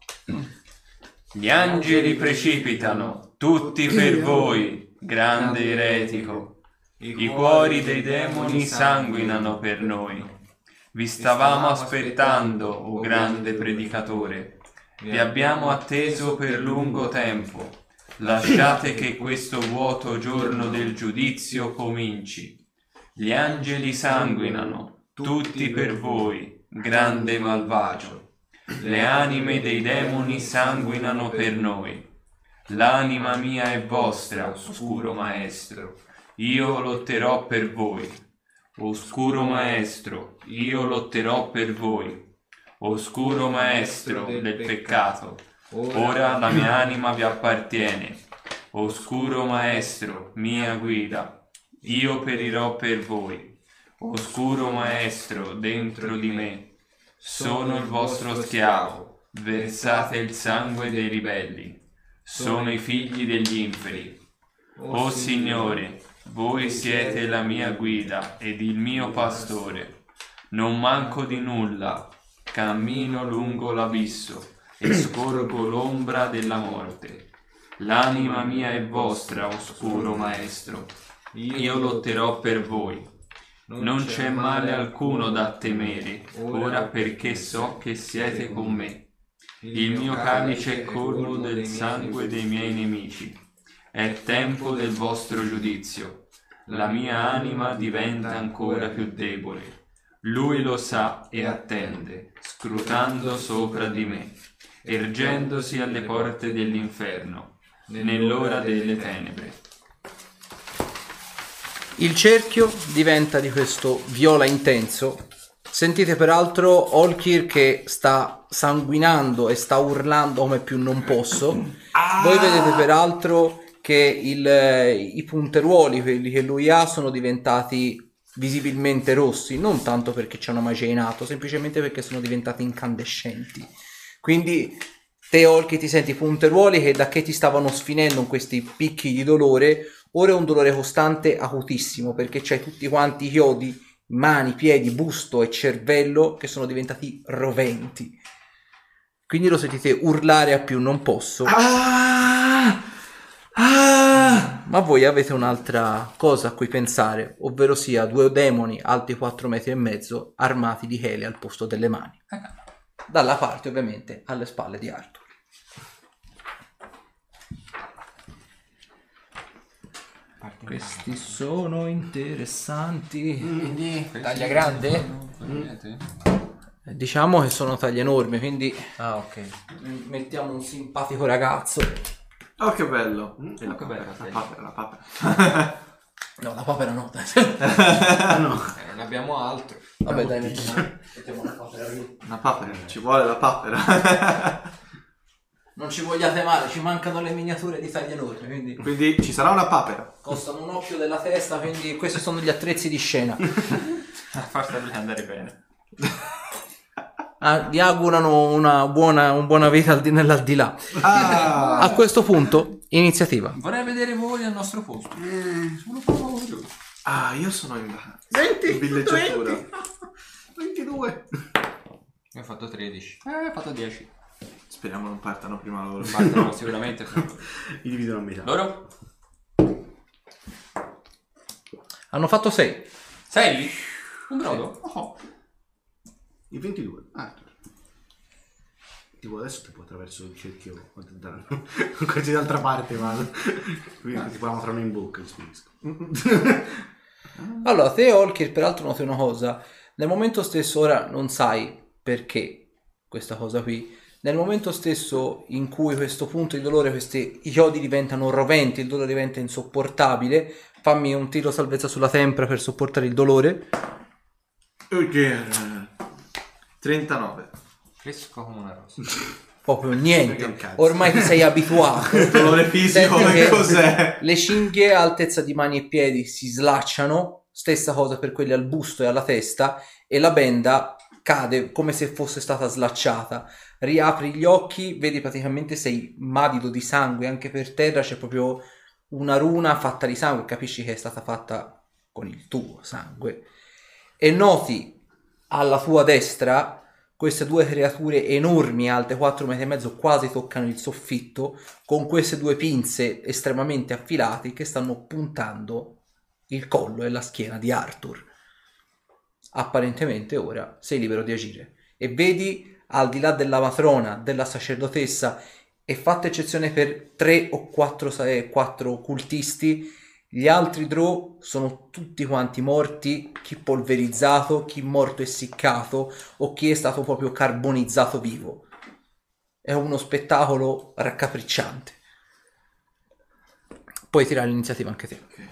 Gli angeli precipitano, tutti per voi, grande eretico. I cuori dei demoni sanguinano per noi. Vi stavamo aspettando, o grande predicatore. Vi abbiamo atteso per lungo tempo. Lasciate che questo vuoto giorno del giudizio cominci. Gli angeli sanguinano, tutti per voi, grande malvagio. Le anime dei demoni sanguinano per noi. L'anima mia è vostra, oscuro maestro. Io lotterò per voi. Oscuro maestro, io lotterò per voi. Oscuro maestro del peccato, ora la mia anima vi appartiene. Oscuro maestro, mia guida, io perirò per voi. Oscuro maestro dentro di me, sono il vostro schiavo, versate il sangue dei ribelli. Sono i figli degli inferi. O Signore, voi siete la mia guida ed il mio pastore. Non manco di nulla, cammino lungo l'abisso e scorgo l'ombra della morte. L'anima mia è vostra, oscuro maestro. Io lotterò per voi. Non c'è male alcuno da temere, ora perché so che siete con me. Il mio calice è colmo del sangue dei miei nemici. È tempo del vostro giudizio. La mia anima diventa ancora più debole. Lui lo sa e attende, scrutando sopra di me, ergendosi alle porte dell'inferno, nell'ora delle tenebre. Il cerchio diventa di questo viola intenso. Sentite peraltro Olkir che sta sanguinando e sta urlando come più non posso. Voi vedete peraltro che il, i punteruoli, quelli che lui ha, sono diventati visibilmente rossi, non tanto perché c'è una magia in atto, semplicemente perché sono diventati incandescenti. Quindi te, Olkir, ti senti i punteruoli che da che ti stavano sfinendo con questi picchi di dolore, ora è un dolore costante acutissimo, perché c'hai tutti quanti i chiodi, mani, piedi, busto e cervello che sono diventati roventi. Quindi lo sentite urlare a più non posso. Ah! Ah! Ma voi avete un'altra cosa a cui pensare, ovvero sia due demoni alti quattro metri e mezzo armati di chele al posto delle mani. Dalla parte, ovviamente, alle spalle di Arthur. Questi sono interessanti. Quindi taglia grande? Niente? Diciamo che sono taglie enormi, quindi Ah, ok. mettiamo un simpatico ragazzo. Oh, che bello. E la papera, La papera, la papera. No, la papera no. No. Eh, non abbiamo altro. Vabbè, dai, mettiamo, mettiamo la papera qui. Una papera, ci vuole la papera. Non ci vogliate male, ci mancano le miniature di taglia enorme, quindi Quindi ci sarà una papera. costano un occhio della testa, quindi questi sono gli attrezzi di scena. Forse deve andare bene. Ah, vi augurano una buona, un buona vita al di, nell'aldilà. Ah, A questo punto, iniziativa. Vorrei vedere voi al nostro posto. Sono paura. ah io sono in venti, in villeggiatura. venti, ventidue. Io ho fatto tredici. Eh, ho fatto dieci. Speriamo non partano prima loro. Partono sicuramente. Li dividono a metà. Loro? Hanno fatto sei. Sei? Un brodo? Oh. I ventidue. Ah. Tipo adesso tipo attraverso il cerchio quasi d'altra parte vado. Quindi tipo la mostrano in bocca e finisco. Allora, te Olkir peraltro noti una cosa. Nel momento stesso, ora non sai perché questa cosa qui, nel momento stesso in cui questo punto di dolore, questi chiodi diventano roventi, il dolore diventa insopportabile, fammi un tiro salvezza sulla tempra per sopportare il dolore. Ok. trentanove. Fresco come una rosa. Proprio Che niente, cazzo. ormai ti sei abituato. Il dolore fisico Senti che che cos'è? le cinghie a altezza di mani e piedi si slacciano, stessa cosa per quelli al busto e alla testa, e la benda cade come se fosse stata slacciata. Riapri gli occhi, vedi praticamente sei madido di sangue, anche per terra c'è proprio una runa fatta di sangue, capisci che è stata fatta con il tuo sangue. E noti alla tua destra queste due creature enormi, alte quattro metri e mezzo, quasi toccano il soffitto, con queste due pinze estremamente affilate che stanno puntando il collo e la schiena di Arthur. Apparentemente ora sei libero di agire e vedi al di là della matrona, della sacerdotessa, e fatta eccezione per tre o quattro, eh, quattro cultisti, gli altri drow sono tutti quanti morti, chi polverizzato, chi morto essiccato o chi è stato proprio carbonizzato vivo. È uno spettacolo raccapricciante. Puoi tirare l'iniziativa anche te. Ok.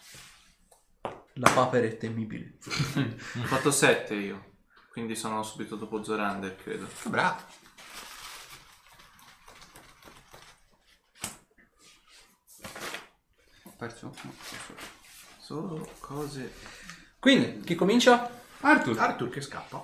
La papera è temibile. Ho fatto sette io. Quindi sono subito dopo Zorander, credo. Bravo. Ho perso. Solo cose. Quindi, chi comincia? Arthur. Arthur che scappa.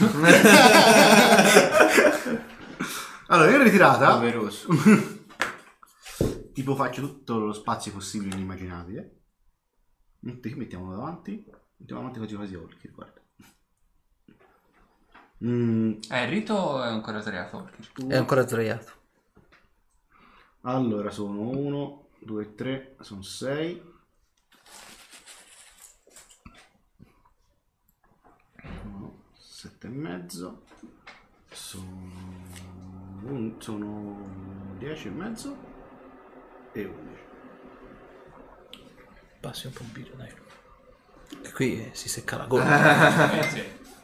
Allora, io ritirata. Doveroso. Tipo faccio tutto lo spazio possibile e inimmaginabile. Mettiamolo davanti. Mettiamo davanti così quasi Olkir, guarda. Mm, Eh, il rito è ancora sdraiato. È ancora sdraiato. allora sono uno, due, tre, sono sei. Sono sette e mezzo. Sono, un, sono dieci e mezzo e undici. Passi un po' un birro, dai. E qui si secca la gola. Eh, sì.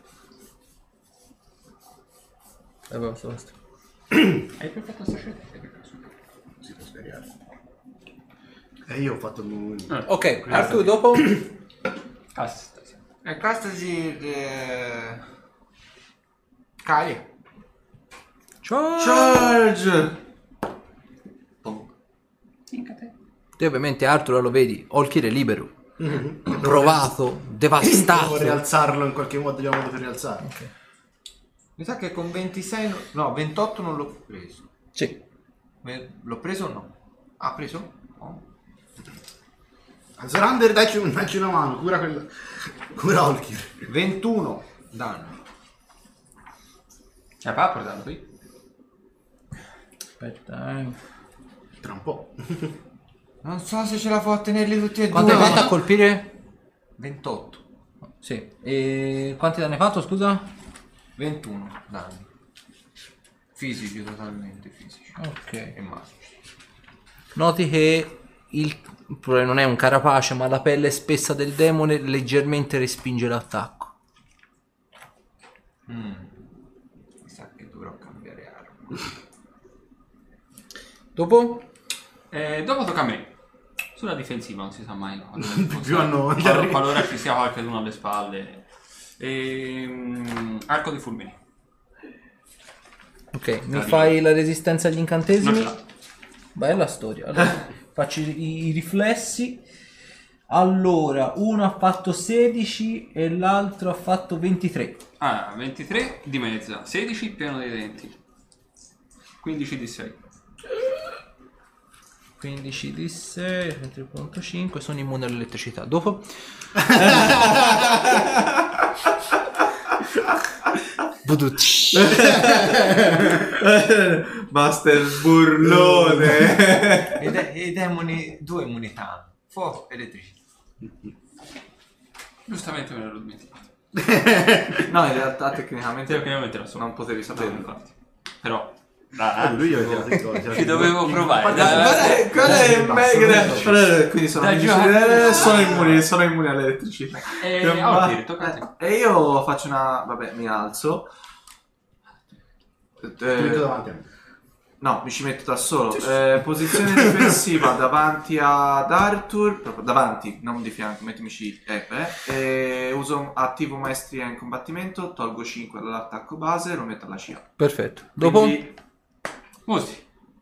Eh, basta, basta. Hai perfetto sta scelta. per caso? Si può sbagliare. E io ho fatto il movimento. Ok, Arthur dopo. Casta. Sì. E castasi eh... Cali. Ciao. Charge! Te ovviamente Arthur lo vedi, Olkir è libero. Provato, devastato. Devo rialzarlo in qualche modo, abbiamo modo per rialzarlo. Mi sa che con ventisei, no, no, ventotto non l'ho preso. Sì. Me- L'ho preso o no? Ha preso? No. Zorander, dacci, un- dacci una mano, cura quella. Cura Olkir. ventuno danno. Eh, pa, portalo qui. Aspetta, eh. Tra un po'. Non so se ce la fa a tenerli tutti e Quanto hai due. fatto a colpire? ventotto. Sì. E quanti danni hai fatto, scusa? ventuno danni. Fisici, totalmente fisici. Ok. E magici. Noti che il non è un carapace, ma la pelle spessa del demone leggermente respinge l'attacco. Mm. Mi sa che dovrò cambiare arma. Dopo? Eh, dopo tocca a me. Sulla difensiva, non si sa mai. Più hanno- Qualora, qualora ci sia qualcuno alle spalle. Ehm, arco di fulmini. Ok, mi fai la resistenza agli Non ce incantesimi? l'ha. Bella storia. Allora, faccio i, i riflessi. Allora, uno ha fatto sedici e l'altro ha fatto ventitré. Ah, ventitré di mezza, sedici pieno dei denti, quindici di sei. quindici di sei, tre virgola cinque, sono immune all'elettricità. Dopo? Master burlone. I, de- i demoni due immunità. Fuoco, elettricità. Giustamente me l'ero dimenticato. No, in realtà tecnicamente Tecnicamente era solo non potevi saperlo. infatti. Però Ah, lui gli aveva tirato i cosi. ci dovevo provare. Qual è, qual è il mega? Qual è- Quindi sono, Da amici- giocare. eh, sono immuni, sono immuni all'elettricità. E Che ah, ma- ok, tocca a te. E io faccio una. Vabbè, mi alzo. Ti metto Eh, davanti a me. no, mi ci metto da solo. Eh, posizione difensiva davanti ad Arthur. Proprio davanti, non di fianco, mettiamoci. Ecco, eh. E uso attivo maestria in combattimento. Tolgo cinque dall'attacco base e lo metto alla C A. Perfetto. Dopo? Quindi, Usi.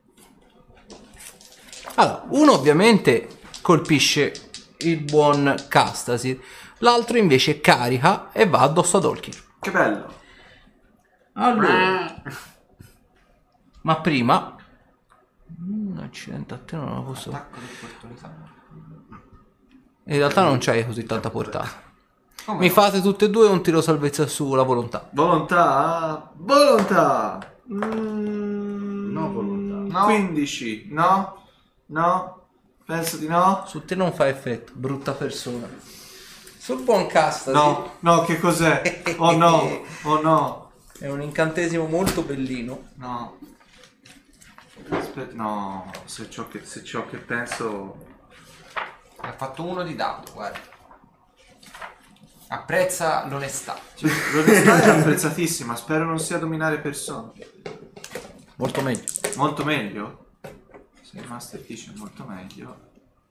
Allora, uno ovviamente colpisce il buon Castasir, l'altro invece carica e va addosso ad Olkir. che bello. Allora, ma prima, mm, accidenti a te, non lo posso. Attacco d'opportunità. In realtà non c'hai così tanta portata. Come Mi no? fate tutte e due un tiro salvezza sulla volontà. Volontà. Volontà. Mm, No, volontà. No. quindici. No. No. Penso di no. Su te non fa effetto, brutta persona. Sul buon Castasir No. No, che cos'è? Oh no. Oh no. è un incantesimo molto bellino. No. Aspetta, no. Se ciò che, se ciò che penso. Ha fatto uno di dato, guarda. Apprezza l'onestà. Cioè, l'onestà è apprezzatissima. Spero non sia dominare persone. Molto meglio. Molto meglio. Sì, Master Teacher molto meglio.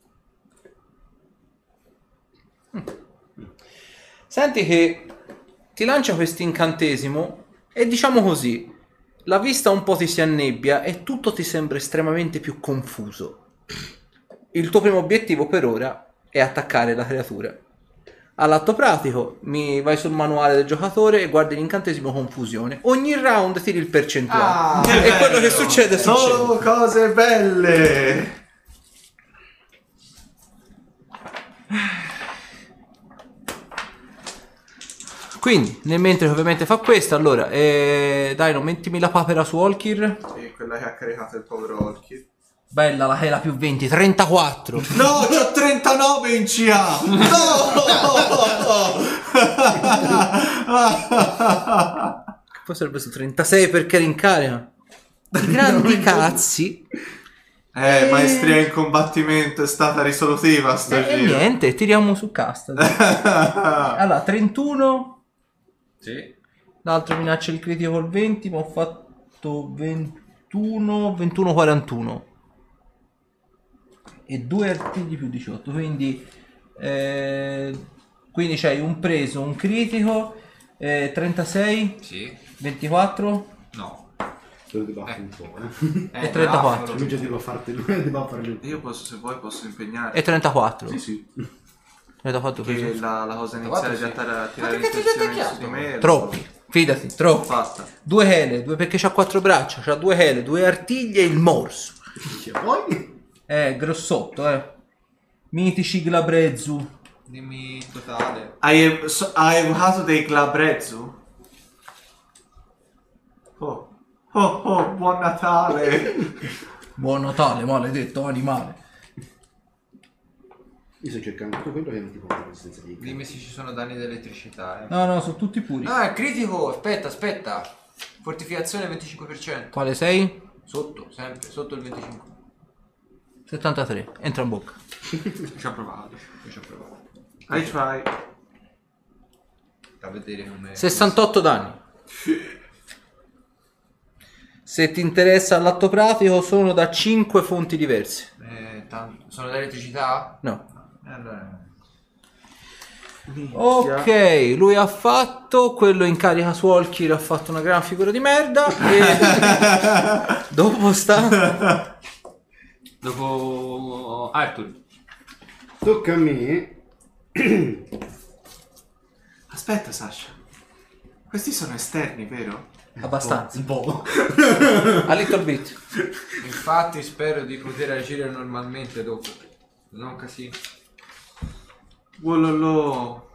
Senti che ti lancia questo incantesimo e diciamo così, la vista un po' ti si annebbia e tutto ti sembra estremamente più confuso. Il tuo primo obiettivo per ora è attaccare la creatura. All'atto pratico mi vai sul manuale del giocatore e guardi l'incantesimo confusione. Ogni round tiri il percentuale. Ah, e quello che succede succede. Solo cose belle. Quindi, nel mentre che ovviamente fa questo, allora, eh, dai, non mettimi la papera su Olkir. Sì, quella che ha caricato il povero Olkir. Bella, la che è la più venti, trentaquattro. No, c'ho trentanove in C A! No! Poi sarebbe su trentasei perché era in carica. I grandi cazzi. Eh, maestria in combattimento è stata risolutiva sto E giro. niente, tiriamo su casta. Allora, trentuno. Sì. L'altro minaccia il critico col venti, ma ho fatto ventuno, ventuno, quarantuno. E due artigli più diciotto, quindi... Eh, quindi c'hai un preso, un critico, eh, trentasei, Sì. ventiquattro No. Te lo devo fare un po', eh. Eh, E trentaquattro. Comincia a dirlo a farti lui, devo fare lui. Io posso, se vuoi, posso impegnare. e trentaquattro. Sì, sì. trentaquattro Che preso. la, la cosa iniziale di sì. attara- a tirare Ma che ti l'intenzione sei su di me. l'ho- Troppi, fidati, l'ho troppi. fatta. Due hele, due perché c'ha quattro braccia, c'ha due hele, due artigli e il morso. Dice, poi? Eh, grossotto, eh. Mitici Glabrezzu. Dimmi il totale. Hai, so- hai evocato dei Glabrezzu? Oh. Oh, oh, buon Natale! Buon Natale, maledetto animale. Io sto cercando tutto quello che non ti porta resistenza di Dimmi se ci sono danni d'elettricità. Eh. No, no, sono tutti puri. No, è critico. Aspetta, aspetta. Fortificazione venticinque per cento. Quale sei? Sotto, sempre, sotto il venticinque. settantatré, entra in bocca. Ci ho provato. Io ci ho provato. I try. Da vedere come... sessantotto danni. Se ti interessa l'atto pratico sono da cinque fonti diverse. Eh, tanto... Sono da elettricità? No. Eh, allora... Ok, lui ha fatto, quello in carica su Olkir ha fatto una gran figura di merda e dopo sta... Dopo Arthur. Tocca a me. Aspetta, Sasha. Questi sono esterni, vero? Abbastanza. Un po'. A little bit. Infatti spero di poter agire normalmente dopo. Non casino. Wololo.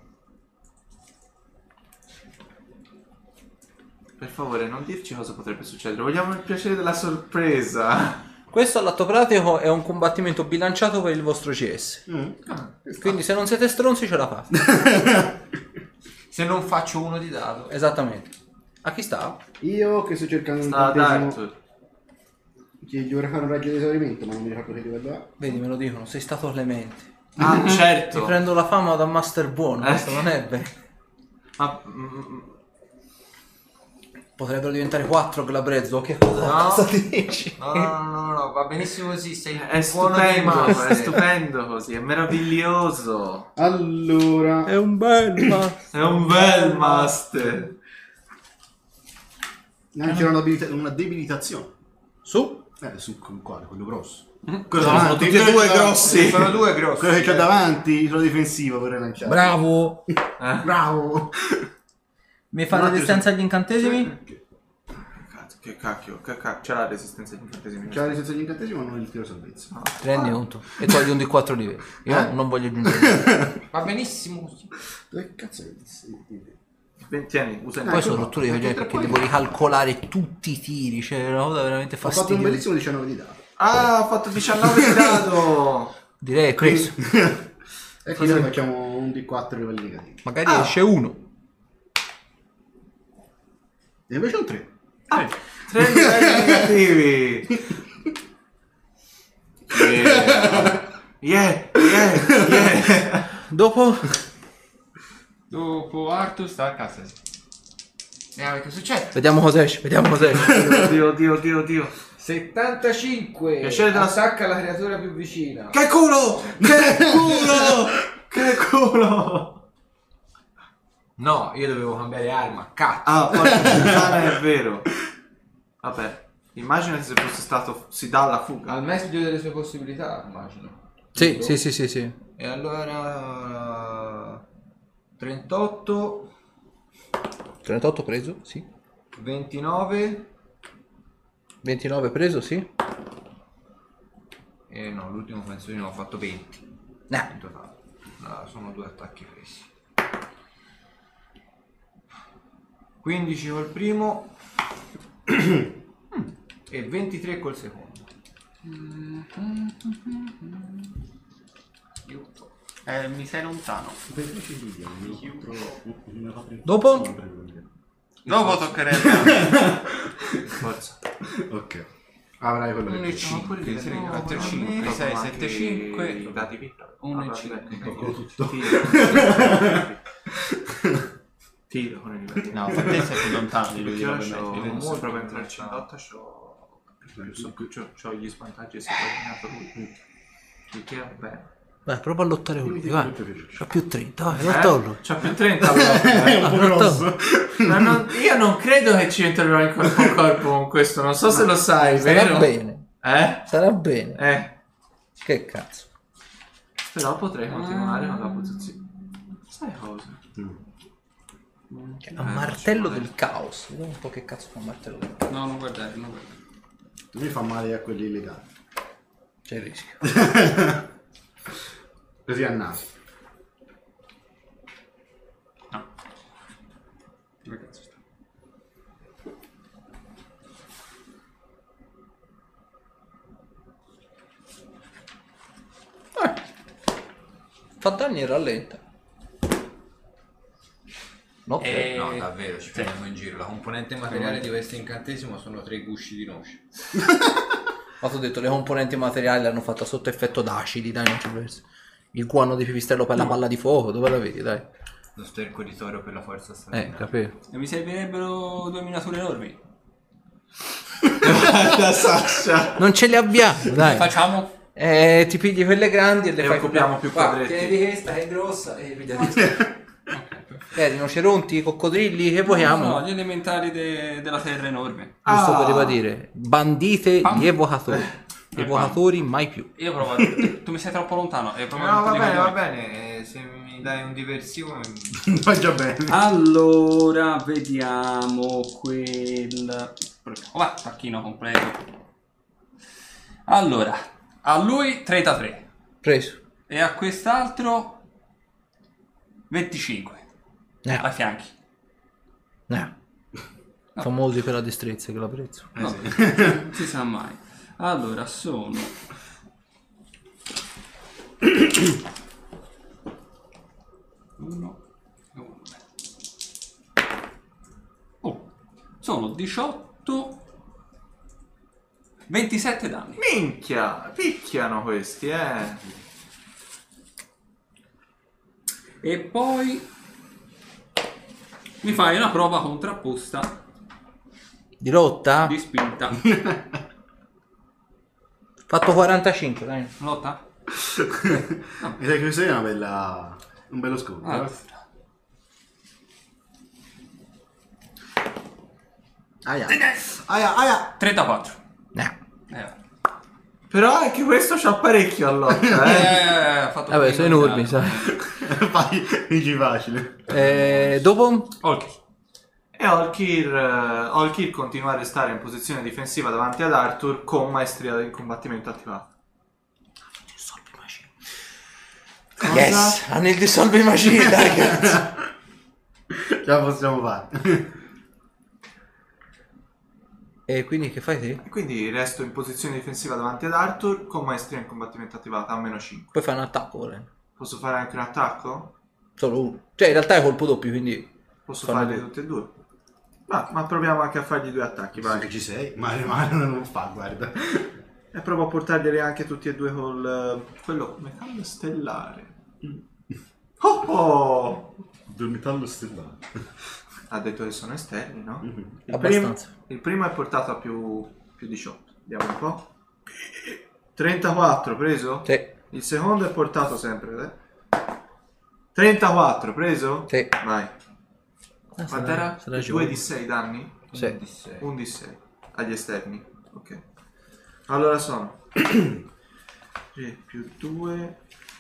Per favore, non dirci cosa potrebbe succedere. Vogliamo il piacere della sorpresa. Questo all'atto pratico è un combattimento bilanciato per il vostro C S. Mm. Quindi se non siete stronzi ce la fate. Se non faccio uno di dado. Esattamente. A chi sta? Io che sto cercando un Sta ad incantesimo Arthur. che dovrei fare un raggio di esaurimento, ma non mi ricordo che livello è. Vedi, me lo dicono, sei stato clemente. Ah, Ti certo. prendo la fama da master buono, Eh. questo non è bene. Ma... mm, Potrebbero diventare quattro Glabrezzo, che cosa, No. cosa ti dici? No, no, no, no, no, va benissimo così. Sei È buono dei stupendo, master. è stupendo così, è meraviglioso. Allora, È un bel ma... È un bel master. anche una, abilita- una debilitazione. Su? Eh, su con quale? Quello grosso. Quello Quello sono davanti, tutti e quello due che- grossi. Sono due grossi. Quello che c'è davanti, sulla difensiva vorrei lanciare. Bravo! Bravo! Mi fa No, la ti distanza sono- agli incantesimi? Cazzo, che cacchio, che cacchio. C'è la resistenza agli incantesimi. C'è la licenza degli incantesimi, ma non il tiro salvezza. Ti rendi conto? E togli un di quattro livelli. Io Eh? non voglio aggiungere. Va benissimo così. Dove cazzo è? Ben- Tieni, usa il Poi ecco sono qua. rotture di coglioni perché devo ricalcolare tutti i tiri. Cioè, è una cosa veramente Ho fatto un fastidiosa. bellissimo diciannove di dado. Ah, ho fatto diciannove di dado. Direi è questo. E così facciamo un di quattro livelli negativi. Magari esce uno. E invece un tre. Tre livelli negativi. Yeah. Yeah, yeah, yeah. Dopo? Dopo Arthur sta a casa. Eh, che succede? Vediamo cosa esce, vediamo cosa esce. Oddio, oddio, oddio, oddio. settantacinque. Piacere della- Attacca la creatura più vicina. Che culo! Che culo! Che culo! No, io dovevo cambiare arma. Cazzo. Ah, porca puttana, è vero. Vabbè, immaginati se fosse stato... si dà alla fuga. Al meglio delle sue possibilità, immagino. Sì, sì, sì, sì, sì. E allora trentotto, trentotto preso, sì. ventinove ventinove preso, sì. e no, l'ultimo penso di no, ho fatto venti No. in totale. No, sono due attacchi presi. quindici col primo e ventitré col secondo. Eh, mi sei lontano. Dopo? Dopo toccherebbe a me. Forza. Ok. Avrai quello uno che e ti- cinque, quelli tre, sono quattro, quelli cinque, miei. sei, Dopo sette, I cinque, dati piccoli. uno e Vabbè, cinque. Toccolo tutto. Tiro. Tiro con i livelli. No, per te sei più lontano di lui. Perché ora di c'ho Roberto. molto proprio entrarci in lotta, c'ho... c'ho- c'ho gli svantaggi e si è guadagnato lui. Il che è bene. Vai, prova a lottare con lui, Quindi vai. ti fa piacere. C'ha più trenta, vai, Eh? lotta con lui. C'ho più trenta allora. È un po' Ah, grosso. Ma non- io non credo che ci entrerò in corpo a corpo con questo, non so se lo sai, Sarà vero? bene, Eh? sarà bene. Eh. Che cazzo. Però potrei continuare con la posizione. Sai cosa? È un martello del caos. Vediamo un po' che cazzo fa un martello del caos. No, non guardare, non guardare. Mi fa male a quelli illegali. C'è il rischio. Così a naso. No. Dove cazzo sta? Fa danni e rallenta. No, Eh, No, davvero, ci sì. prendiamo in giro. La componente materiale di questo incantesimo sono tre gusci di noce. ma ti ho detto, le componenti materiali l'hanno fatta sotto effetto d'acidi, dai, non c'è verso. Il guano di pipistrello per la palla di fuoco, dove la vedi, dai? Lo sterco di toro per la forza Eh, straordinaria. capito. E mi servirebbero due minature enormi. Guarda Sasha. Non ce le abbiamo, dai. Facciamo? Eh, ti pigli quelle grandi e le E fai occupiamo più Guarda, quadretti. tieni di questa che è grossa e piglia questa. Eh, rinoceronti, coccodrilli, che vogliamo? No, gli elementari de- della terra enorme. Giusto Ah. per ribadire, bandite Pam. gli evocatori. Evocatori mai più. Io provo a... Tu mi sei troppo lontano. E provo No, a va bene, va dire- bene. eh, Se mi dai un diversivo. mi- Va già bene. Allora, vediamo quel... Oh, va, tacchino completo. Allora, a lui trentatré Preso. e a quest'altro venticinque Eh, ai fianchi. eh. Famosi per la destrezza che l'apprezzo. No, non si sa mai. Allora, sono... Uno, due. Oh, sono diciotto... ventisette danni. Minchia, picchiano questi, eh. E poi mi fai una prova contrapposta Di rotta? di spinta. Fatto quarantacinque, dai. Lotta? Mi sa che questa è una bella... un bello scontro. Allora. Aia. Aia, aia. trentaquattro. Eh. Eh, Però anche questo c'ha parecchio allora, eh. eh, ha fatto Vabbè, un sono pochino enormi, di sai. Vai, dici facile. Eh, dopo? Ok. E Olkir, eh, Olkir continua a restare in posizione difensiva davanti ad Arthur con maestria in combattimento attivata. Cosa? Yes, hanno il dissolve magia, dai cazzo. Ce la possiamo fare. E quindi che fai te? E quindi resto in posizione difensiva davanti ad Arthur con maestria in combattimento attivata a meno cinque. Poi fai un attacco, volendo. Posso fare anche un attacco? Solo uno. Cioè, in realtà è colpo doppio, quindi... Posso Fanno farli due. tutti e due? Ma, ma proviamo anche a fargli due attacchi, Vai vai. che ci sei. Male male non fa, guarda. E provo a portarglieli anche tutti e due col... eh, quello metallo stellare. Oh oh! Del metallo stellare. Ha detto che sono esterni, no? Mhm. Il primo, Abbastanza. il primo è portato a più, più diciotto. Vediamo un po'. trentaquattro preso? Sì, Il secondo è portato sempre. Eh? trentaquattro preso? sì. Vai. Ah, Quant'era? sarà giù. due di sei danni? Sì. Di sei. un di sei agli esterni. Ok. Allora sono tre più due.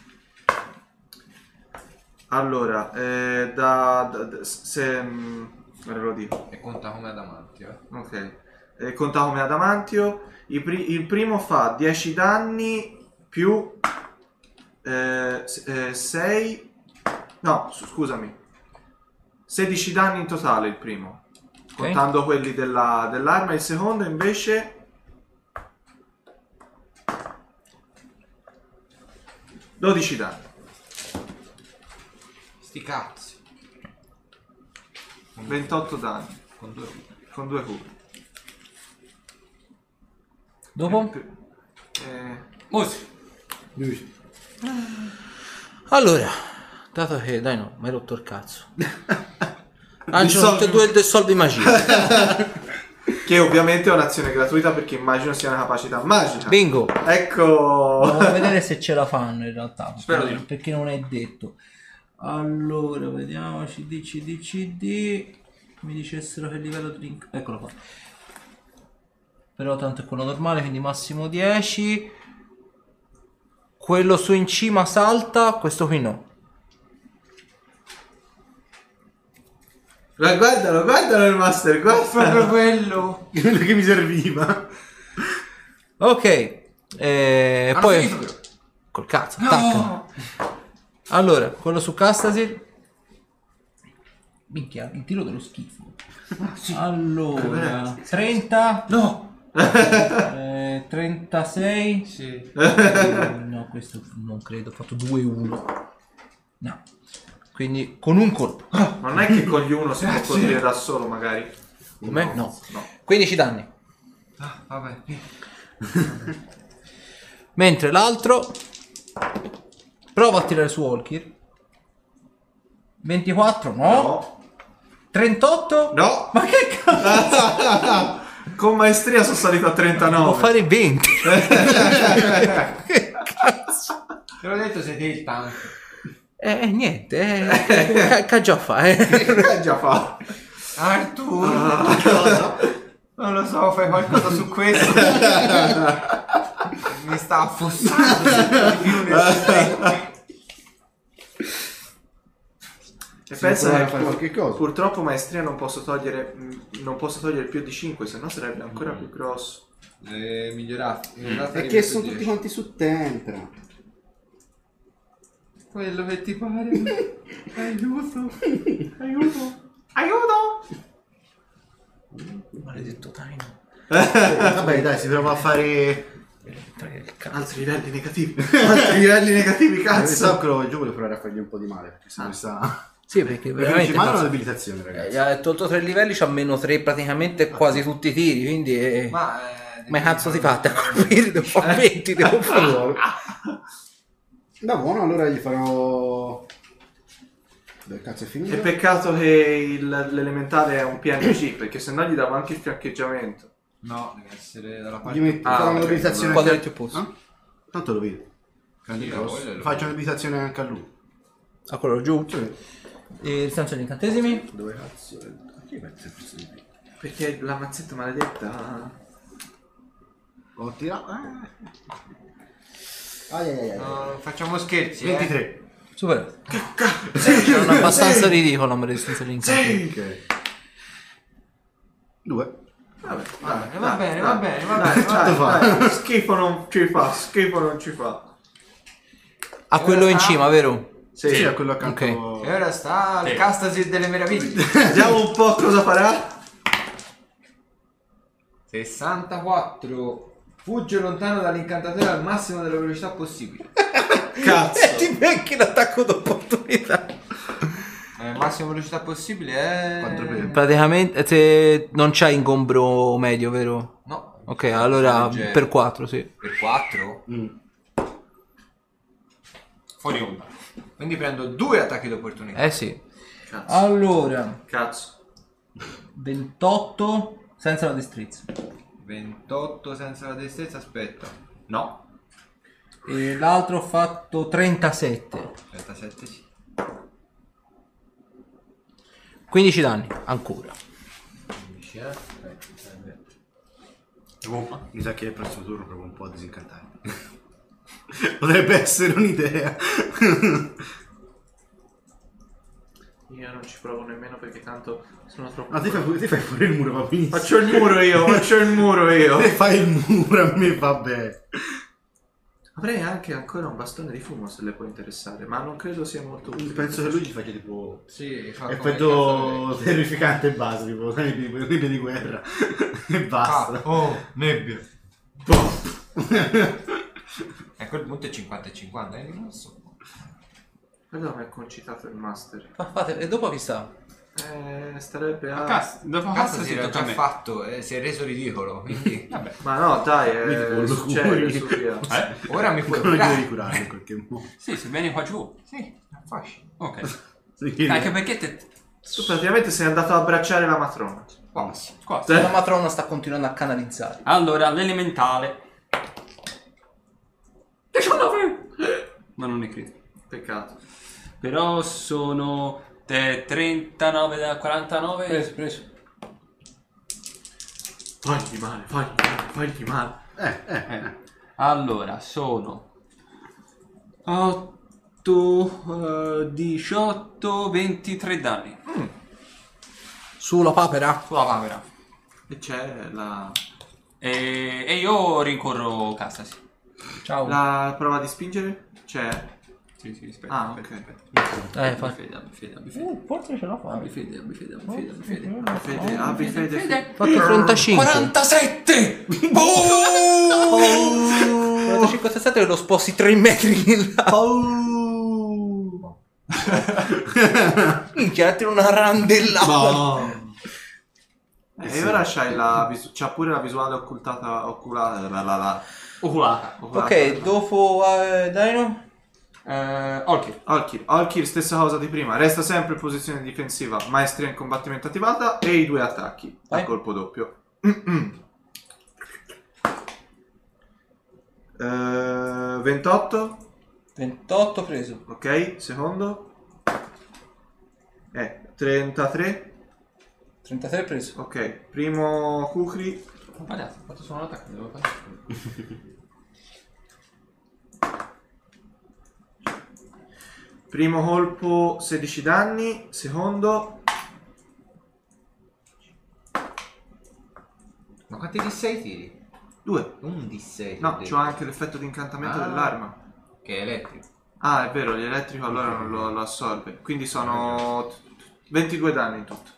Allora, eh, da, da, da- se mm, ora lo dico. E conta come adamantio. Eh. Ok. Eh, conta come adamantio. I pri- il primo fa dieci danni più eh, sei. No, su- scusami. sedici danni in totale il primo. Contando quelli della- dell'arma. Il secondo invece dodici danni. Sti cazzi. ventotto danni. Con due cubi. Con due cubi. Dopo? Eh, Musi. Allora, dato che... Dai no, mi hai rotto il cazzo. Lanciano Dissolvi- tutti e due il dissolvi magia. che ovviamente è un'azione gratuita perché immagino sia una capacità magica. Bingo. Ecco. Andiamo a vedere se ce la fanno in realtà. Spero di no. Perché non è detto. Allora, vediamo. C D, C D, C D. Mi dicessero che livello drink. Eccolo qua. Però tanto è quello normale, quindi massimo dieci. Quello su in cima salta, questo qui no. Ma guardalo, guardalo il master, guarda. Proprio quello. Quello che mi serviva. Ok. E Hanno poi... finito. Col cazzo, attacca. Allora, quello su Castasir. Minchia, il tiro dello schifo. Allora, trenta. No. Eh, trentasei. Sì. Eh, no, questo non credo. Ho fatto due uno. No. Quindi con un colpo. Non è che con gli uno si può colpire da solo, magari. Com'è? No. No. quindici danni. Ah, vabbè. Mentre l'altro prova a tirare su Olkir. ventiquattro, no. No. trentotto? No. Ma che cazzo? Con maestria sono salito a Devo trentanove. fare venti. Che cazzo? Te l'ho detto, sei te il tank. Eh, niente, eh, che, che già fa, eh. Che già fa? Arturo! Non lo so, fai qualcosa su questo. Mi sta affossando di più nel E Si pensa può che fare pur- qualche cosa. purtroppo maestria non posso togliere mh, non posso togliere più di cinque, se no sarebbe ancora più grosso. Eh, migliorati. migliorati È di che sono dieci. tutti quanti su tempra. Quello che ti pare. Aiuto. Aiuto! Aiuto! Maledetto Taino. Vabbè, dai, si prova a fare. Altri livelli negativi. Altri livelli negativi, Cazzo, cazzo. quello giù voglio provare a fargli un po' di male. Perché se Ah. mi sta. Sì, perché Perché veramente... ci mano cazzo, l'abilitazione, eh, ragazzi. gli ha tolto tre livelli, c'ha meno tre praticamente quasi tutti i tiri, quindi... eh, Ma, eh, Ma cazzo si fate a colpire? Devo fare venti, devo fare... Da buono, allora gli farò. Dove cazzo è finito? Che peccato che il- l'elementare è un P N C, perché sennò gli davo anche il fiancheggiamento. No, deve essere dalla Gli parte. metto Ah, farò ok. un'abilitazione Quando anche è più posto. Eh? Tanto lo vedo. Grandi Io grosso. voglio- Faccio un'abilitazione anche a lui. A quello giù. Sì. E stanza di incantesimi. Dove cazzo è? Che cazzo è questo di qui? Perché la mazzetta maledetta. Ho tirato. Ah. Ai, ai, ai, ai. No, facciamo scherzi. eh. ventitré. Super. C'è abbastanza ridicolo la resistenza di incantesimi. Ok. Due. Vabbè, Vabbè, va bene, va bene, va dai, bene, dai, va. dai, schifo non ci fa, schifo non ci fa. A quello in cima, vero? Sì, Sì, a quello accanto. Ok. E ora sta Sì. il Castasi delle meraviglie. vediamo un po' cosa farà. sessantaquattro. Fugge lontano dall'incantatore al massimo della velocità possibile. Cazzo. Ti becchi l'attacco d'opportunità. Eh, massima velocità possibile è. Quattro per- Praticamente se non c'hai ingombro medio, vero? No. Ok, allora Leggero. per quattro, sì. Per quattro. Mm. Fuori onda. Quindi prendo due attacchi d'opportunità. Eh sì. Cazzo. Allora, Cazzo. ventotto senza la destrezza. ventotto senza la destrezza, aspetta. No. E l'altro ho fatto trentasette. trentasette sì. quindici danni, ancora. quindici, eh. Aspetta, serve. Gomma. Mi sa che il prossimo turno provo un po' a disincantarmi. Potrebbe essere un'idea. Io non ci provo nemmeno perché tanto sono troppo. Ma ti fai, pure- ti fai pure il muro, va benissimo. Faccio il muro io, faccio il muro io. Te fai il muro, a me va bene. Avrei anche ancora un bastone di fumo se le può interessare, ma non credo sia molto utile. Penso che lui gli faccia tipo Sì, fa come effetto cazzo terrificante e base, tipo nebbia di guerra. E basta. Ah, oh, nebbia. A quel punto è cinquanta e cinquanta, eh, non so. Guarda come è concitato il master. Fa- fate- e dopo chi sta? Eh, starebbe A a... cast, dopo Cazzo cast si si era tocca a già me. fatto, eh, si è reso ridicolo, quindi Vabbè. Ma no, dai, Vedi è quello succede, curi. su via. Eh? ora mi puoi Come devi curare. curarlo in qualche modo? Sì, se vieni qua giù. Sì, è facile. Ok. Sì, Anche perché te... Tu praticamente sei andato a abbracciare la matrona. Quasi. Qua. La matrona sta continuando a canalizzare. Allora, l'elementale. diciannove! Ma non è critico. Peccato. Però sono eh, trentanove da quarantanove. preso. Fagli male, fagli male, fagli male. Eh, eh, Eh. eh. Allora, sono otto, diciotto, ventitré danni. Sulla papera? Sulla papera. E c'è la... E, e io rincorro Castasi. Ciao. La prova di spingere? C'è? Sì, sì, aspetta. Ah, aspetta, ok. aspetta. Eh, Abbi fa... fede, abbi fede, abbi fede. Uh, forse ce la Abbi fai. fede, abbi fede, abbi fede, abbi fede. Fede, abbi fede. Fede. Fatto trentacinque. quarantasette! quarantacinque sessanta e lo sposti tre metri in là. Minchia, tira una randellata. Eh, e ora c'hai la visu- c'ha pure la visuale occultata, oculata, la, la, la, Oculata. oculata. Ok, dopo eh, Dino. Eh, ok. Olkir, Olkir, stessa cosa di prima, resta sempre in posizione difensiva, maestria in combattimento attivata e i due attacchi a Vai. colpo doppio. Eh, ventotto ventotto preso. Ok, secondo. Eh, trentatré. trentatré preso. Ok, primo Kukri. Ho sbagliato, ho fatto solo un attacco, devo fare. Primo colpo sedici danni, secondo. Ma quanti D sei tiri? due. Un D sei. No, c'ho anche l'effetto di incantamento Ah. dell'arma. Che è elettrico. Ah, è vero, l'elettrico allora non lo, lo assorbe. Quindi sono ventidue danni in tutto.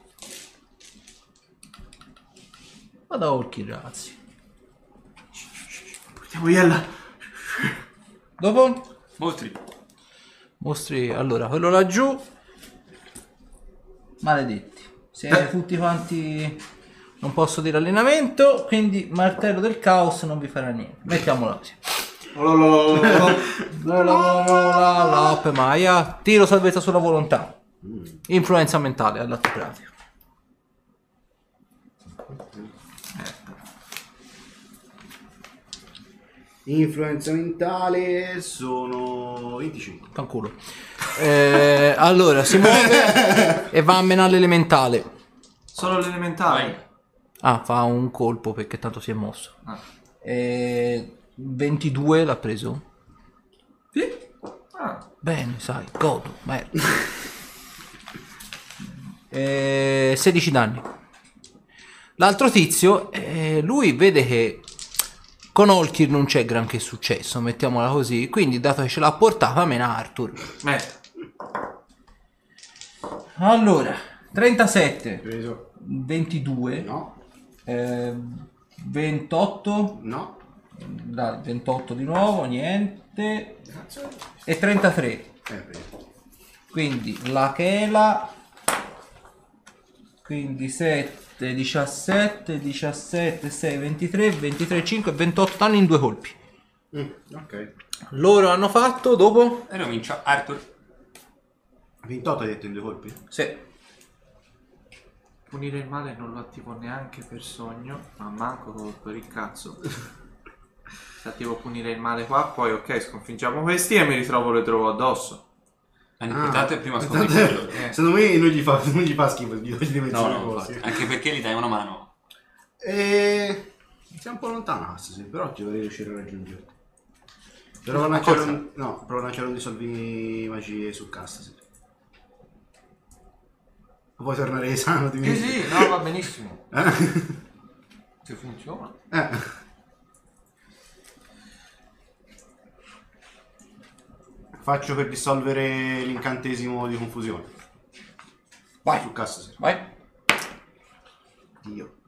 Vado a Orchid, ragazzi. Portiamo Iella. Dopo? Mostri. Mostri, allora, quello laggiù. Maledetti. Siete tutti quanti... Non posso dire allenamento, quindi martello del caos non vi farà niente. Mettiamola così. La la la la la per Maya. Tiro salvezza sulla volontà. Influenza mentale all'atto pratico. Influenza mentale sono venticinque. Fanculo. Eh, allora si muove e va a menare l'elementale. Solo l'elementale. Vai. Ah, fa un colpo perché tanto si è mosso. Ah. Eh, ventidue l'ha preso. Sì? Ah. Bene, sai, godo, merda. Eh, sedici danni. L'altro tizio, eh, lui vede che con Olkir non c'è granché successo, mettiamola così. Quindi, dato che ce l'ha portata, mena Arthur. Merda. Allora, trentasette, Preso. ventidue, No. eh, ventotto, No. dai, ventotto di nuovo, niente, e trentatré. Eh, preso. Quindi la chela, quindi sette, diciassette, diciassette, sei, ventitré, ventitré, cinque, ventotto danni in due colpi. Mm, ok. Loro hanno fatto dopo? E comincia Arthur. ventotto hai detto in due colpi? Sì. Punire il male non lo attivo neanche per sogno, ma manco per il cazzo. Se attivo punire il male qua, poi ok, sconfiggiamo questi e mi ritrovo le trovo addosso. L'importante è prima Tanto- sconfiggere. Eh. Secondo me non gli fa, non gli fa schifo di di No, menzionare no, cose. infatti. Anche perché gli dai una mano. E... Siamo un po' lontano, sì, però ti vorrei riuscire a raggiungerti. Provo a Ma lanciare cosa? un... No, provo a lanciare un dissolvi magie su cassa, sì. Puoi tornare sano, ti Sì, sì, no, va benissimo. Eh? Se funziona. Eh. Faccio per dissolvere l'incantesimo di confusione. Vai, Su cassa, sì. vai. Dio.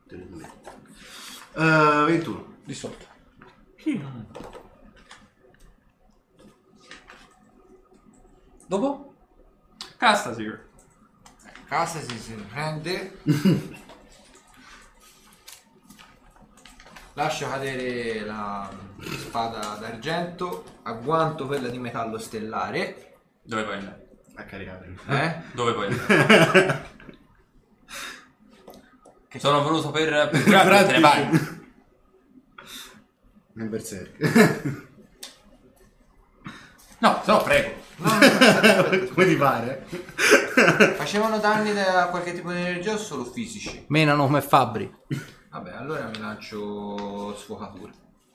Uh, ventuno. Di sotto. Dopo? Castasir. Casa si, si prende. Lascia cadere la spada d'argento, agguanto quella di metallo stellare. Dove puoi andare? A caricare. Eh? Dove puoi andare? Che sono venuto per, per curarti, te ne vai. Nel berserk. No, se no prego. No, no, aspetta, aspetta. Come ti pare? Facevano danni da qualche tipo di energia o solo fisici? Menano come fabbri. Vabbè, allora mi lancio sfocatura.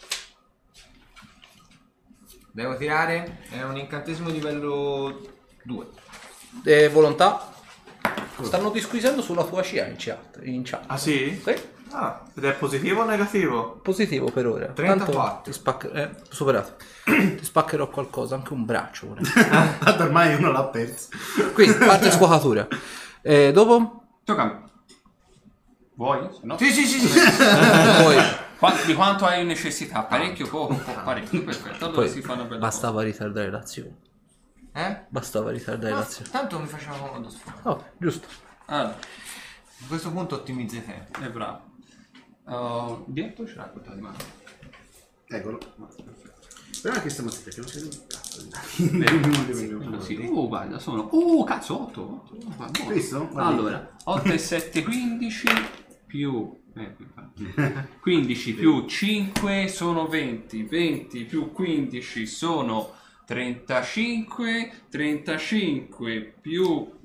Devo tirare? È un incantesimo livello due. Eh, volontà. Stanno disquisendo sulla tua scia in chat. In chat. Ah sì? Sì. Ah, ed è positivo o negativo? Positivo per ora. trentaquattro. Tanto ti spacche- eh, superato. Ti spaccherò qualcosa, anche un braccio. volendo. Tanto ormai uno l'ha perso. Quindi parte squacatura. Eh, dopo? Tocca. Vuoi? Se no. Sì, sì, sì, sì. Poi, Qua- di quanto hai necessità? Parecchio, poco, po- parecchio, perfetto. Allora poi si fa una bella bastava ritardare l'azione. Eh? Bastava ritardare Ma l'azione. tanto mi faceva comodo sfogare. Oh, giusto. cosa. Allora, A questo punto ottimizza i tempi. è bravo. Uh, dietro ce l'ha portato di mano. Eccolo. Però anche stamattina che non si vede un cazzo. Quello sì. Uh, guarda, sono. Uh, cazzo, otto. Visto? Guarda. Allora, otto e sette, quindici più. Eh, qui fa. quindici più cinque sono venti. venti più quindici sono trentacinque, trentacinque più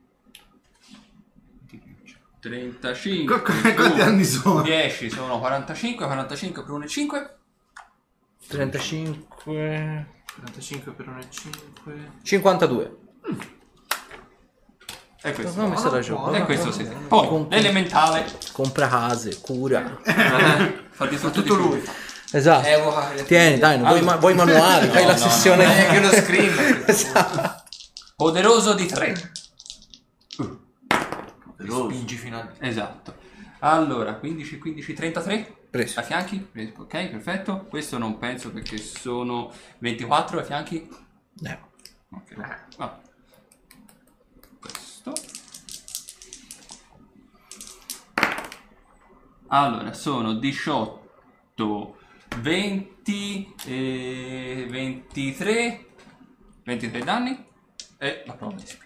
trentacinque Qu- quanti anni sono? dieci sono quarantacinque, quarantacinque più uno e cinque. trentacinque trentacinque per uno e cinque. cinquantadue. E questo. No, mi sta ragione. E questo sì. Poi Con- l'elementale Compra case, cura. fa di tutto, tutto di più. lui. Esatto. Evoca creatività. Tieni, dai, vuoi, ma- vuoi manuali, No, fai la no, sessione. Non è neanche uno screen. Esatto. Poderoso di tre. Spingi fino a... Esatto. Allora, quindici, quindici, trentatré. Preso. Ai fianchi? Ok, perfetto. Questo non penso perché sono ventiquattro ai fianchi. Eh. Ok. Ah. Questo. Allora, sono diciotto, venti, eh, ventitré, ventitré danni e la prova di spinta.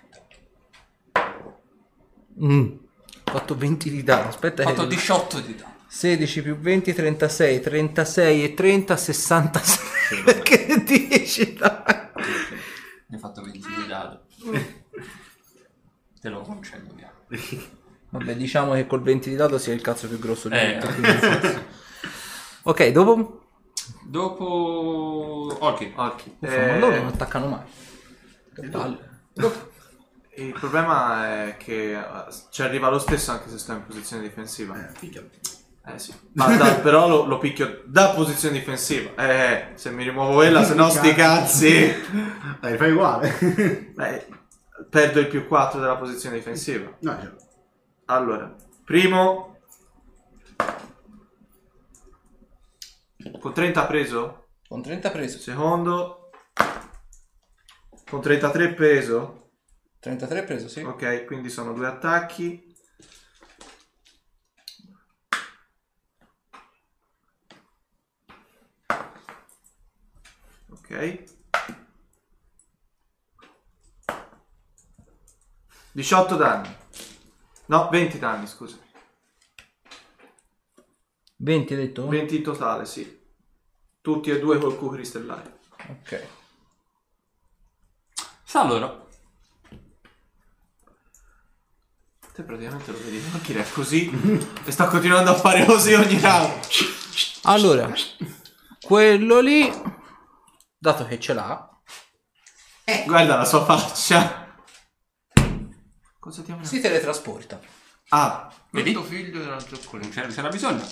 Mm. Ho fatto venti di danno. Aspetta, Ho fatto che- diciotto di danno. sedici più venti, trentasei. trentasei e trenta, sessantasei. Perché dieci? Dai. Ne ho fatto venti di dado. Te lo concedo, via. Vabbè, diciamo che col venti di dado sia il cazzo più grosso di Eh. tutti. quindi forse. Ok, dopo? Dopo Orchi. Occhi. Uffa, ma loro non attaccano mai. Che palle. Il problema è che eh, ci arriva lo stesso anche se sto in posizione difensiva. Eh, figlio. Eh sì. Ma da- però lo, lo picchio da posizione difensiva. Eh, se mi rimuovo quella, se no sti cazzi. Dai, fai uguale. Beh, perdo il più quattro della posizione difensiva. No, cioè, Allora, primo. Con trenta preso. Con trenta preso. Secondo. Con trentatré preso. trentatré preso, sì. Ok, quindi sono due attacchi. Ok. diciotto danni. No, venti danni, scusa. venti hai detto? venti in totale, sì. Tutti e due col Q cristellare. Ok. Sta loro. Te praticamente lo vedi anche è così e sta continuando a fare così ogni round. Allora, quello lì, dato che ce l'ha, Guarda la sua faccia. Cosa ti ha si teletrasporta. Ah, Vedi? Brutto figlio della zoccolina. Non c'era, c'era bisogno.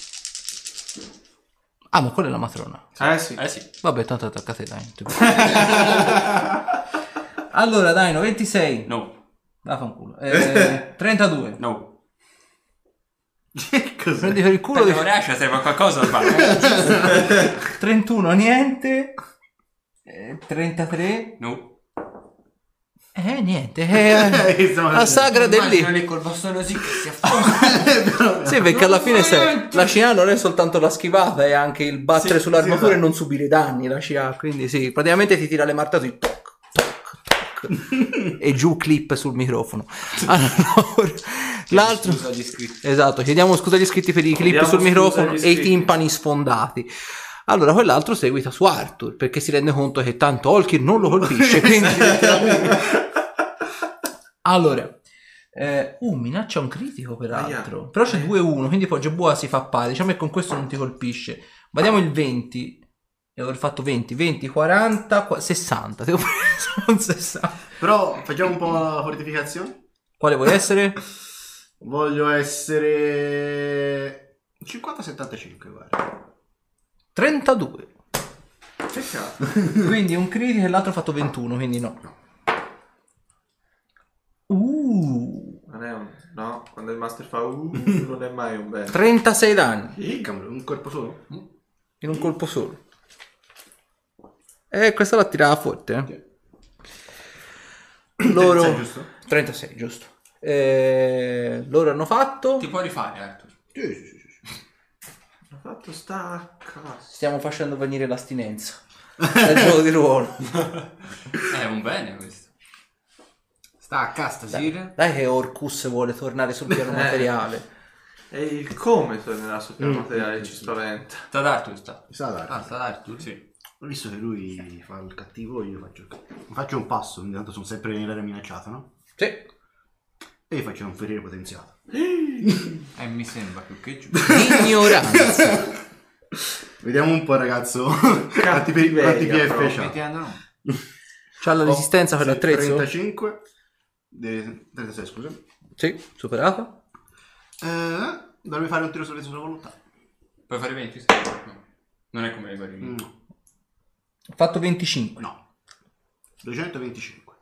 Ah, ma quella è la matrona. eh sì. Eh sì. Vabbè, tanto attacca te, dai. Allora, dai, no, ventisei. No. Vaffanculo. Eh, trentadue. No. che cos'è? Prendi per il culo. Perché Di... non riesce, serve a qualcosa a fare. trentuno, niente. Eh, trentatré. No. Eh, niente. Eh, la sagra del Immagino lì. lì col bastone così che si affonda. Sì, perché alla fine sai, la C A non è soltanto la schivata, è anche il battere Sì, sull'armatura sì, esatto. e non subire danni la C A. Quindi sì, praticamente ti tira le martature. Toc, toc, toc, e giù clip sul microfono. Allora, l'altro. Scusa gli iscritti. Esatto, chiediamo scusa agli iscritti per i clip Chiediamo sul scusa microfono agli e i iscritti. timpani sfondati. Allora, quell'altro seguita su Arthur perché si rende conto che tanto Olkir non lo colpisce. Quindi... allora, eh, uh, minaccia un critico peraltro. Aia. Però c'è due uno, quindi poi Gebua si fa pari. Diciamo che con questo non ti colpisce. Vediamo il venti. E aver fatto venti, venti, quaranta, qua- sessanta. Ti ho preso un sessanta. Però facciamo un po' la fortificazione. Quale vuoi essere? Voglio essere cinquanta settantacinque, guarda. trentadue. Che cazzo? Quindi un critico e l'altro ha fatto ventuno, quindi no. Uh, Non è un... No, quando il master fa uh, non è mai un bene. trentasei danni Icca, un corpo solo? in un colpo solo. E questa la tirava forte, eh. Loro trentasei, giusto? trentasei, giusto. Eh, loro hanno fatto. Ti puoi rifare, Arthur. Sì, sì, sì, sì. Ha fatto stacca. Stiamo facendo venire l'astinenza. È il gioco di ruolo. È un bene questo. Sta a casta, Sir. Dai che Orcus vuole tornare sul piano materiale. E il come tornerà sul piano Mm. materiale ci spaventa. Sta ad Arthur sta. Mi sa dare. Ah, sta ad Arthur? Sì. Visto che lui fa il cattivo, io faccio il cattivo. Faccio un passo, intanto sono sempre nell'area minacciata, no? Sì. E gli faccio un ferire potenziato. Eh, mi sembra più che giusto. Ignoranza. Vediamo un po', ragazzo. Quanti P F c'ha? Mettendo no. C'ha la resistenza per Sì, l'attrezzo? trentacinque. De- trentasei, scusa. Sì, superato. Eh, dovrei fare un tiro sulle sue volontà. Puoi fare venti? Sì. No. Non è come le guerre. No. Ho fatto venticinque. No. duecentoventicinque.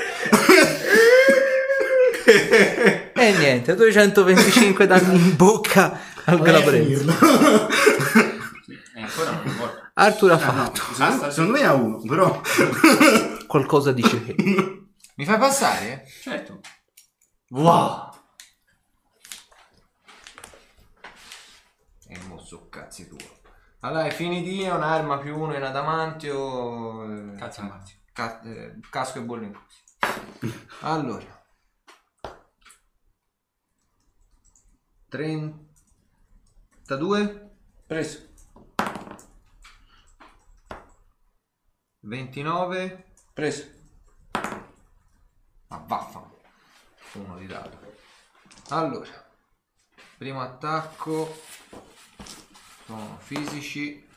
E niente, duecentoventicinque danni in bocca al Galabrenzo. E ancora non è morto. Arthur ha Ah, no, fatto secondo, secondo me ha uno, però. qualcosa dice che. Mi fai passare? Certo. Wow! E mo so cazzi tuo. Allora, ai fini di un'arma più uno in adamantio. eh, Cazzo ammazzi. ca- eh, casco e bolle inclusi. Allora. trentadue, Preso. ventinove, Preso. ma vaffanculo. Uno di dato. Allora, primo attacco sono fisici.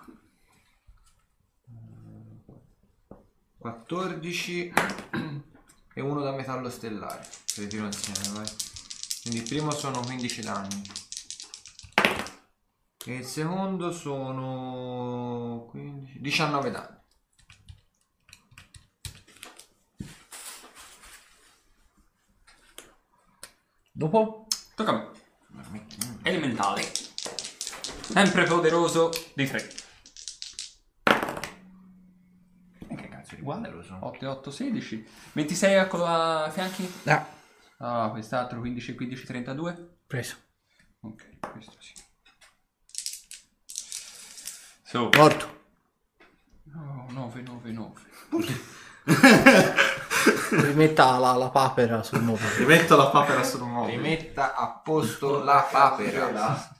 quattordici e uno da metallo stellare. Se li tiro insieme, vai. Quindi il primo sono quindici danni. E il secondo sono quindici, diciannove danni. Dopo? Tocca a me. Elementale. Sempre poderoso di tre. E che cazzo di Uguale lo sono. otto e otto, sedici. ventisei a con a fianchi? Ah, Ah, quest'altro quindici, quindici, trentadue. preso. Ok, questo sì. So. Morto. Oh, nove, nove, nove. Rimetta la, la papera sul modo. Rimetto la papera sul mobile. Rimetta a posto la papera.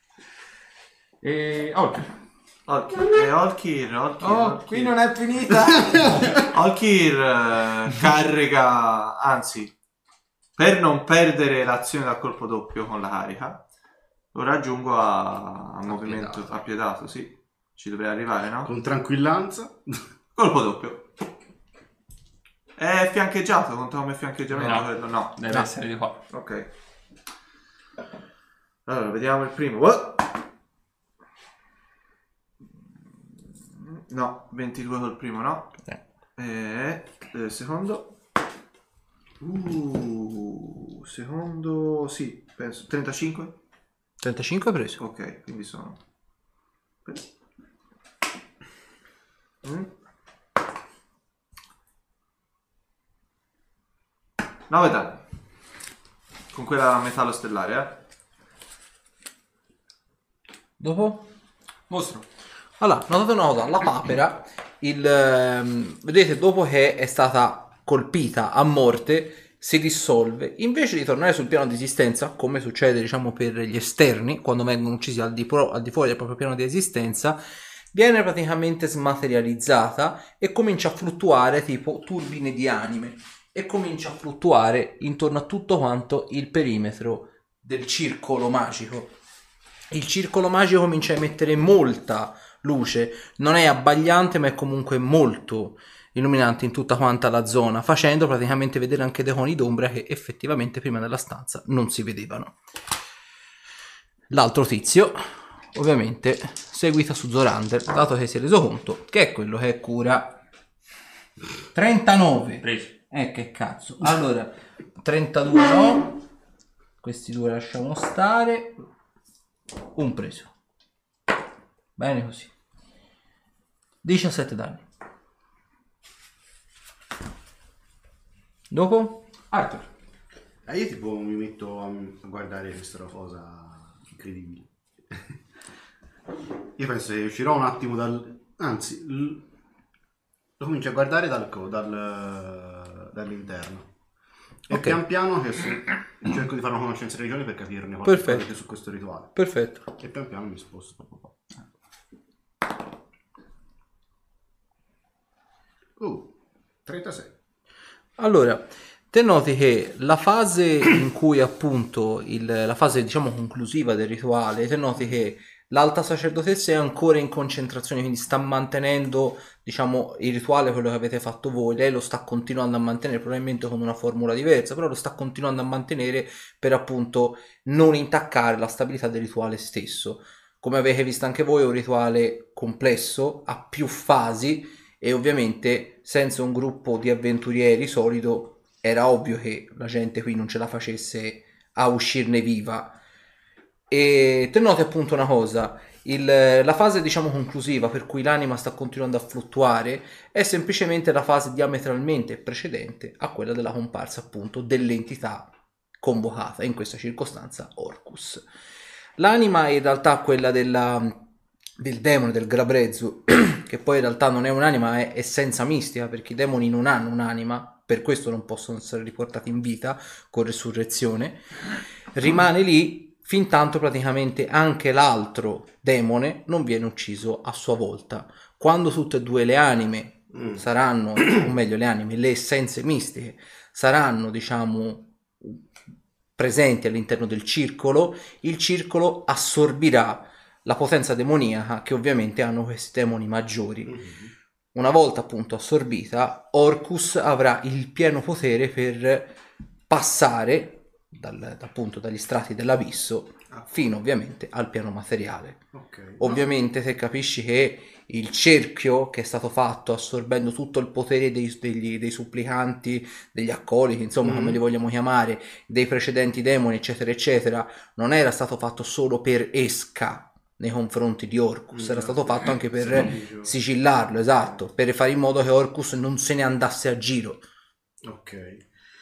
E Olkir. Olkir, e Olkir, Olkir, Oh, Olkir. qui non è finita. Olkir eh, carica, anzi, per non perdere l'azione dal colpo doppio con la carica, lo raggiungo a, a movimento appiedato, sì. Ci dovrei arrivare, no? Con tranquillanza. Colpo doppio. È fiancheggiato, conta come fiancheggiamento No. quello? No. Deve No. essere di qua. Ok. Allora, vediamo il primo. Oh! No, ventidue col primo, no? Eh. E il secondo. Uh, secondo, sì, penso trentacinque. trentacinque preso. Ok, quindi sono mm. nove danni. Con quella metallo stellare, eh. Dopo? Mostro. Allora, notate una cosa, la papera, il, ehm, vedete, dopo che è stata colpita a morte, si dissolve. Invece di tornare sul piano di esistenza, come succede, diciamo, per gli esterni, quando vengono uccisi al di, pro, al di fuori del proprio piano di esistenza, viene praticamente smaterializzata e comincia a fluttuare tipo turbine di anime. E comincia a fluttuare intorno a tutto quanto il perimetro del circolo magico. Il circolo magico comincia a emettere molta luce, non è abbagliante ma è comunque molto illuminante in tutta quanta la zona, facendo praticamente vedere anche dei coni d'ombra che effettivamente prima della stanza non si vedevano. L'altro tizio ovviamente seguita su Zorander, dato che si è reso conto che è quello che cura. trentanove. Preso. Eh, che cazzo. Allora, trentadue no. Questi due lasciamo stare. Un preso. Bene così. diciassette danni. Dopo? Arthur. Eh, io tipo mi metto a, a guardare questa cosa incredibile. Io penso che uscirò un attimo dal... Anzi, l- lo comincio a guardare dal, co- dal, dall'interno. E Ok. pian piano che su- cerco di fare una conoscenza religione per capirne Perfetto. qualcosa più su questo rituale. Perfetto. E pian piano mi sposto. Uh, trentasei. Allora, te noti che la fase in cui appunto il, la fase diciamo conclusiva del rituale, te noti che l'alta sacerdotessa è ancora in concentrazione, quindi sta mantenendo diciamo il rituale, quello che avete fatto voi. Lei lo sta continuando a mantenere, probabilmente con una formula diversa, però lo sta continuando a mantenere per appunto non intaccare la stabilità del rituale stesso. Come avete visto anche voi, è un rituale complesso, ha più fasi, e ovviamente senza un gruppo di avventurieri solido era ovvio che la gente qui non ce la facesse a uscirne viva. E te noti appunto una cosa, il, la fase diciamo conclusiva, per cui l'anima sta continuando a fluttuare, è semplicemente la fase diametralmente precedente a quella della comparsa appunto dell'entità convocata, in questa circostanza Orcus. L'anima è in realtà quella della, del demone, del Grabrezzu, che poi in realtà non è un'anima, è essenza mistica, perché i demoni non hanno un'anima, per questo non possono essere riportati in vita con resurrezione. Rimane lì fin tanto praticamente anche l'altro demone non viene ucciso a sua volta. Quando tutte e due le anime mm. saranno, o meglio le anime, le essenze mistiche saranno diciamo presenti all'interno del circolo, il circolo assorbirà la potenza demoniaca che ovviamente hanno questi demoni maggiori. Mm-hmm. Una volta appunto assorbita, Orcus avrà il pieno potere per passare Dal, appunto dagli strati dell'abisso fino ovviamente al piano materiale. Okay. Ovviamente se capisci che il cerchio che è stato fatto assorbendo tutto il potere dei, degli, dei supplicanti, degli accoliti, insomma mm. come li vogliamo chiamare, dei precedenti demoni eccetera eccetera, non era stato fatto solo per esca nei confronti di Orcus, mm. era stato fatto anche per sì, sigillarlo, esatto, per fare in modo che Orcus non se ne andasse a giro. Ok.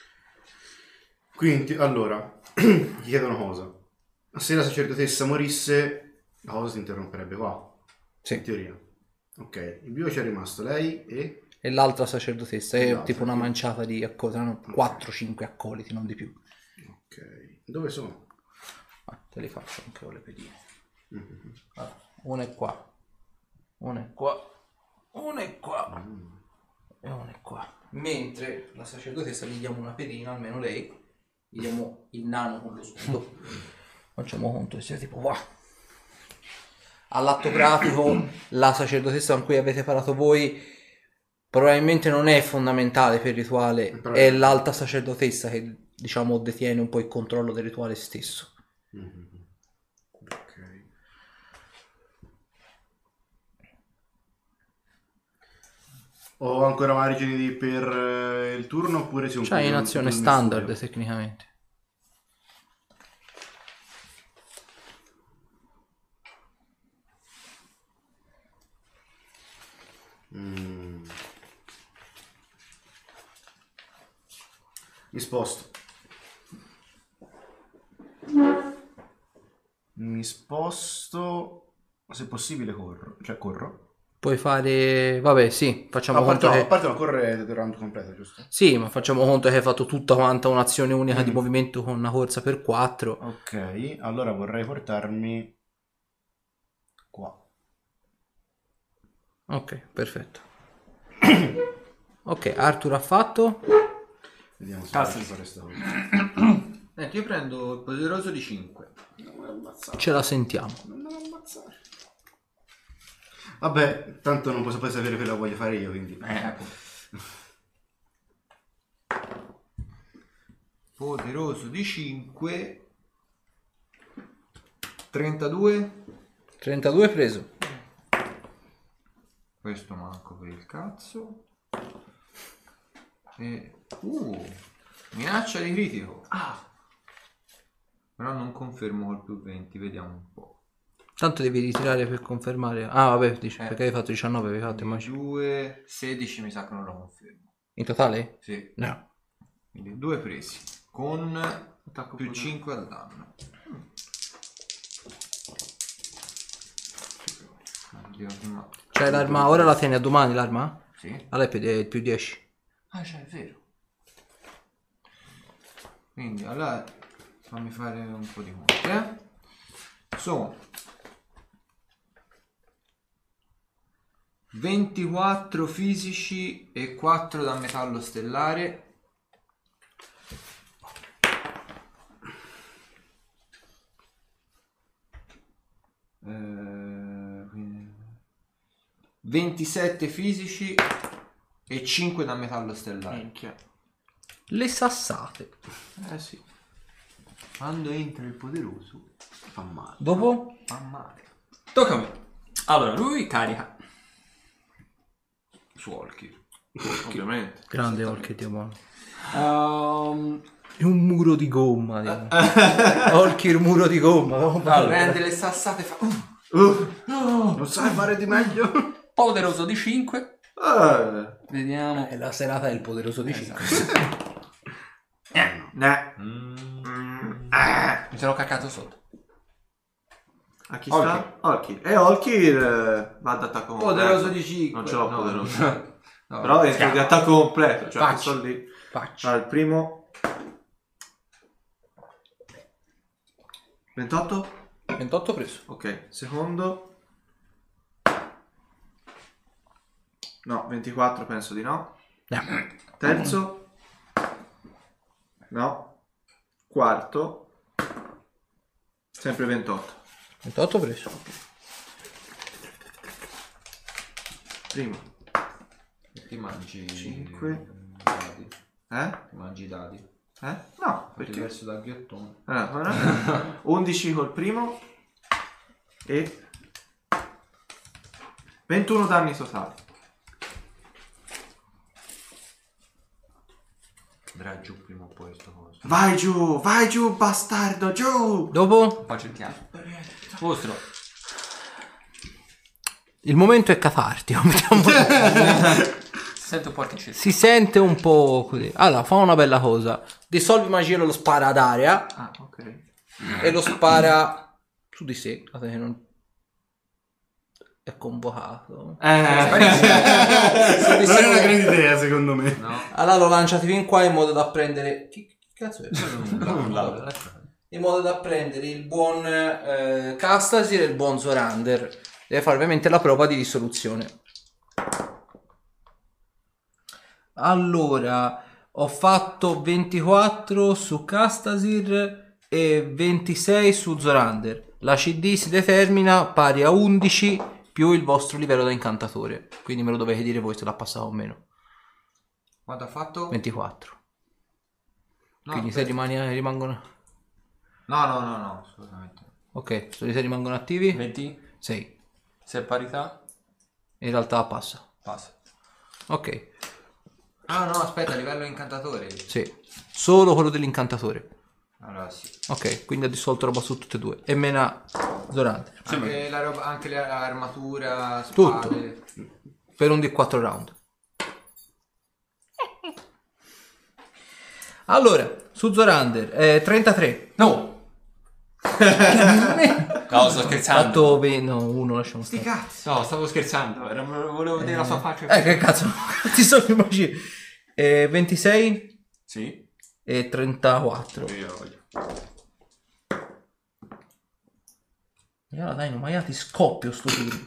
Quindi, allora, ti chiedo una cosa. Se la sacerdotessa morisse, la cosa si interromperebbe qua. Sì. In teoria. Ok. In vivo c'è rimasto lei e... E l'altra sacerdotessa, è tipo una manciata di accoliti, no? quattro cinque accoliti, non di più. Ok. Dove sono? Ah, te li faccio anche con le pedine. Mm-hmm. Allora, una è qua. Una è qua. Una è qua. Mm. E una è qua. Mentre la sacerdotessa gli diamo una pedina, almeno lei. Vediamo il nano con lo scudo. Facciamo conto che sia tipo qua. All'atto pratico la sacerdotessa con cui avete parlato voi probabilmente non è fondamentale per il rituale, è l'alta sacerdotessa che diciamo detiene un po' il controllo del rituale stesso. Mm-hmm. Ok. Ho ancora margini di, per eh, il turno oppure se un C'hai in azione standard tecnicamente. Mm. Mi sposto. Mi sposto. Se possibile corro. Cioè corro. Puoi fare... Vabbè, sì, facciamo a parte, conto no, che... a parte non correre il round completo, giusto? Sì, ma facciamo conto che hai fatto tutta quanta un'azione unica mm. di movimento con una corsa per quattro. Ok, allora vorrei portarmi qua. Ok, perfetto. Ok, Arthur ha fatto. Vediamo se Cazzo posso fare sta cosa. Eh, io prendo il poderoso di cinque. Non me l'ammazzare. Ce la sentiamo. Non me l'ammazzare. Vabbè, tanto non posso poi sapere che la voglio fare io, quindi. Eh, poderoso di cinque. trentadue. trentadue preso. Questo manco per il cazzo. E... Uh, minaccia di critico. Ah. Però non confermo col più venti, vediamo un po'. Tanto devi ritirare per confermare. Ah vabbè, dice, eh. perché hai fatto diciannove, avevi fatto immagino. due, sedici mi sa che non lo confermo. In totale? Sì. No. Quindi due presi. Con attacco più cinque al danno. C'hai l'arma, ora la tieni a domani l'arma? Sì. Allora è più dieci. Ah, cioè, è vero. Quindi, allora, fammi fare un po' di conti, eh. Sono ventiquattro fisici e quattro da metallo stellare. Eh, quindi ventisette fisici e cinque da metallo stellare. Minchia. Le sassate. Eh sì. Quando entra il poderoso Fa male. Dopo? fa male. Tocca a me. Allora, lui carica. Su Olkir. Ovviamente. Grande Olkir, Dio buono. Um, È un muro di gomma. Dio. Olkir, muro di gomma. allora, Prende le sassate e fa... Uh, Uh, non sai fare di meglio? poderoso di cinque. Eh. Vediamo. È la serata del poderoso di cinque. Ne. mm, Mi sono caccato sotto. A chi Olkir. sta? Olkir. E Olkir eh, va ad attacco completo. poderoso di cinque. Non ce l'ho No, poderoso. no. Però è di attacco completo. Cioè, Facci. sto lì. Facci. Allora, il primo. ventotto? ventotto preso. Ok. Secondo. No, ventiquattro penso di no. No. Terzo. No. Quarto. Sempre ventotto. ventotto preso. Primo. E ti mangi... Cinque. dadi. Eh? Ti mangi i dadi. Eh? No, Perché perché? diverso dal ghiottone. Allora, guarda. undici col primo e ventuno danni totali. Andrà giù prima o poi sto coso. Vai giù, vai giù, bastardo, giù! Dopo? Faccio il piano. Mostro. Il momento è catartico. mettiamo- Si sente un po' artificiale. si sente un po' così. Allora, fa una bella cosa. Dissolvi magia, lo spara ad aria Ah, ok. e lo spara su di sé. Guardate che non... È convocato. Eh, Su di Non sé. è una grande idea, secondo me. No. Allora lo lanciati fin qua in modo da prendere... Chi, chi cazzo è? Nulla. In modo da prendere il buon eh, Castasir e il buon Zorander. Deve fare ovviamente la prova di dissoluzione. Allora, ho fatto ventiquattro su Castasir e ventisei su Zorander. La C D si determina pari a undici più il vostro livello da incantatore. Quindi me lo dovete dire voi se l'ha passato o meno. Quanto ha fatto? ventiquattro. No, Quindi se aspetta. rimani, rimangono... No, no, no, no, assolutamente. Ok, se se rimangono attivi? venti. sei. Se è parità, In realtà passa. passa. Ok, Ah no, aspetta, a livello incantatore. sì. Solo quello dell'incantatore. Allora sì. Ok, quindi ha dissolto roba su tutte e due. E mena Zorander. Anche, la roba, anche l'armatura, Tutto. spade. Per un D quattro round. Allora, su Zorander, eh, trentatré. No! No, sto scherzando. Fatto ve- no, uno lasciamo Sti stare. cazzi. No, stavo scherzando. Era- volevo vedere la sua faccia. Eh, che cazzo, ti sono immagini. Eh, ventisei Sì. e trentaquattro. Io voglio. E allora dai, no, ma io ti scoppio sto turno.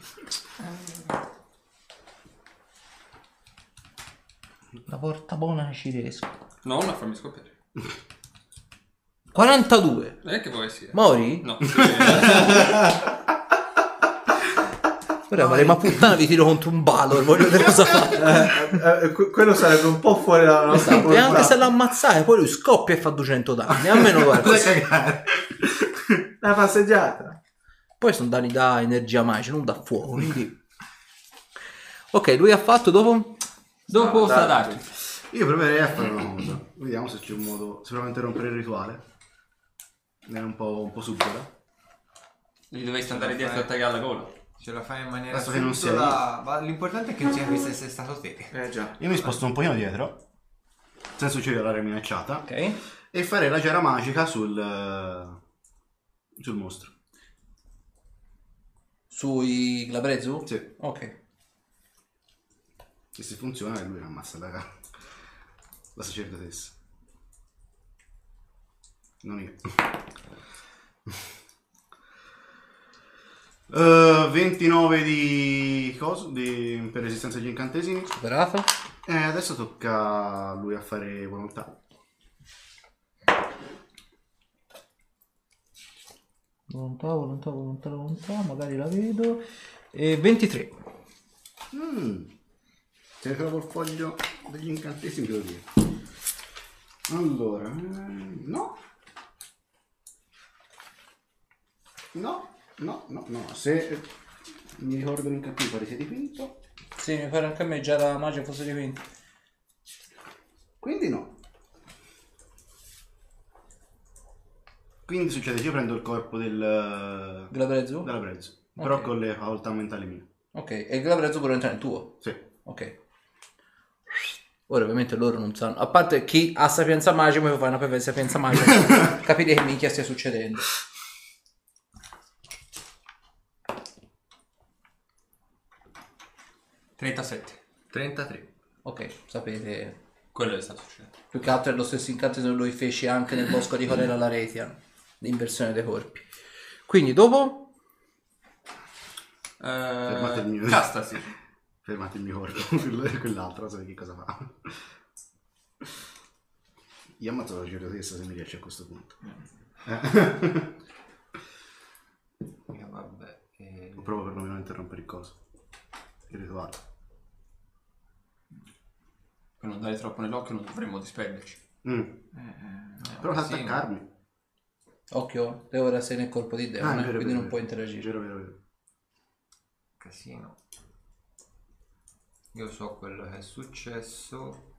La porta buona che ci riesco. No, non farmi scoppiare. quarantadue. Non è che vuoi sia. Mori? No. Ora, ma, ma puttana vi tiro contro un balor, voglio vedere cosa fa. Eh, eh, que- quello sarebbe un po' fuori dalla nostra Esatto, e anche portata. se l'ammazzai, poi lui scoppia e fa duecento danni. A me non guarda. Vai a cagare. Una passeggiata. Poi sono danni da energia magica, non da fuoco. Quindi... Ok, lui ha fatto dopo. Dopo Ah, sta dai. Dark. Io proverei a fare una cosa. Vediamo se c'è un modo. Se provo a interrompere il rituale. È un po', un po' subdola. Gli dovresti andare dietro e attaccare alla gola. Ce la fai in maniera Adesso che non sia subdola, ma l'importante è che sia questo sia stato te. Eh già. Io mi sposto un pochino dietro. Senza uccidere l'area minacciata. Ok. E farei la gera magica sul. eh, sul mostro. Sui Glabrezzu? Sì. Ok. E se funziona lui ammazza la, la sacerdotessa. Non io. Uh, ventinove di, coso, di per resistenza agli incantesimi. Superato. E adesso tocca a lui a fare volontà. Volontà, volontà, volontà, volontà, magari la vedo. E ventitré. Mm. Se ne trovo il foglio degli incantesimi, devo dire. Allora, eh, no. No, no, no, no. Se mi ricordo l'incantesimo, pare sia dipinto. Sì, mi pare anche a me già la magia fosse dipinta. Quindi no. Quindi succede che io prendo il corpo del Glabrezu? della Brezzo, Ok. però con le facoltà mentali mie. Ok, e il Glabrezu può entrare nel tuo? Sì. Ok. Ora ovviamente loro non sanno. A parte chi ha sapienza magica, ma fai una per sapienza magica, capite che minchia stia succedendo. trentasette. trentatré. Ok, sapete. Quello che sta succedendo. Più che altro è lo stesso incantesimo che lui fece anche nel bosco di Colera Laretian, l'inversione dei corpi. Quindi dopo? Fermate il Eh, mio. Castasi. Fermate il mio corpo, quello- quell'altro, non so che cosa fa. Io ammazzo la giro testa se mi riesce a questo punto. Eh, vabbè. eh, Provo per non interrompere il coso. Il rituale. Per non dare troppo nell'occhio non dovremmo disperderci. Mm. eh, eh, Prova ad sì, attaccarmi. Occhio, te ora sei nel colpo di demone, Ah, è vero, quindi vero, non puoi vero. interagire. Vero, vero, vero. Casino. Io so quello che è successo.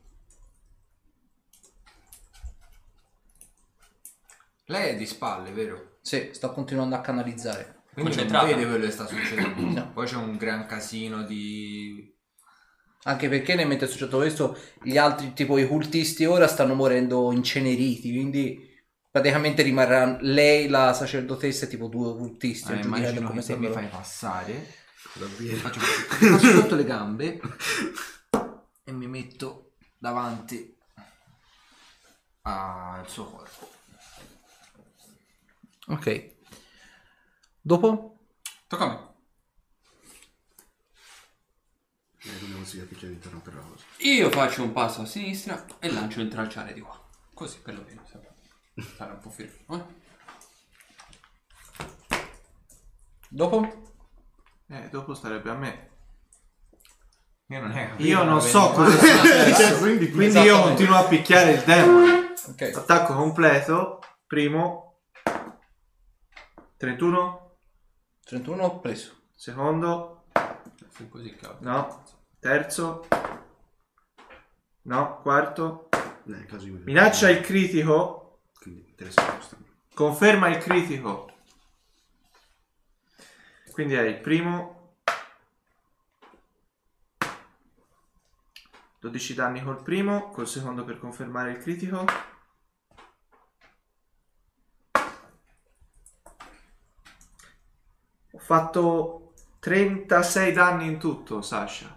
Lei è di spalle, vero? Sì, sto continuando a canalizzare. Quindi non Concentrata. vede quello che sta succedendo. No. Poi c'è un gran casino di... Anche perché nel mentre è successo questo, gli altri, tipo i cultisti ora, stanno morendo inceneriti, quindi praticamente rimarrà lei, la sacerdotessa, e tipo due cultisti. Ah, a giudicare immagino come che se mi sarebbero. fai passare, Lo viene. faccio, mi passo sotto le gambe e mi metto davanti al suo corpo. Ok. Dopo? Tocca a me. Eh, non si capisce di interrompere la cosa. Io faccio un passo a sinistra e lancio il tralciare di qua. Così perlomeno sembra stare un po' fermo. Eh? Dopo? Eh, dopo starebbe a me. Io non, è Io non so cosa sia successo, quindi, quindi io Esattamente. continuo a picchiare il demone. Ok. Attacco completo. Primo. trentuno. trentuno ho preso. Secondo. Fai così, cavolo. No. Terzo. No. Quarto. Eh, caso io- Minaccia il critico. Quindi interessante questo. Conferma il critico. Quindi è il primo. dodici danni col primo, col secondo per confermare il critico. Ho fatto trentasei danni in tutto, Sasha.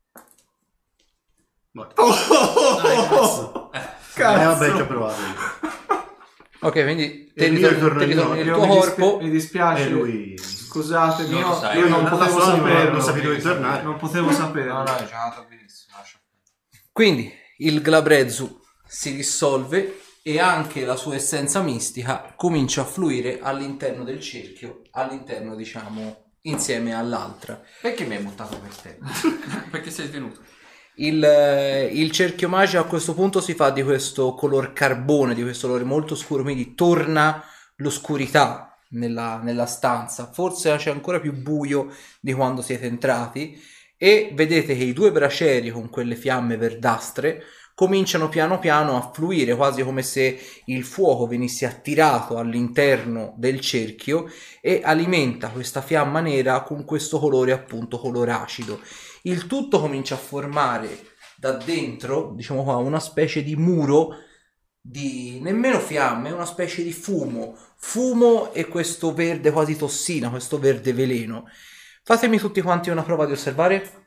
Morto. Oh, Eh, cazzo. vabbè, ci ho provato io. Ok, quindi te E ritorni, io ritorno te in ritorni no, nel Io tuo mi, dispi- corpo. mi dispiace. E lui... Scusatemi, Non lo io, sai. io non Da potevo solo non- saperlo. non sapevi dove tornare. Non potevo saperlo. No, no, hai giocato benissimo. Lascia. Quindi il Glabrezu si dissolve e anche la sua essenza mistica comincia a fluire all'interno del cerchio, all'interno, diciamo, insieme all'altra. Perché mi hai buttato per te? Perché sei svenuto? Il, eh, il cerchio magico a questo punto si fa di questo color carbone, di questo colore molto scuro, quindi torna l'oscurità nella, nella stanza. Forse c'è ancora più buio di quando siete entrati e vedete che i due bracieri con quelle fiamme verdastre cominciano piano piano a fluire, quasi come se il fuoco venisse attirato all'interno del cerchio e alimenta questa fiamma nera con questo colore, appunto color acido. Il tutto comincia a formare da dentro, diciamo qua, una specie di muro di nemmeno fiamme, una specie di fumo, fumo e questo verde quasi tossina, questo verde veleno. Fatemi tutti quanti una prova di osservare.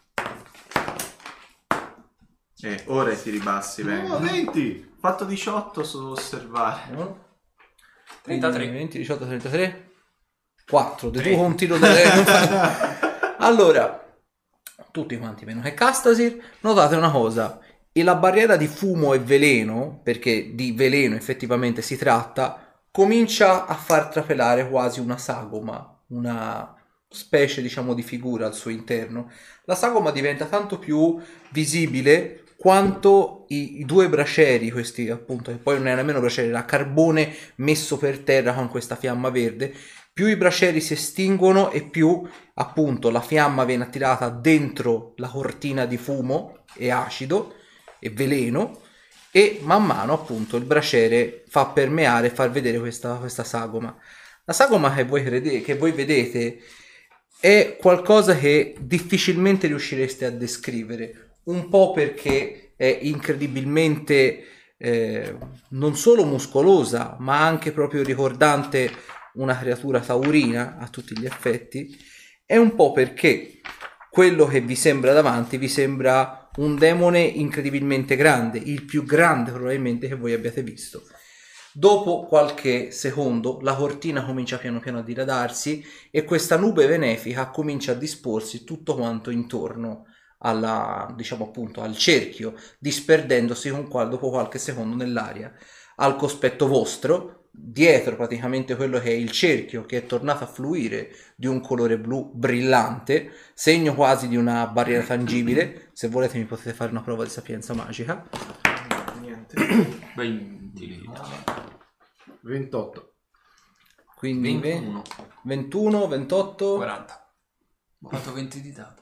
Eh, ora i tiri bassi, No, vengono. venti! Ho fatto diciotto su osservare. trentatré. venti, diciotto, trentatré. quattro, de tu con un tiro delle... Allora, tutti quanti meno che Castasir, notate una cosa, e la barriera di fumo e veleno, perché di veleno effettivamente si tratta, comincia a far trapelare quasi una sagoma, una specie diciamo di figura al suo interno. La sagoma diventa tanto più visibile quanto i, i due bracieri, questi appunto, che poi non è nemmeno bracieri, era carbone messo per terra con questa fiamma verde, più i bracieri si estinguono e più appunto la fiamma viene attirata dentro la cortina di fumo e acido e veleno, e man mano appunto il braciere fa permeare, far vedere questa, questa sagoma. La sagoma che voi, crede, che voi vedete è qualcosa che difficilmente riuscireste a descrivere, un po' perché è incredibilmente eh, non solo muscolosa, ma anche proprio ricordante una creatura taurina a tutti gli effetti, è un po' perché quello che vi sembra davanti vi sembra un demone incredibilmente grande, il più grande probabilmente che voi abbiate visto. Dopo qualche secondo la cortina comincia piano piano a diradarsi e questa nube benefica comincia a disporsi tutto quanto intorno alla, diciamo appunto, al cerchio, disperdendosi con qual- dopo qualche secondo nell'aria. Al cospetto vostro, dietro praticamente quello che è il cerchio, che è tornato a fluire di un colore blu brillante, segno quasi di una barriera tangibile. Se volete mi potete fare una prova di sapienza magica. Niente. venti. ventotto. Quindi ventuno. ventuno, ventotto, quaranta. Ho fatto venti di dato.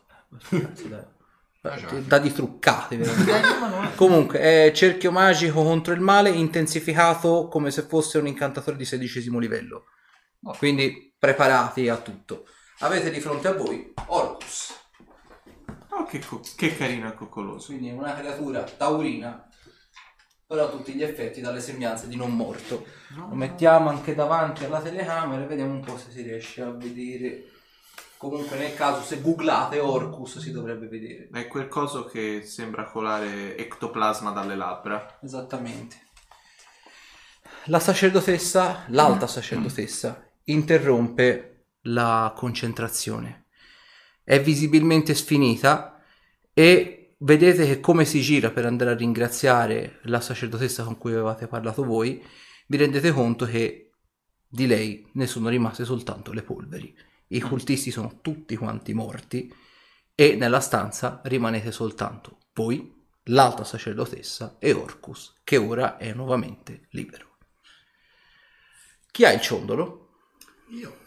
dati truccati veramente. Comunque è cerchio magico contro il male intensificato come se fosse un incantatore di sedicesimo livello, quindi preparati a tutto. Avete di fronte a voi Orcus, Oh, che, co- che carino e coccoloso. quindi una creatura taurina però a tutti gli effetti dalle sembianze di non morto. Lo mettiamo anche davanti alla telecamera e vediamo un po' se si riesce a vedere. Comunque nel caso se googlate Orcus si dovrebbe vedere. È quel coso che sembra colare ectoplasma dalle labbra. Esattamente. La sacerdotessa, l'alta sacerdotessa, interrompe la concentrazione. È visibilmente sfinita e vedete che come si gira per andare a ringraziare la sacerdotessa con cui avevate parlato voi, vi rendete conto che di lei ne sono rimaste soltanto le polveri. I cultisti sono tutti quanti morti e nella stanza rimanete soltanto voi, l'alta sacerdotessa e Orcus, che ora è nuovamente libero. Chi ha il ciondolo? Io.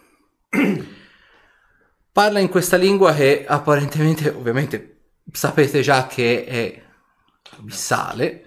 Parla in questa lingua che apparentemente, ovviamente, sapete già che è abissale.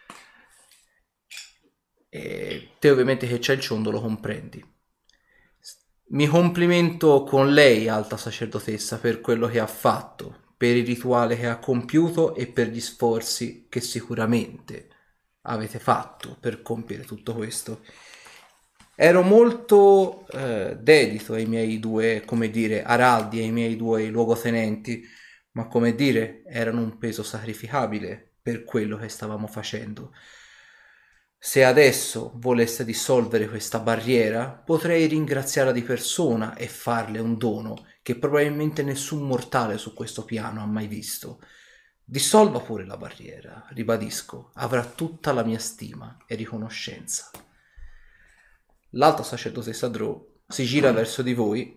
E te ovviamente che c'è il ciondolo comprendi. Mi complimento con lei, alta sacerdotessa, per quello che ha fatto, per il rituale che ha compiuto e per gli sforzi che sicuramente avete fatto per compiere tutto questo. Ero molto eh, dedito ai miei due, come dire, araldi, ai miei due luogotenenti, ma come dire, erano un peso sacrificabile per quello che stavamo facendo. Se adesso volesse dissolvere questa barriera, potrei ringraziarla di persona e farle un dono che probabilmente nessun mortale su questo piano ha mai visto. Dissolva pure la barriera, ribadisco, avrà tutta la mia stima e riconoscenza. L'alta sacerdotessa Drow si gira verso di voi.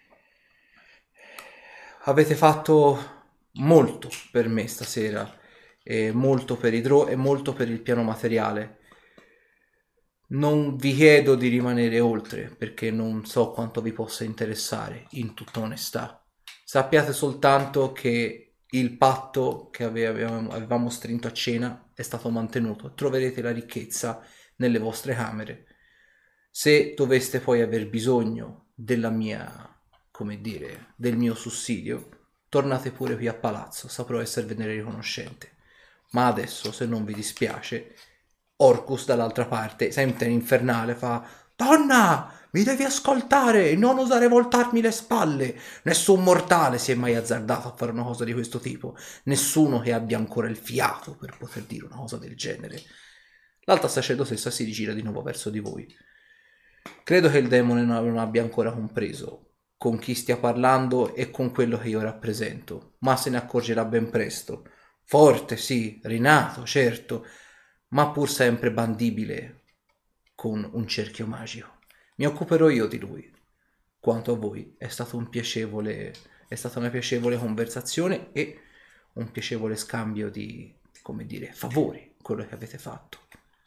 Avete fatto molto per me stasera, e molto per i Drow e molto per il piano materiale. Non vi chiedo di rimanere oltre, perché non so quanto vi possa interessare, in tutta onestà. Sappiate soltanto che il patto che avevamo, avevamo stretto a cena è stato mantenuto. Troverete la ricchezza nelle vostre camere. Se doveste poi aver bisogno della mia, come dire, del mio sussidio, tornate pure qui a palazzo, saprò esservene riconoscente. Ma adesso, se non vi dispiace, Orcus dall'altra parte, sempre infernale, fa: Donna, mi devi ascoltare e non osare voltarmi le spalle. Nessun mortale si è mai azzardato a fare una cosa di questo tipo. Nessuno che abbia ancora il fiato per poter dire una cosa del genere. L'alta sacerdotessa si rigira di nuovo verso di voi. Credo che il demone non abbia ancora compreso con chi stia parlando e con quello che io rappresento, ma se ne accorgerà ben presto. Forte, sì, rinato, certo, ma pur sempre bandibile con un cerchio magico. Mi occuperò io di lui. Quanto a voi, è stato un piacevole, è stata una piacevole conversazione e un piacevole scambio di, come dire, favori, quello che avete fatto.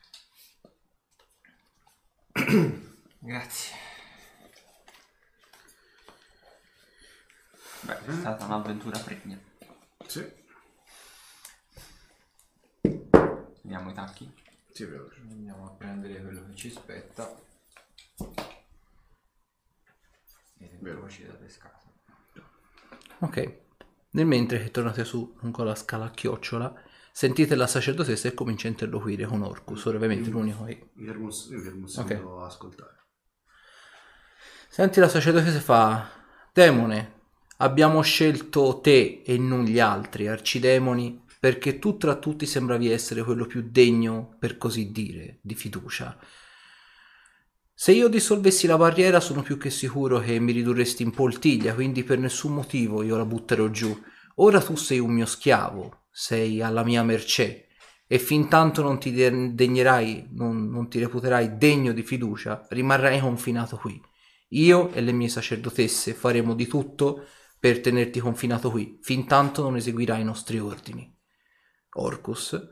Grazie. Beh, è stata un'avventura pregna. Sì. Vediamo i tacchi. Sì, veloce. Andiamo a prendere quello che ci spetta. E veloci da pescare. Ok. Nel mentre che tornate su con la scala a chiocciola, sentite la sacerdotessa e comincia a interloquire con Orcus, ovviamente l'unico che... Mi fermo, mi fermo un Ok. secondo a ascoltare. Senti la sacerdotessa e fa: Demone, abbiamo scelto te e non gli altri arcidemoni perché tu tra tutti sembravi essere quello più degno, per così dire, di fiducia. Se io dissolvessi la barriera sono più che sicuro che mi ridurresti in poltiglia, quindi per nessun motivo io la butterò giù. Ora tu sei un mio schiavo, sei alla mia mercé, e fin tanto non ti de- degnerai, non, non ti reputerai degno di fiducia, rimarrai confinato qui. Io e le mie sacerdotesse faremo di tutto per tenerti confinato qui, fin tanto non eseguirai i nostri ordini. Orcus,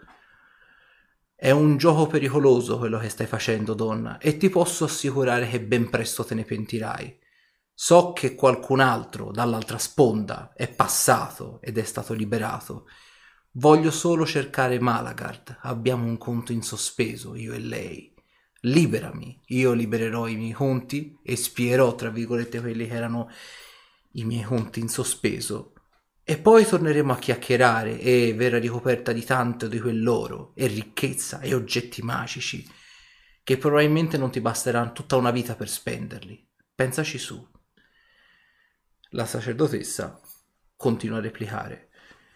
è un gioco pericoloso quello che stai facendo, donna, e ti posso assicurare che ben presto te ne pentirai. So che qualcun altro dall'altra sponda è passato ed è stato liberato. Voglio solo cercare Malagard. Abbiamo un conto in sospeso, io e lei. Liberami, io libererò i miei conti e spierò, tra virgolette, quelli che erano i miei conti in sospeso. E poi torneremo a chiacchierare e verrà ricoperta di tanto di quell'oro e ricchezza e oggetti magici che probabilmente non ti basteranno tutta una vita per spenderli. Pensaci su. La sacerdotessa continua a replicare.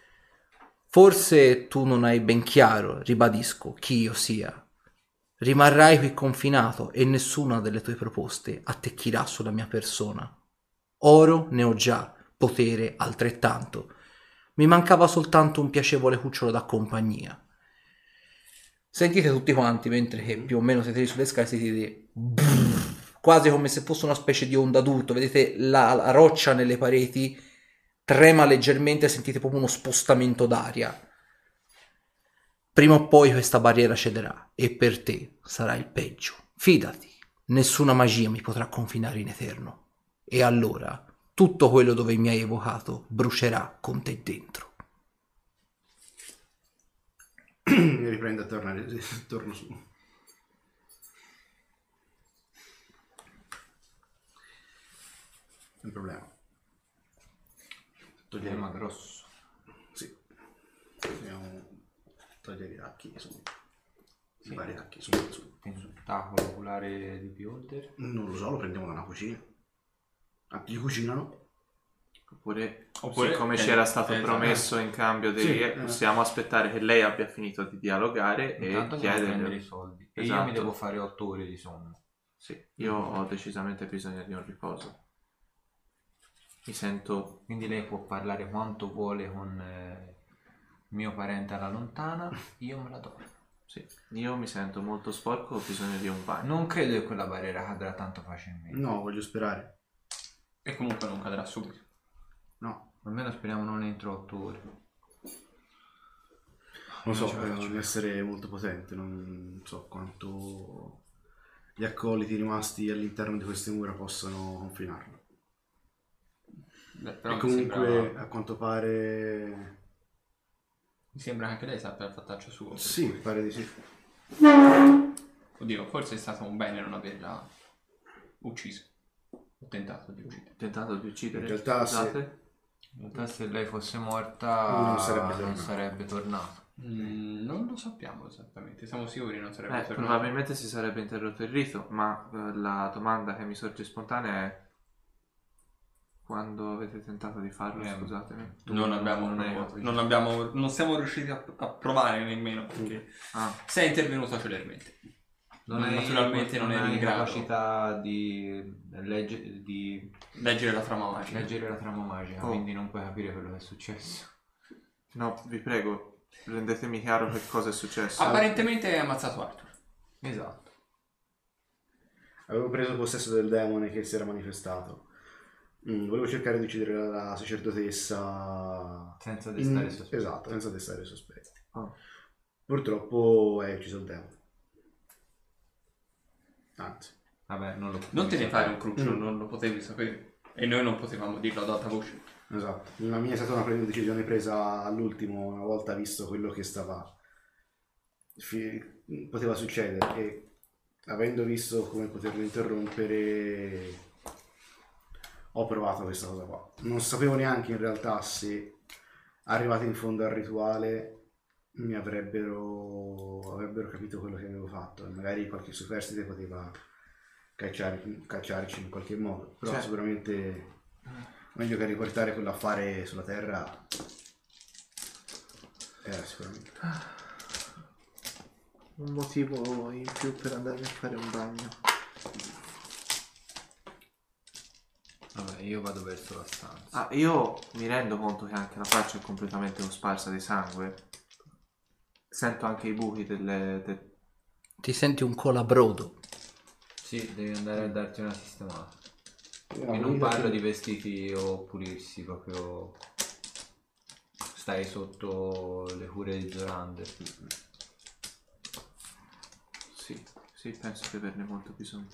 Forse tu non hai ben chiaro, ribadisco, chi io sia. Rimarrai qui confinato e nessuna delle tue proposte attecchirà sulla mia persona. Oro ne ho già, potere altrettanto. Mi mancava soltanto un piacevole cucciolo da compagnia. Sentite tutti quanti, mentre che più o meno siete lì sulle scale, sentite quasi come se fosse una specie di onda d'urto. Vedete la, la roccia nelle pareti trema leggermente, sentite proprio uno spostamento d'aria. Prima o poi questa barriera cederà e per te sarà il peggio. Fidati, nessuna magia mi potrà confinare in eterno. E allora tutto quello dove mi hai evocato brucerà con te dentro. Mi riprendo a tornare, torno su. Un problema. Togliere, Problema grosso. sì. Dobbiamo togliere i racchi su. I vari racchi su. su. Tentacolo oculare di Beholder. Non lo so, lo prendiamo da una cucina. Ah, gli cucinano? Oppure, Oppure- siccome eh, ci era stato esatto. promesso in cambio dei... Sì, eh. possiamo aspettare che lei abbia finito di dialogare e Intanto devo prendere i chiedere... soldi. E io Esatto. mi devo fare otto ore di sonno. Sì, io ho decisamente bisogno di un riposo. Mi sento... Quindi lei può parlare quanto vuole con eh, mio parente alla lontana, io me la do. Sì, io mi sento molto sporco, ho bisogno di un bagno. Non credo che quella barriera cadrà tanto facilmente. No, voglio sperare. E comunque non cadrà subito. No, Almeno speriamo non entro otto ore. non so, ce la eh, faccio. deve essere molto potente, non so quanto gli accoliti rimasti all'interno di queste mura possano confinarlo. Beh, però e mi comunque sembra, a quanto pare... mi sembra che anche lei sappia il fattaccio suo. per Sì, cui- pare di sì. Oddio, forse è stato un bene non averla ucciso. Ho tentato di uccidere. Ho tentato di uccidere, In realtà se- scusate. In realtà se lei fosse morta Non sarebbe non tornato. sarebbe tornato. Mm, non lo sappiamo esattamente, siamo sicuri non sarebbe Eh, tornato. probabilmente si sarebbe interrotto il rito, ma eh, la domanda che mi sorge spontanea è quando avete tentato di farlo, Eh, scusatemi. Non abbiamo, non hai non, capito. abbiamo, non siamo riusciti a, a provare nemmeno perché Ah, sei intervenuto celermente. Non hai, naturalmente non, non eri hai in grado capacità di, legge, di leggere la trama magica. leggere la trama magica, Oh. quindi non puoi capire quello che è successo. No, vi prego, rendetemi chiaro che cosa è successo. Apparentemente hai ammazzato Arthur. Esatto. Avevo preso possesso del demone che si era manifestato. Mm, volevo cercare di uccidere la, la sacerdotessa Senza destare in- sospetti. Esatto, senza destare i sospetti. Oh. Purtroppo hai ucciso il demone. Anzi, Vabbè, non lo Non te ne fare un cruccio, Mm. non lo potevi sapere. E noi non potevamo dirlo ad alta voce. esatto. La mia è stata una pre- decisione presa all'ultimo, una volta visto quello che stava fi- poteva succedere, e avendo visto come poterlo interrompere ho provato questa cosa qua. Non sapevo neanche in realtà se arrivati in fondo al rituale mi avrebbero avrebbero capito quello che avevo fatto, e magari qualche superstite poteva cacciare, cacciarci in qualche modo, però Cioè- sicuramente meglio che riportare quell'affare sulla terra era sicuramente. Un motivo in più per andarmi a fare un bagno. Vabbè, io vado verso la stanza. Ah, io mi rendo conto che anche la faccia è completamente cosparsa di sangue. Sento anche i buchi delle... de- Ti senti un colabrodo. Sì, devi andare a darti una sistemata. Io E la non guida parlo che- di vestiti o pulirsi, proprio stai sotto le cure di Zorander. Sì, sì, penso di averne molto bisogno.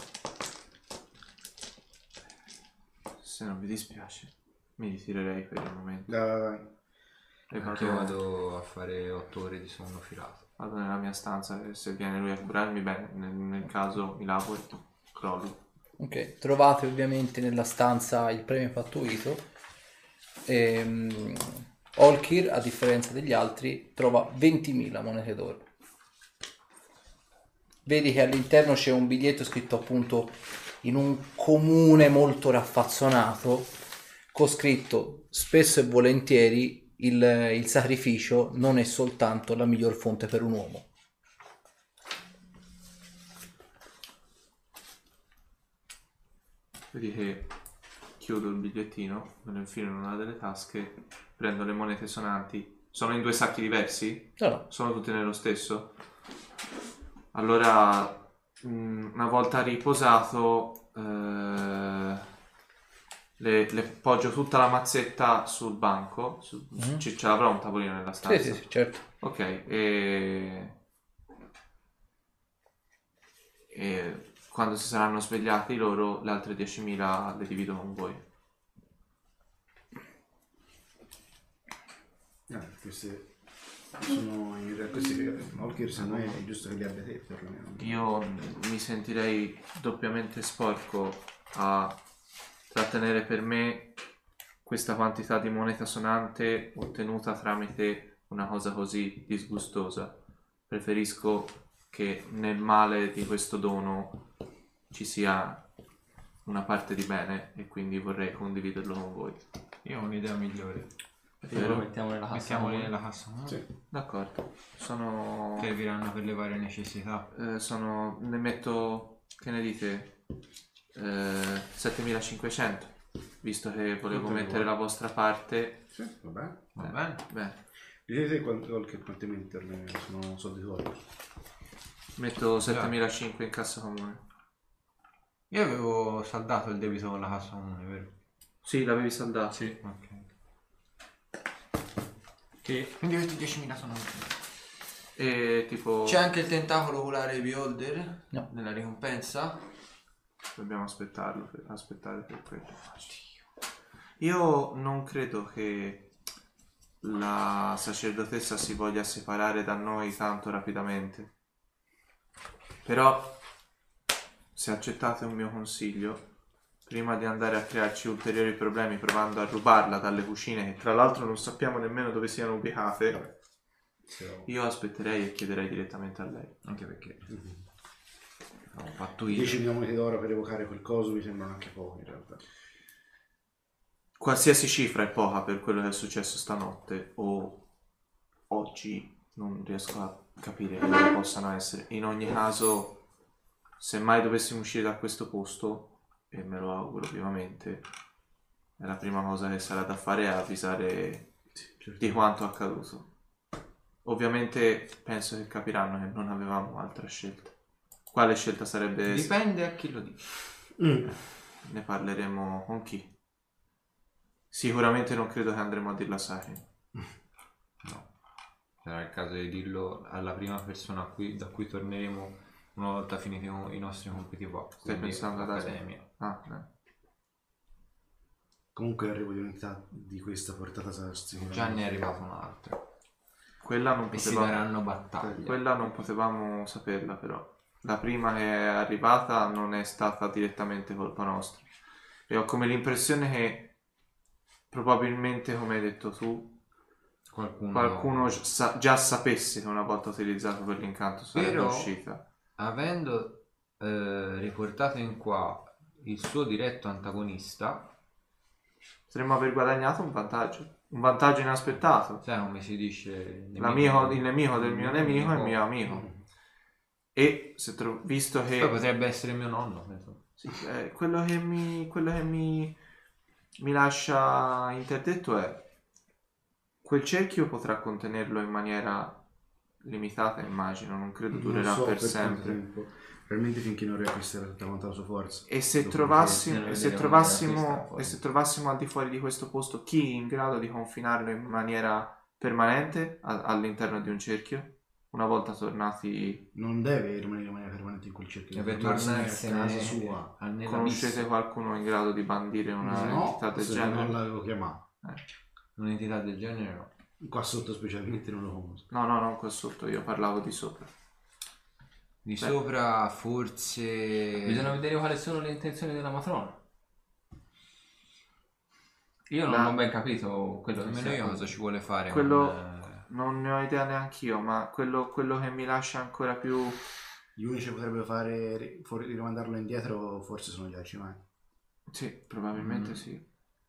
Se non vi dispiace, mi ritirerei per il momento. Dai, vai, vai. E Anche io vado, vado a fare otto ore di sonno filato. vado nella mia stanza e se viene lui a curarmi, bene, nel, nel caso mi lavo e crollo. Ok, trovate ovviamente nella stanza il premio pattuito. Ehm, Olkir, a differenza degli altri, trova ventimila monete d'oro. Vedi che all'interno c'è un biglietto scritto appunto in un comune molto raffazzonato, con scritto: spesso e volentieri il, il sacrificio non è soltanto la miglior fonte per un uomo. Vedi che chiudo il bigliettino, me lo infilo in una delle tasche, prendo le monete sonanti. Sono in due sacchi diversi? No, no. Sono tutti nello stesso? Allora, mh, una volta riposato, eh, le, le poggio tutta la mazzetta sul banco. Su, Mhm. c- ce l'avrò un tavolino nella stanza? Sì, sì, sì, certo. Ok, e... e quando si saranno svegliati loro, le altre diecimila le divido con voi. Eh, queste sono in realtà questi Olkir, secondo me è giusto che li abbia te perlomeno. Io mi sentirei doppiamente sporco a trattenere per me questa quantità di moneta sonante ottenuta tramite una cosa così disgustosa. Preferisco che nel male di questo dono ci sia una parte di bene e quindi vorrei condividerlo con voi. Io ho un'idea migliore. Lo mettiamo nella cassa. Mettiamoli comune. nella cassa comune. Sì. D'accordo, sono... Serviranno per le varie necessità. eh, sono... ne metto, che ne dite, eh, settemilacinquecento, visto che volevo Quanto ne mettere vuoi? la vostra parte. Sì, va bene. Va bene? Beh, Vedete quanto Olkir quanti metterle, sono soldi tuoi. metto settemilacinquecento in cassa comune. Io avevo saldato il debito con la cassa comune, vero? Sì, l'avevi saldato. Sì. Ok. Che Quindi questi diecimila sono... E tipo... C'è anche il tentacolo oculare di Beholder? No. Nella ricompensa? Dobbiamo aspettarlo per, aspettare per quello. Io non credo che la sacerdotessa si voglia separare da noi tanto rapidamente. Però, se accettate un mio consiglio, prima di andare a crearci ulteriori problemi provando a rubarla dalle cucine, che tra l'altro non sappiamo nemmeno dove siano ubicate, io aspetterei e chiederei direttamente a lei. Anche perché... Ho fatto io. diecimila monete d'oro per evocare quel coso mi sembrano anche poco in realtà. Qualsiasi cifra è poca per quello che è successo stanotte o oggi, non riesco a capire che possano essere. In ogni caso, se mai dovessimo uscire da questo posto, e me lo auguro vivamente, è la prima cosa che sarà da fare è avvisare di quanto accaduto. Ovviamente penso che capiranno che non avevamo altra scelta. Quale scelta sarebbe? Dipende a chi lo dice. Mm. Ne parleremo con chi? Sicuramente non credo che andremo a dirlo a Sarin. No. Sarà il caso di dirlo alla prima persona a cui- da cui torneremo una volta finiti i nostri compiti qua. Stai quindi pensando ad accademia. Ah, eh. Comunque l'arrivo di unità di questa portata sarà sicuramente... Già ne è arrivato un'altra. Quella non E si potevamo... daranno battaglia. Quella non potevamo saperla però. La prima che è arrivata non è stata direttamente colpa nostra. E ho come l'impressione che probabilmente, come hai detto tu, Qualcuno, qualcuno sa- già sapesse che una volta utilizzato quell'incanto sarebbe Però- uscita. avendo eh, riportato in qua il suo diretto antagonista, Potremmo aver guadagnato un vantaggio. Un vantaggio inaspettato. sai come si dice, il L'amico, il nemico del mio nemico è il mio amico. Mm. E se tro- visto che... Poi potrebbe essere mio nonno. penso. Sì, eh, quello che mi, quello che mi, mi lascia interdetto è quel cerchio potrà contenerlo in maniera limitata, immagino, non credo Non durerà so per quanto sempre. tempo. Probabilmente finché non riacquisterà tutta quanta la sua forza. E se Dopodiché- trovassimo, se e se vedremo trovassimo, della questa e se trovassimo al di fuori di questo posto chi in grado di confinarlo in maniera permanente a- all'interno di un cerchio, una volta tornati, Non deve rimanere in maniera permanente in quel cerchio. Deve Deve tornarsene a tornarsene casa sua. al- nella conoscete missione. qualcuno in grado di bandire una No, entità del se genere? non l'avevo chiamato. Un'entità del genere no. Qua sotto specialmente non lo conosco. No, no, non qua sotto, io parlavo di sopra. Di Beh. sopra forse... Bisogna vedere quali sono le intenzioni della matrona. Io non La- ho ben capito quello che Nemmeno sia. io cosa ci vuole fare Quello- con, eh, Non ne ho idea neanch'io, ma quello, quello che mi lascia ancora più... Gli unici che potrebbero fare ri- for- rimandarlo indietro forse sono gli arcimani. Sì, probabilmente Mm. sì.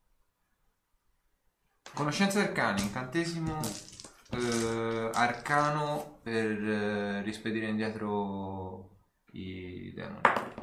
Conoscenza arcana, incantesimo eh, arcano per eh, rispedire indietro i demoni.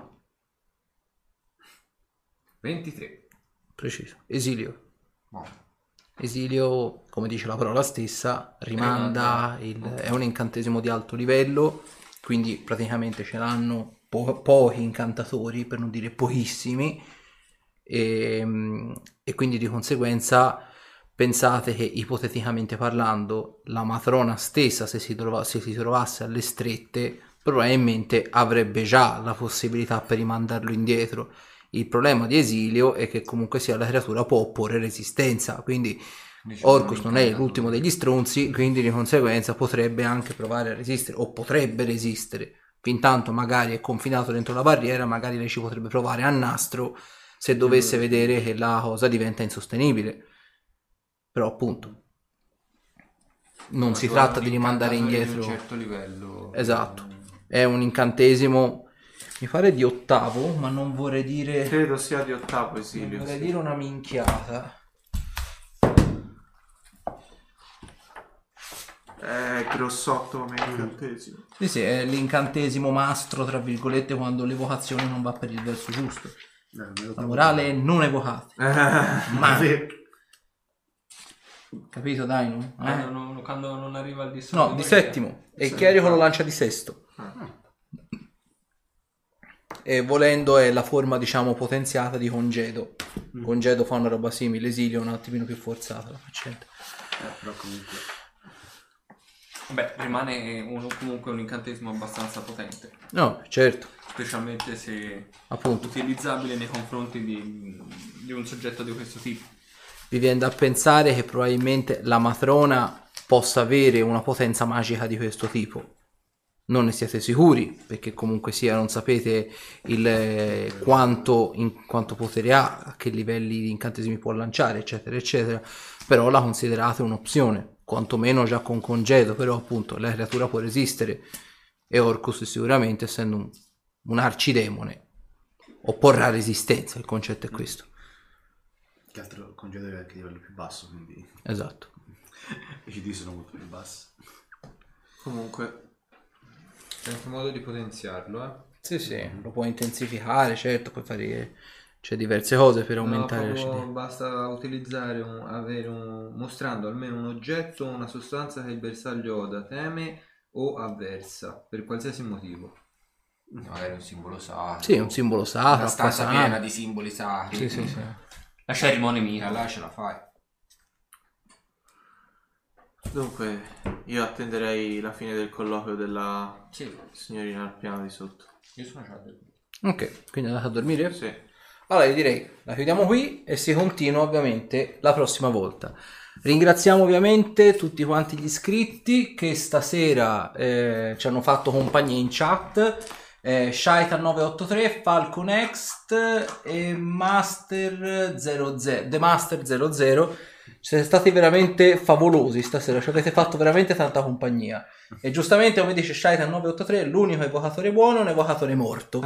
ventitré. Preciso. Esilio. Buono. Esilio, come dice la parola stessa, rimanda, il, è un incantesimo di alto livello, quindi praticamente ce l'hanno po- pochi incantatori, per non dire pochissimi, e, e quindi di conseguenza pensate che ipoteticamente parlando la matrona stessa, se si, trova- se si trovasse alle strette, probabilmente avrebbe già la possibilità per rimandarlo indietro. Il problema di Esilio è che comunque sia la creatura può opporre resistenza, quindi Diciamo Orcus non è incantatore. l'ultimo degli stronzi, quindi di conseguenza potrebbe anche provare a resistere, o potrebbe resistere. Fintanto magari è confinato dentro la barriera, magari lei ci potrebbe provare a nastro se dovesse vedere che la cosa diventa insostenibile. Però appunto non Ma si ci tratta vuole di un rimandare incantatore indietro. di un certo livello. Esatto. È un incantesimo, mi pare di ottavo, ma non vorrei dire, Credo sia di ottavo non esilio. vorrei sì. dire una minchiata. È grossotto come incantesimo. Sì, sì, è l'incantesimo mastro, tra virgolette, quando l'evocazione non va per il verso giusto. Eh, me lo La trovo- morale è non evocate. Ma, Sì. capito Dainu? Eh, Eh? non- non- quando non arriva al di sotto No, di settimo. E il chierico lo lancia di sesto. E volendo è la forma, diciamo, potenziata di congedo. Congedo fa una roba simile, esilio è un attimino più forzata la faccenda. Eh, però comunque... Beh, rimane un- comunque un incantesimo abbastanza potente, No, certo, specialmente se appunto. utilizzabile nei confronti di, di un soggetto di questo tipo. Vi viene da pensare che probabilmente la matrona possa avere una potenza magica di questo tipo. Non ne siete sicuri, perché comunque sia non sapete il eh, quanto, in quanto potere ha, a che livelli di incantesimi può lanciare, eccetera, eccetera. Però la considerate un'opzione, quantomeno già con congedo, però appunto la creatura può resistere e Orcus sicuramente, essendo un, un arcidemone, opporrà resistenza, il concetto è questo. Che altro congedo è anche a livello più basso, quindi Esatto. i C D sono molto più bassi. Comunque, C'è anche modo di potenziarlo, eh. Sì, sì, lo puoi intensificare, certo, puoi fare c'è diverse cose per No, aumentare proprio le C D. basta utilizzare un, avere un, mostrando almeno un oggetto o una sostanza che il bersaglio Oda teme o avversa per qualsiasi motivo. Magari un simbolo sacro. Sì, un simbolo sacro, Una stanza acqua piena sana. di simboli sacri. Sì, sì, sì. La cerimonia E mia. allora ce la fai. Dunque, io attenderei la fine del colloquio della Sì, signorina al piano di sotto. io sono già del... Ok, quindi è andata a dormire? Sì. Allora io direi la chiudiamo qui e si continua ovviamente la prossima volta. Ringraziamo ovviamente tutti quanti gli iscritti che stasera eh, ci hanno fatto compagnia in chat. eh, Shaitan nove otto tre, Falco Next e Master zero zero, The Master zero zero. Siete stati veramente favolosi stasera, ci avete fatto veramente tanta compagnia. E giustamente, come dice Shaitan nove otto tre, l'unico evocatore buono è un evocatore morto.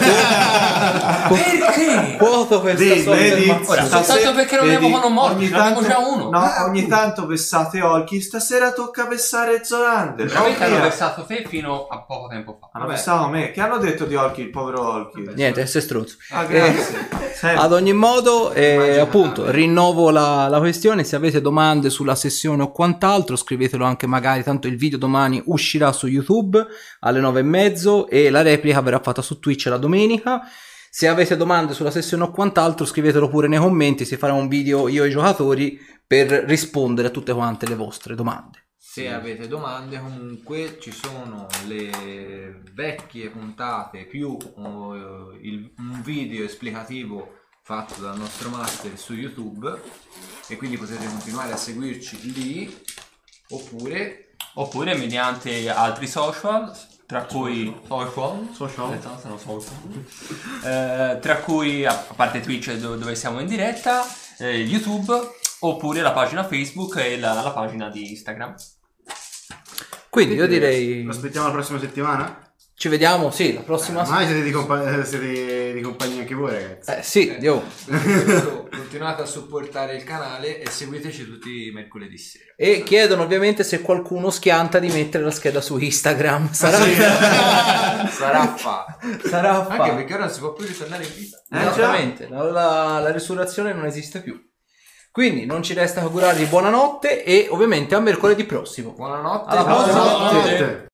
Perché? Quoto questa Vedi, sua vedi? affermazione. Ora, soltanto perché non Vedi, evocano morti, ogni ne abbiamo tanto- già uno. No, ogni tanto vessate Olki, stasera tocca vessare Zolander. Veramente hanno Via. versato te fino a poco tempo fa. Hanno vessato me. Che hanno detto di Olki, il povero Olki? Niente, sei strozzo. Ah, grazie. Sempre. Ad ogni modo, eh, Immagino appunto, nave. rinnovo la, la questione. Se avete domande sulla sessione o quant'altro, scrivetelo anche magari. Tanto il video domani uscirà su YouTube alle nove e mezzo e la replica verrà fatta su Twitch la domenica. Se avete domande sulla sessione o quant'altro, scrivetelo pure nei commenti. Si farà un video io e i giocatori per rispondere a tutte quante le vostre domande. Se avete domande, comunque ci sono le vecchie puntate più uh, il, un video esplicativo fatto dal nostro master su YouTube e quindi potete continuare a seguirci lì oppure Oppure mediante altri social, tra cui social, Social. Aspetta, sono social. Eh, tra cui a a parte Twitch do- dove siamo in diretta, eh, YouTube, oppure la pagina Facebook e la, la pagina di Instagram. Quindi io direi Lo aspettiamo la prossima settimana? ci vediamo, sì, la prossima Ormai siete di, compa- siete di compagnia anche voi, ragazzi. Eh sì, io. continuate a supportare il canale e seguiteci tutti i mercoledì sera. E chiedono ovviamente se qualcuno schianta di mettere la scheda su Instagram. Sarà, Sarà fatto. sarà Anche fatto. perché ora non si può più ritornare in vita. Eh, già. Esattamente, la, la, la risurrezione non esiste più. Quindi non ci resta che augurarvi buonanotte e ovviamente a mercoledì prossimo. Buonanotte. Alla prossima. Buonanotte.